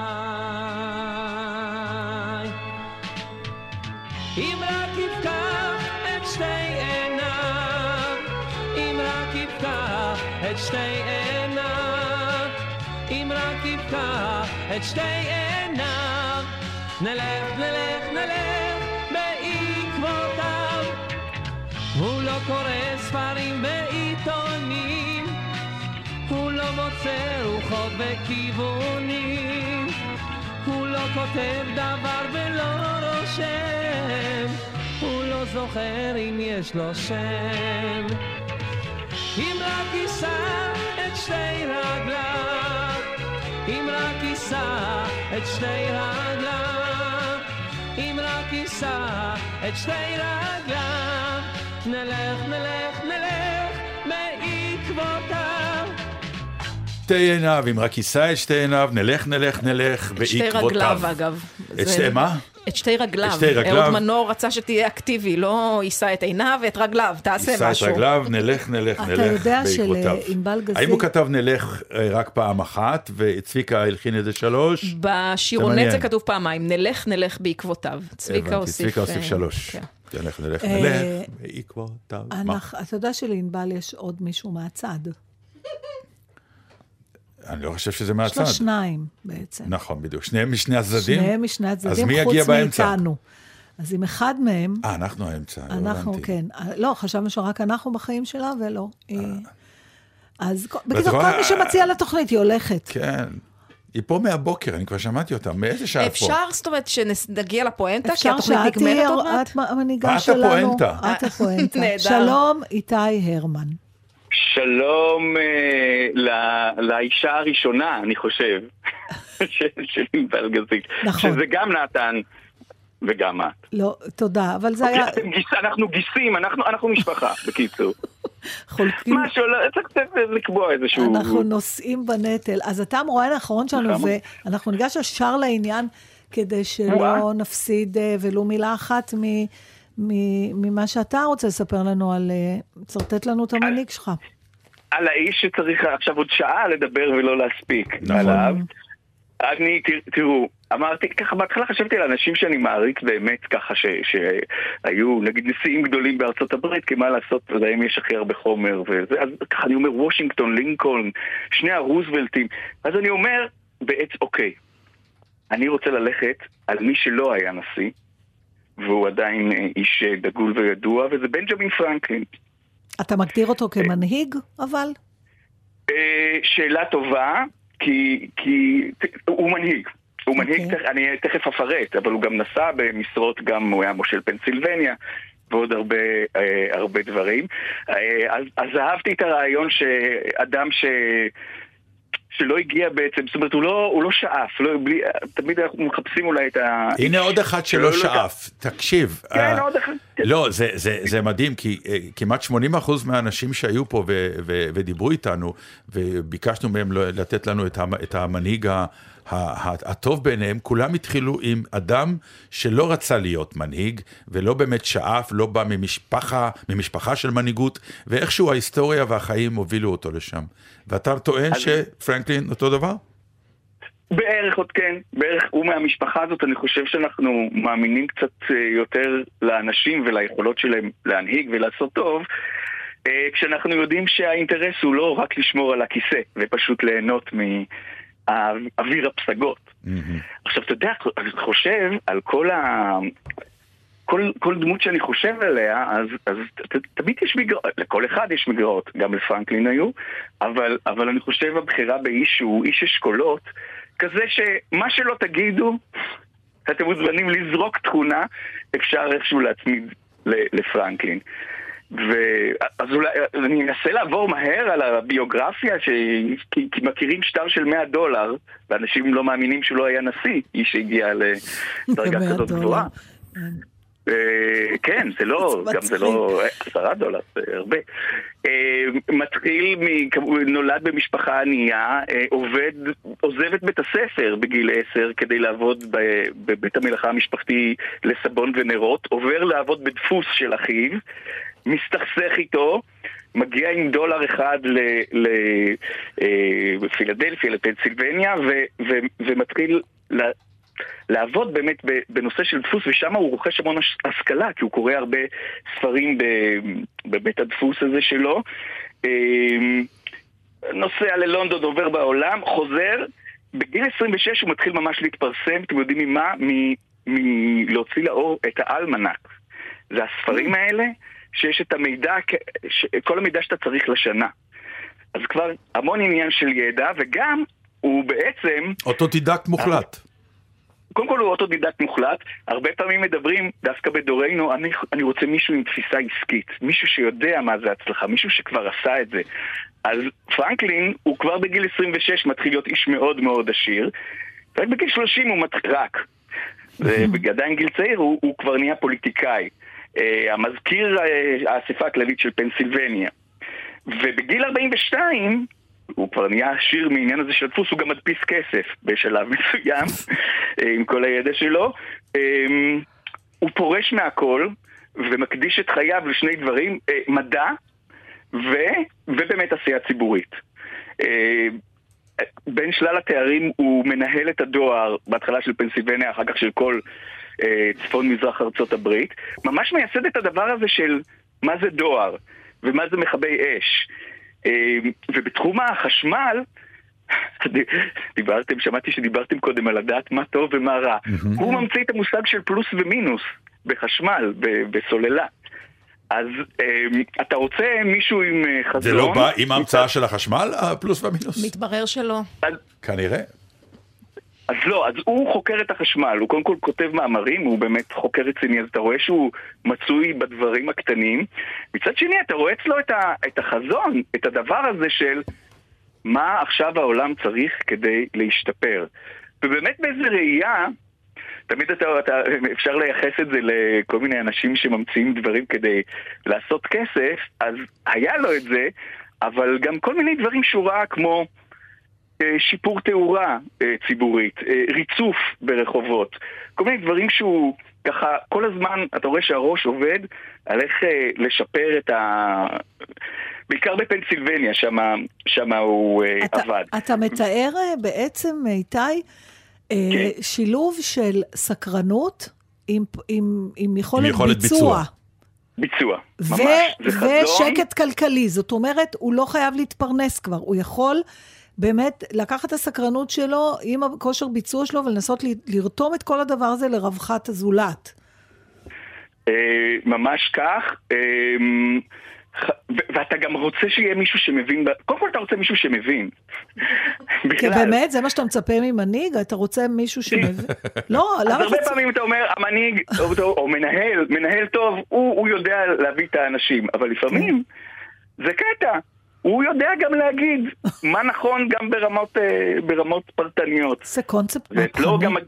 אם רק יפקח את שתי עיניו, אם רק יפקח את שתי עיניו, אם רק יפקח את שתי עיניו, נלך, נלך, נלך בעקבותיו. הוא לא קורא ספרים בעיתונים, הוא לא מוצא רוחות וכיוונים, הוא לא כותב דבר ולא רושם, הוא לא זוכר אם יש לו שם. אם רק יישא את שתי רגליו, אם רק יישא את שתי רגליו, אם רק יישא את שתי רגליו, נלך, נלך, נלך בעקבותיו. שתי עיניו, אם רק יישא את שתי עיניו, נלך, נלך, נלך, את שתי בעקבותיו. רגליו, אגב. את שתי, מה? את שתי רגליו. את שתי רגליו. אהוד מנור רצה שתהיה אקטיבי, לא יישא את עיניו ואת רגליו, תעשה משהו. יישא את רגליו, נלך, נלך, נלך, אתה יודע בעקבותיו. שלענבל גזית... האם הוא כתב נלך רק פעם אחת, וצביקה הלחין את זה שלוש? בשירונת זה כתוב פעמיים, נלך, נלך בעקבותיו. צביקה הוסיף... צביקה הוסיף שלוש. נלך, נלך, נלך, בעקבותיו. אתה יודע שלענבל יש עוד מישהו מהצד. אני לא חושב שזה מהצד. יש לו שניים בעצם. נכון, בדיוק. שניהם משני הצדדים? שניהם משני הצדדים, אז מי יגיע באמצע? מאיתנו. אז עם אחד מהם... אה, אנחנו האמצע. אנחנו, כן. לא, חשבנו שרק אנחנו בחיים שלה, ולא. אז בקיצור, כל מי שמציע לתוכנית, היא הולכת. כן. היא פה מהבוקר, אני כבר שמעתי אותה. מאיזה שעה פה? אפשר, זאת אומרת, שנגיע לפואנטה, כי התוכנית נגמרת עוד מעט? אפשר שאת המנהיגה שלנו. את הפואנטה. את הפואנטה. שלום, איתי הרמן. שלום אה, לאישה הראשונה, אני חושב, של ענבל גזית. נכון. שזה גם נתן וגם את. לא, תודה, אבל זה היה... אנחנו גיסים, אנחנו, אנחנו משפחה, בקיצור. חולקים... משהו, צריך לקבוע איזשהו... אנחנו נושאים בנטל. אז אתה המרואיין האחרון שלנו, ואנחנו ניגש ישר לעניין, כדי שלא נפסיד ולו מילה אחת מ... ממה שאתה רוצה לספר לנו על... צרטט לנו את המנהיג שלך. על האיש שצריך עכשיו עוד שעה לדבר ולא להספיק עליו. אני, תראו, אמרתי, ככה, בהתחלה חשבתי על אנשים שאני מעריך באמת ככה שהיו, נגיד, נשיאים גדולים בארצות הברית, כי מה לעשות, להם יש הכי הרבה חומר, וזה, אז ככה אני אומר, וושינגטון, לינקולן, שני הרוזוולטים. אז אני אומר, בעצם, אוקיי, אני רוצה ללכת על מי שלא היה נשיא, והוא עדיין איש דגול וידוע, וזה בנג'מין פרנקלין. אתה מגדיר אותו כמנהיג, אבל? שאלה טובה, כי, כי הוא מנהיג. הוא מנהיג, okay. אני תכף אפרט, אבל הוא גם נסע במשרות, גם הוא היה מושל פנסילבניה, ועוד הרבה, הרבה דברים. אז, אז אהבתי את הרעיון שאדם ש... שלא הגיע בעצם, זאת אומרת, הוא לא, הוא לא שאף, לא, בלי, תמיד אנחנו מחפשים אולי את ה... הנה עוד אחד שלא שאף, תקשיב. כן, עוד אחד. לא, זה, זה, זה מדהים, כי כמעט שמונים אחוז מהאנשים שהיו פה ו, ו, ודיברו איתנו, וביקשנו מהם לתת לנו את המנהיג הטוב ביניהם, כולם התחילו עם אדם שלא רצה להיות מנהיג, ולא באמת שאף, לא בא ממשפחה, ממשפחה של מנהיגות, ואיכשהו ההיסטוריה והחיים הובילו אותו לשם. ואתה טוען שפרנקלין אותו דבר? בערך עוד כן, בערך הוא מהמשפחה הזאת. אני חושב שאנחנו מאמינים קצת יותר לאנשים וליכולות שלהם להנהיג ולעשות טוב, כשאנחנו יודעים שהאינטרס הוא לא רק לשמור על הכיסא, ופשוט ליהנות מ... אוויר הפסגות. Mm-hmm. עכשיו, אתה יודע, אני חושב על כל ה... כל, כל דמות שאני חושב עליה, אז, אז ת, תמיד יש מגרעות, לכל אחד יש מגרעות, גם לפרנקלין היו, אבל, אבל אני חושב הבחירה באיש שהוא איש אשכולות, כזה שמה שלא תגידו, אתם מוזמנים לזרוק תכונה, אפשר איכשהו להצמיד לפרנקלין. ואז אולי אני אנסה לעבור מהר על הביוגרפיה, ש... כי, כי מכירים שטר של מאה דולר, ואנשים לא מאמינים שהוא לא היה נשיא, איש שהגיע לדרגה כזאת גבוהה. כן, זה לא, גם זה לא עשרה דולר, זה הרבה. מתחיל, נולד במשפחה ענייה, עובד, עוזב את בית הספר בגיל עשר כדי לעבוד בבית המלאכה המשפחתי לסבון ונרות, עובר לעבוד בדפוס של אחיו, מסתכסך איתו, מגיע עם דולר אחד לפילדלפיה, לפנסילבניה, ומתחיל לעבוד באמת בנושא של דפוס, ושם הוא רוכש המון השכלה, כי הוא קורא הרבה ספרים בבית הדפוס הזה שלו. נוסע ללונדון, עובר בעולם, חוזר, בגיל עשרים ושש הוא מתחיל ממש להתפרסם, אתם יודעים ממה? מלהוציא לאור את האלמנק. זה הספרים האלה, שיש את המידע, כל המידע שאתה צריך לשנה. אז כבר המון עניין של ידע, וגם הוא בעצם... אוטודידקט מוחלט. קודם כל הוא אוטודידקט מוחלט. הרבה פעמים מדברים, דווקא בדורנו, אני, אני רוצה מישהו עם תפיסה עסקית, מישהו שיודע מה זה הצלחה, מישהו שכבר עשה את זה. אז פרנקלין, הוא כבר בגיל עשרים ושש מתחיל להיות איש מאוד מאוד עשיר, רק בגיל שלושים הוא מתחיל רק. ובגדיים גיל צעיר הוא, הוא כבר נהיה פוליטיקאי. Uh, המזכיר uh, האספה הכללית של פנסילבניה. ובגיל ארבעים ושתיים הוא כבר נהיה עשיר מעניין הזה של הדפוס, הוא גם מדפיס כסף בשלב מסוים, עם כל הידע שלו. הוא פורש מהכל, ומקדיש את חייו לשני דברים, מדע, ו, ובאמת עשייה ציבורית. בין שלל התארים הוא מנהל את הדואר, בהתחלה של פנסילבניה, אחר כך של כל צפון מזרח ארצות הברית, ממש מייסד את הדבר הזה של מה זה דואר, ומה זה מכבי אש. ובתחום החשמל, דיברתם, שמעתי שדיברתם קודם על לדעת מה טוב ומה רע. הוא ממציא את המושג של פלוס ומינוס בחשמל, בסוללה. אז אתה רוצה מישהו עם חזון... זה לא בא עם ההמצאה של החשמל, הפלוס והמינוס? מתברר שלא. כנראה. אז לא, אז הוא חוקר את החשמל, הוא קודם כל כותב מאמרים, הוא באמת חוקר רציני, אז אתה רואה שהוא מצוי בדברים הקטנים. מצד שני, אתה רואה אצלו את, ה, את החזון, את הדבר הזה של מה עכשיו העולם צריך כדי להשתפר. ובאמת באיזה ראייה, תמיד אתה, אתה, אפשר לייחס את זה לכל מיני אנשים שממציאים דברים כדי לעשות כסף, אז היה לו את זה, אבל גם כל מיני דברים שורה כמו... שיפור תאורה ציבורית, ריצוף ברחובות, כל מיני דברים שהוא ככה, כל הזמן אתה רואה שהראש עובד על איך לשפר את ה... בעיקר בפנסילבניה, שמה, שמה הוא אתה, עבד. אתה מתאר בעצם, איתי, כן. שילוב של סקרנות עם, עם, עם יכולת, עם יכולת ביצוע. ביצוע, ממש. ו- זה חזון. ושקט כלכלי, זאת אומרת, הוא לא חייב להתפרנס כבר, הוא יכול... באמת, לקחת את הסקרנות שלו עם הכושר ביצוע שלו, ולנסות לרתום את כל הדבר הזה לרווחת הזולת. ממש כך. ואתה גם רוצה שיהיה מישהו שמבין, קודם כל אתה רוצה מישהו שמבין. כי באמת, זה מה שאתה מצפה ממנהיג? אתה רוצה מישהו שמבין? לא, למה... אז הרבה פעמים אתה אומר, המנהיג, או מנהל, מנהל טוב, הוא יודע להביא את האנשים, אבל לפעמים זה קטע. הוא יודע גם להגיד מה נכון גם ברמות, ברמות פרטניות. זה קונספט מהפכני.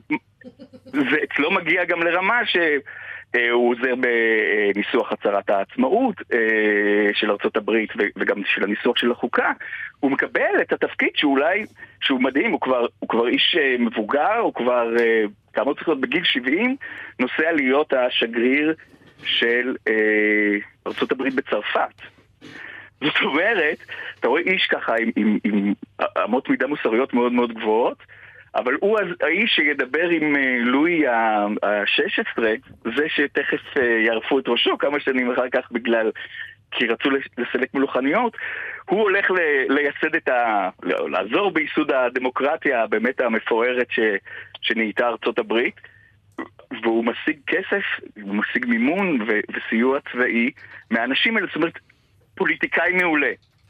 זה אצלו מגיע גם לרמה שהוא עוזר בניסוח הצהרת העצמאות של ארצות הברית וגם של הניסוח של החוקה. הוא מקבל את התפקיד שאולי, שהוא מדהים, הוא כבר, הוא כבר איש מבוגר, הוא כבר, כמה הוא צריך להיות בגיל שבעים, נוסע להיות השגריר של ארצות הברית בצרפת. זאת אומרת, אתה רואה איש ככה עם, עם, עם אמות מידה מוסריות מאוד מאוד גבוהות, אבל הוא האיש שידבר עם לואי ה-שש עשרה, זה שתכף יערפו את ראשו כמה שנים אחר כך בגלל, כי רצו לסלק מלוכניות, הוא הולך ל- לייסד את ה... לעזור בייסוד הדמוקרטיה באמת המפוארת ש, שנהייתה ארצות הברית, והוא משיג כסף, הוא משיג מימון ו- וסיוע צבאי מהאנשים האלה, זאת אומרת, פוליטיקאי מעולה.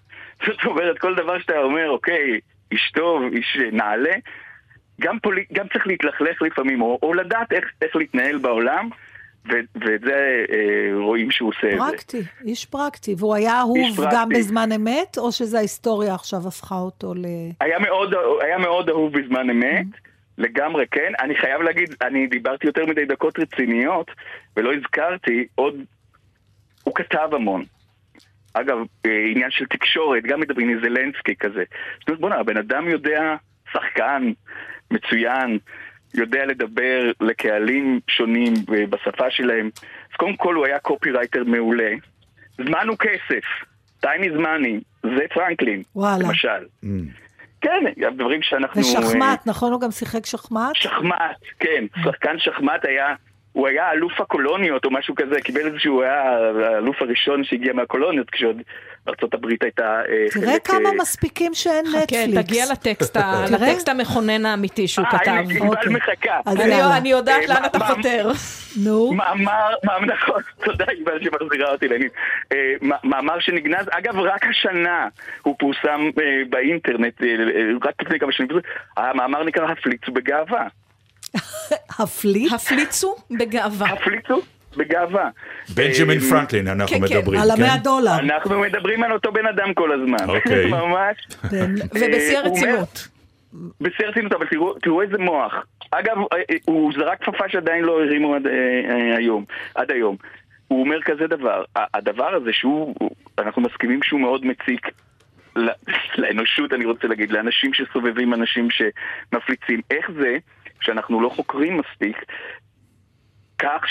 זאת אומרת, כל דבר שאתה אומר, אוקיי, איש טוב, איש נעלה, גם, פולי, גם צריך להתלכלך לפעמים, או, או לדעת איך, איך להתנהל בעולם, ו, ואת זה אה, רואים שהוא עושה את זה. פרקטי, איש פרקטי. והוא היה אהוב גם בזמן אמת, או שזה ההיסטוריה עכשיו הפכה אותו ל... היה מאוד, היה מאוד אהוב בזמן אמת, לגמרי כן. אני חייב להגיד, אני דיברתי יותר מדי דקות רציניות, ולא הזכרתי, עוד, הוא כתב המון. אגב, עניין של תקשורת, גם מדברים עם זלנסקי כזה. זאת אומרת, בוא'נה, הבן אדם יודע, שחקן, מצוין, יודע לדבר לקהלים שונים בשפה שלהם. אז קודם כל הוא היה קופירייטר מעולה. זמן הוא כסף, time is money, זה פרנקלין, וואלה. למשל. Mm. כן, דברים שאנחנו... ושחמט, נכון? הוא גם שיחק שחמט? שחמט, כן. שחקן שחמט היה... הוא היה אלוף הקולוניות או משהו כזה, קיבל איזשהו, היה האלוף הראשון שהגיע מהקולוניות, כשעוד ארצות הברית הייתה חלק... תראה כמה מספיקים שאין נטפליקס. כן, תגיע לטקסט המכונן האמיתי שהוא כתב. אה, אני קיבל מחכה. אני יודעת לאן אתה חותר. נו. מאמר, נכון, תודה, איבל שמחזירה אותי לעניין. מאמר שנגנז, אגב, רק השנה הוא פורסם באינטרנט, רק לפני כמה שנים, המאמר נקרא הפליצו בגאווה. הפליץ? הפליצו בגאווה. הפליצו בגאווה. בנג'מין פרנקלין אנחנו מדברים. על המאה דולר. אנחנו מדברים על אותו בן אדם כל הזמן. אוקיי. ממש. ובשיא הרצינות. בשיא הרצינות, אבל תראו איזה מוח. אגב, הוא זרק כפפה שעדיין לא הרימו היום, עד היום. הוא אומר כזה דבר, הדבר הזה שהוא, אנחנו מסכימים שהוא מאוד מציק לאנושות, אני רוצה להגיד, לאנשים שסובבים, אנשים שמפליצים. איך זה שאנחנו לא חוקרים מספיק כך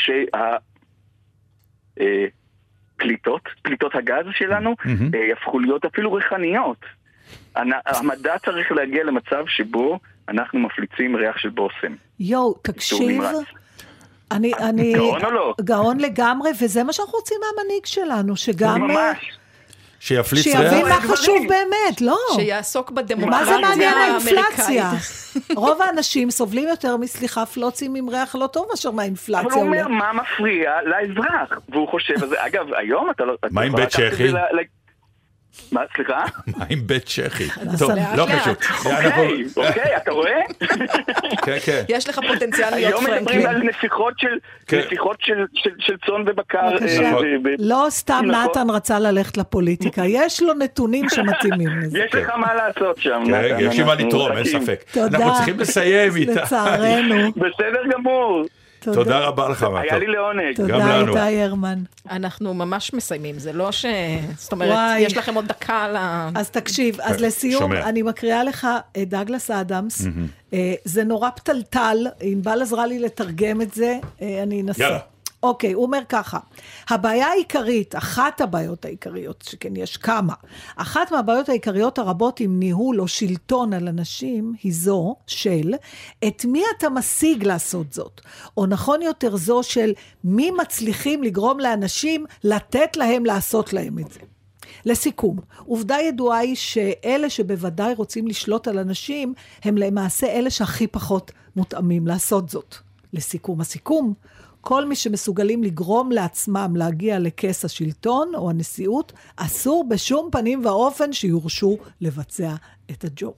שהפליטות, פליטות הגז שלנו, יהפכו להיות אפילו ריחניות. המדע צריך להגיע למצב שבו אנחנו מפליצים ריח של בוסם. יו, תקשיב. אני, אני... גאון או לא? גאון לגמרי, וזה מה שאנחנו רוצים מהמנהיג שלנו, שגם... ממש. שיפליץ ריח. שיבין מה חשוב באמת, לא. שיעסוק בדמוקרטיה מה זה מעניין האמריקאית. האינפלציה? רוב האנשים סובלים יותר מסליחה פלוצים עם ריח לא טוב מאשר מהאינפלציה. אבל הוא אומר, מה מפריע לאזרח? והוא חושב, אגב, היום אתה לא... מה עם בית צ'כי? מה, סליחה? מה עם בית צ'כי? טוב, לא חשוב. אוקיי, אוקיי, אתה רואה? כן, כן. יש לך פוטנציאל להיות היום פרנקלין. מדברים על נפיחות של צאן ובקר. לא סתם נתן רצה ללכת לפוליטיקה, יש לו נתונים שמתאימים לזה. יש לך מה לעשות שם. כן, יש לי מה לתרום, אין ספק. אנחנו צריכים לסיים איתה. לצערנו. בסדר גמור. תודה רבה לך. היה לי לעונג. תודה איתי הרמן. אנחנו ממש מסיימים, זה לא ש... זאת אומרת, יש לכם עוד דקה ל... אז תקשיב, אז לסיום, אני מקריאה לך את דאגלס אדמס, זה נורא פתלתל, ענבל עזרה לי לתרגם את זה, אני אנסה. יאללה. אוקיי, הוא אומר ככה, הבעיה העיקרית, אחת הבעיות העיקריות, שכן יש כמה, אחת מהבעיות העיקריות הרבות עם ניהול או שלטון על אנשים, היא זו של, את מי אתה משיג לעשות זאת? או נכון יותר זו של, מי מצליחים לגרום לאנשים לתת להם לעשות להם את זה? לסיכום, עובדה ידועה היא שאלה שבוודאי רוצים לשלוט על אנשים, הם למעשה אלה שהכי פחות מותאמים לעשות זאת. לסיכום הסיכום, כל מי שמסוגלים לגרום לעצמם להגיע לכס השלטון או הנשיאות, אסור בשום פנים ואופן שיורשו לבצע את הג'וב.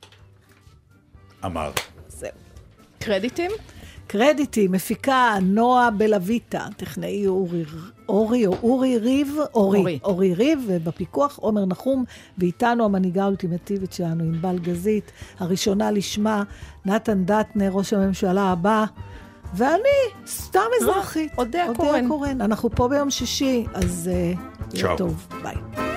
אמר. זהו. קרדיטים? קרדיטים, מפיקה נועה בלויטה, טכנאי אורי, אורי או אורי ריב, אורי, אורי. אורי ריב, ובפיקוח עומר נחום, ואיתנו המנהיגה האולטימטיבית שלנו, ענבל גזית, הראשונה לשמה, נתן דטנר, ראש הממשלה הבא, ואני סתם אזרחית. אודיה קורן. אנחנו פה ביום שישי, אז יהיה טוב. ביי.